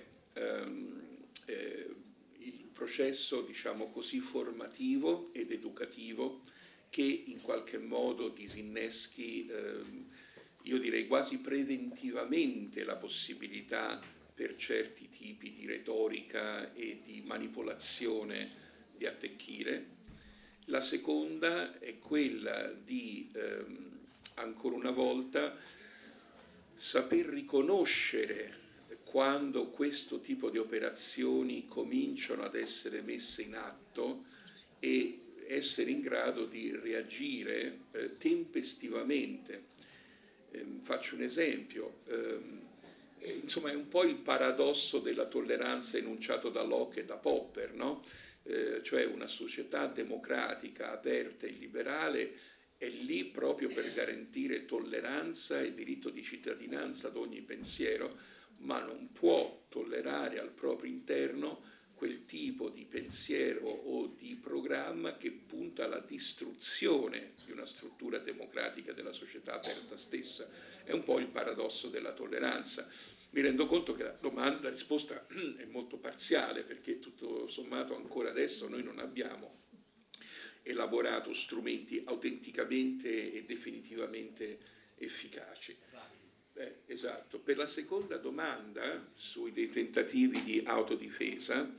Speaker 2: il processo, diciamo così, formativo ed educativo che in qualche modo disinneschi, io direi quasi preventivamente, la possibilità per certi tipi di retorica e di manipolazione di attecchire. La seconda è quella di, ancora una volta, saper riconoscere quando questo tipo di operazioni cominciano ad essere messe in atto e essere in grado di reagire tempestivamente. Faccio un esempio, insomma è un po' il paradosso della tolleranza enunciato da Locke e da Popper, no? Cioè una società democratica, aperta e liberale è lì proprio per garantire tolleranza e diritto di cittadinanza ad ogni pensiero, ma non può tollerare al proprio interno quel tipo di pensiero o di programma che punta alla distruzione di una struttura democratica della società aperta stessa. È un po' il paradosso della tolleranza. Mi rendo conto che la risposta è molto parziale, perché tutto sommato ancora adesso noi non abbiamo elaborato strumenti autenticamente e definitivamente efficaci. Esatto. Per la seconda domanda sui dei tentativi di autodifesa,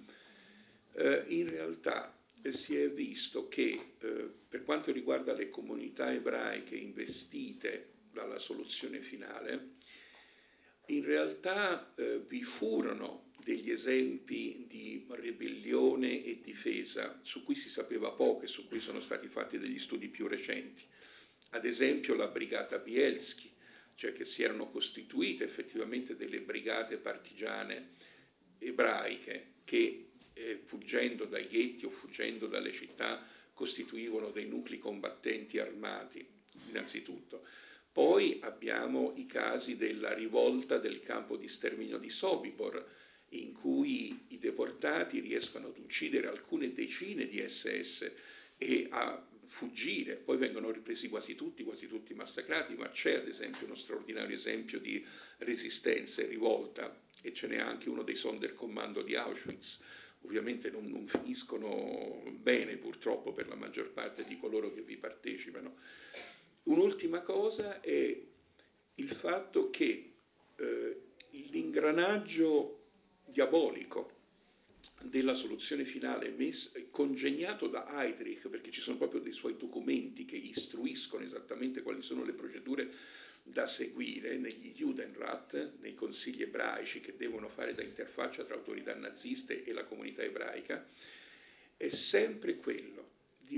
Speaker 2: in realtà si è visto che per quanto riguarda le comunità ebraiche investite dalla soluzione finale, in realtà vi furono degli esempi di ribellione e difesa su cui si sapeva poco e su cui sono stati fatti degli studi più recenti. Ad esempio la brigata Bielski, cioè che si erano costituite effettivamente delle brigate partigiane ebraiche che fuggendo dai ghetti o fuggendo dalle città costituivano dei nuclei combattenti armati, innanzitutto. Poi abbiamo i casi della rivolta del campo di sterminio di Sobibor, in cui i deportati riescono ad uccidere alcune decine di SS e a fuggire, poi vengono ripresi quasi tutti massacrati, ma c'è ad esempio uno straordinario esempio di resistenza e rivolta, e ce n'è anche uno dei Sonderkommando di Auschwitz. Ovviamente non finiscono bene purtroppo per la maggior parte di coloro che vi partecipano. Un'ultima cosa è il fatto che l'ingranaggio diabolico della soluzione finale congegnato da Heydrich, perché ci sono proprio dei suoi documenti che istruiscono esattamente quali sono le procedure da seguire negli Judenrat, nei consigli ebraici che devono fare da interfaccia tra autorità naziste e la comunità ebraica, è sempre quello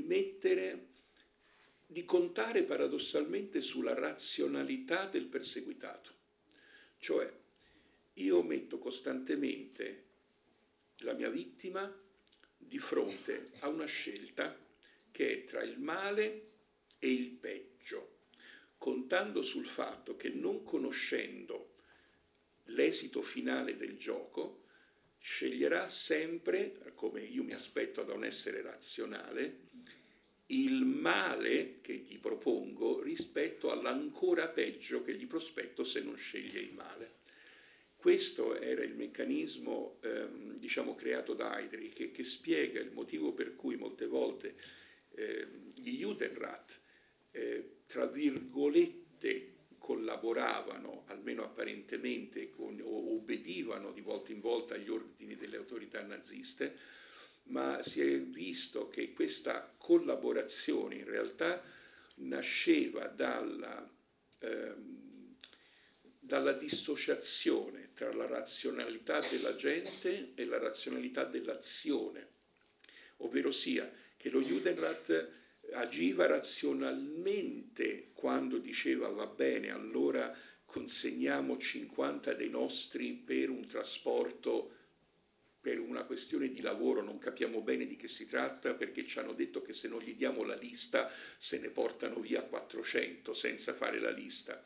Speaker 2: di contare paradossalmente sulla razionalità del perseguitato. Cioè, io metto costantemente la mia vittima di fronte a una scelta che è tra il male e il peggio, contando sul fatto che non conoscendo l'esito finale del gioco, sceglierà sempre, come io mi aspetto da un essere razionale, il male che gli propongo rispetto all'ancora peggio che gli prospetto se non sceglie il male. Questo era il meccanismo, diciamo, creato da Heydrich, che spiega il motivo per cui molte volte gli Judenrat, tra virgolette, collaboravano, almeno apparentemente, o obbedivano di volta in volta agli ordini delle autorità naziste, ma si è visto che questa collaborazione in realtà nasceva dalla dissociazione tra la razionalità della gente e la razionalità dell'azione, ovvero sia che lo Judenrat agiva razionalmente quando diceva va bene, allora consegniamo 50 dei nostri per un trasporto, per una questione di lavoro, non capiamo bene di che si tratta perché ci hanno detto che se non gli diamo la lista se ne portano via 400 senza fare la lista.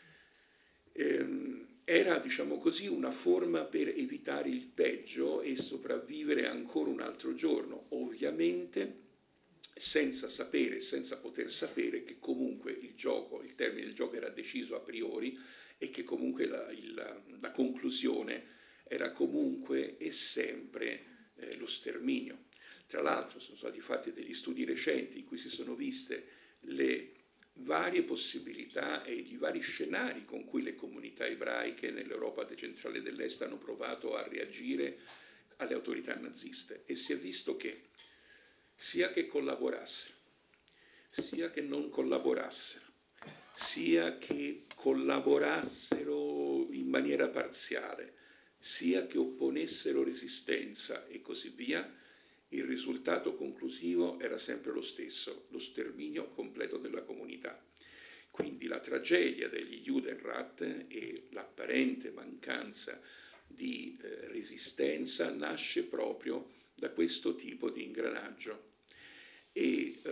Speaker 2: Era, diciamo così, una forma per evitare il peggio e sopravvivere ancora un altro giorno, ovviamente senza sapere, senza poter sapere che comunque il termine del gioco era deciso a priori e che comunque la conclusione era comunque e sempre lo sterminio. Tra l'altro sono stati fatti degli studi recenti in cui si sono viste le varie possibilità e i vari scenari con cui le comunità ebraiche nell'Europa centrale dell'Est hanno provato a reagire alle autorità naziste, e si è visto che sia che collaborassero, sia che non collaborassero, sia che collaborassero in maniera parziale, sia che opponessero resistenza e così via, il risultato conclusivo era sempre lo stesso, lo sterminio completo della comunità. Quindi la tragedia degli Judenrat e l'apparente mancanza di resistenza nasce proprio da questo tipo di ingranaggio. E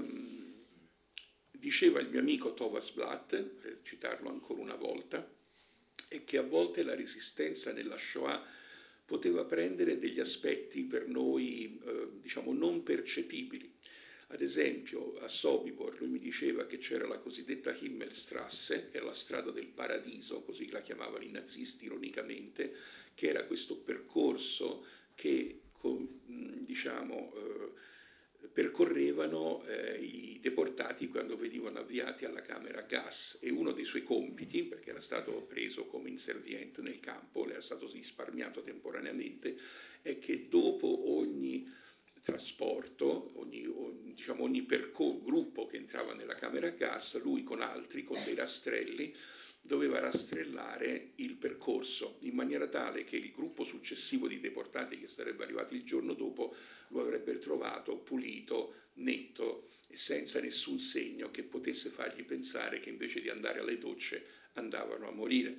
Speaker 2: diceva il mio amico Thomas Blatt, per citarlo ancora una volta, è che a volte la resistenza nella Shoah poteva prendere degli aspetti per noi, diciamo, non percepibili. Ad esempio, a Sobibor lui mi diceva che c'era la cosiddetta Himmelstrasse, che era la strada del paradiso, così la chiamavano i nazisti ironicamente, che era questo percorso che, diciamo, percorrevano i deportati quando venivano avviati alla camera a gas, e uno dei suoi compiti, perché era stato preso come inserviente nel campo, le era stato risparmiato temporaneamente, è che dopo ogni trasporto, ogni gruppo che entrava nella camera a gas, lui con altri, con dei rastrelli, doveva rastrellare il percorso in maniera tale che il gruppo successivo di deportati che sarebbe arrivato il giorno dopo lo avrebbe trovato pulito, netto e senza nessun segno che potesse fargli pensare che invece di andare alle docce andavano a morire.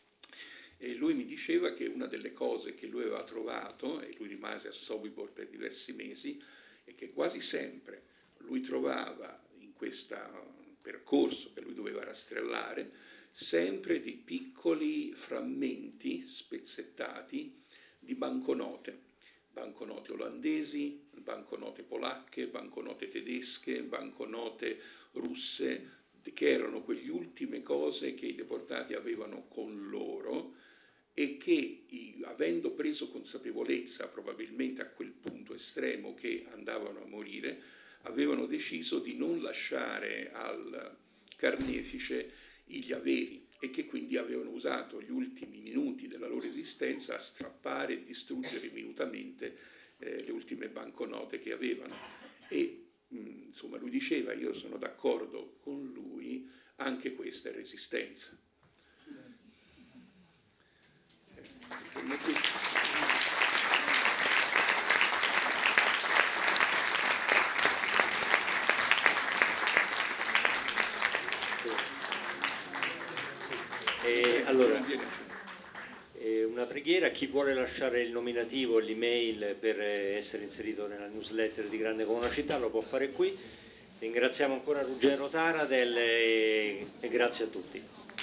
Speaker 2: E lui mi diceva che una delle cose che lui aveva trovato, e lui rimase a Sobibor per diversi mesi, è che quasi sempre lui trovava in questo percorso che lui doveva rastrellare sempre dei piccoli frammenti spezzettati di banconote olandesi, banconote polacche, banconote tedesche, banconote russe, che erano quelle ultime cose che i deportati avevano con loro e che, avendo preso consapevolezza probabilmente a quel punto estremo che andavano a morire, avevano deciso di non lasciare al carnefice gli averi, e che quindi avevano usato gli ultimi minuti della loro esistenza a strappare e distruggere minutamente le ultime banconote che avevano. E insomma lui diceva, io sono d'accordo con lui, anche questa è resistenza.
Speaker 4: Allora, una preghiera a chi vuole lasciare il nominativo e l'email per essere inserito nella newsletter di Grande come una città lo può fare qui. Ringraziamo ancora Ruggero Taradel e grazie a tutti.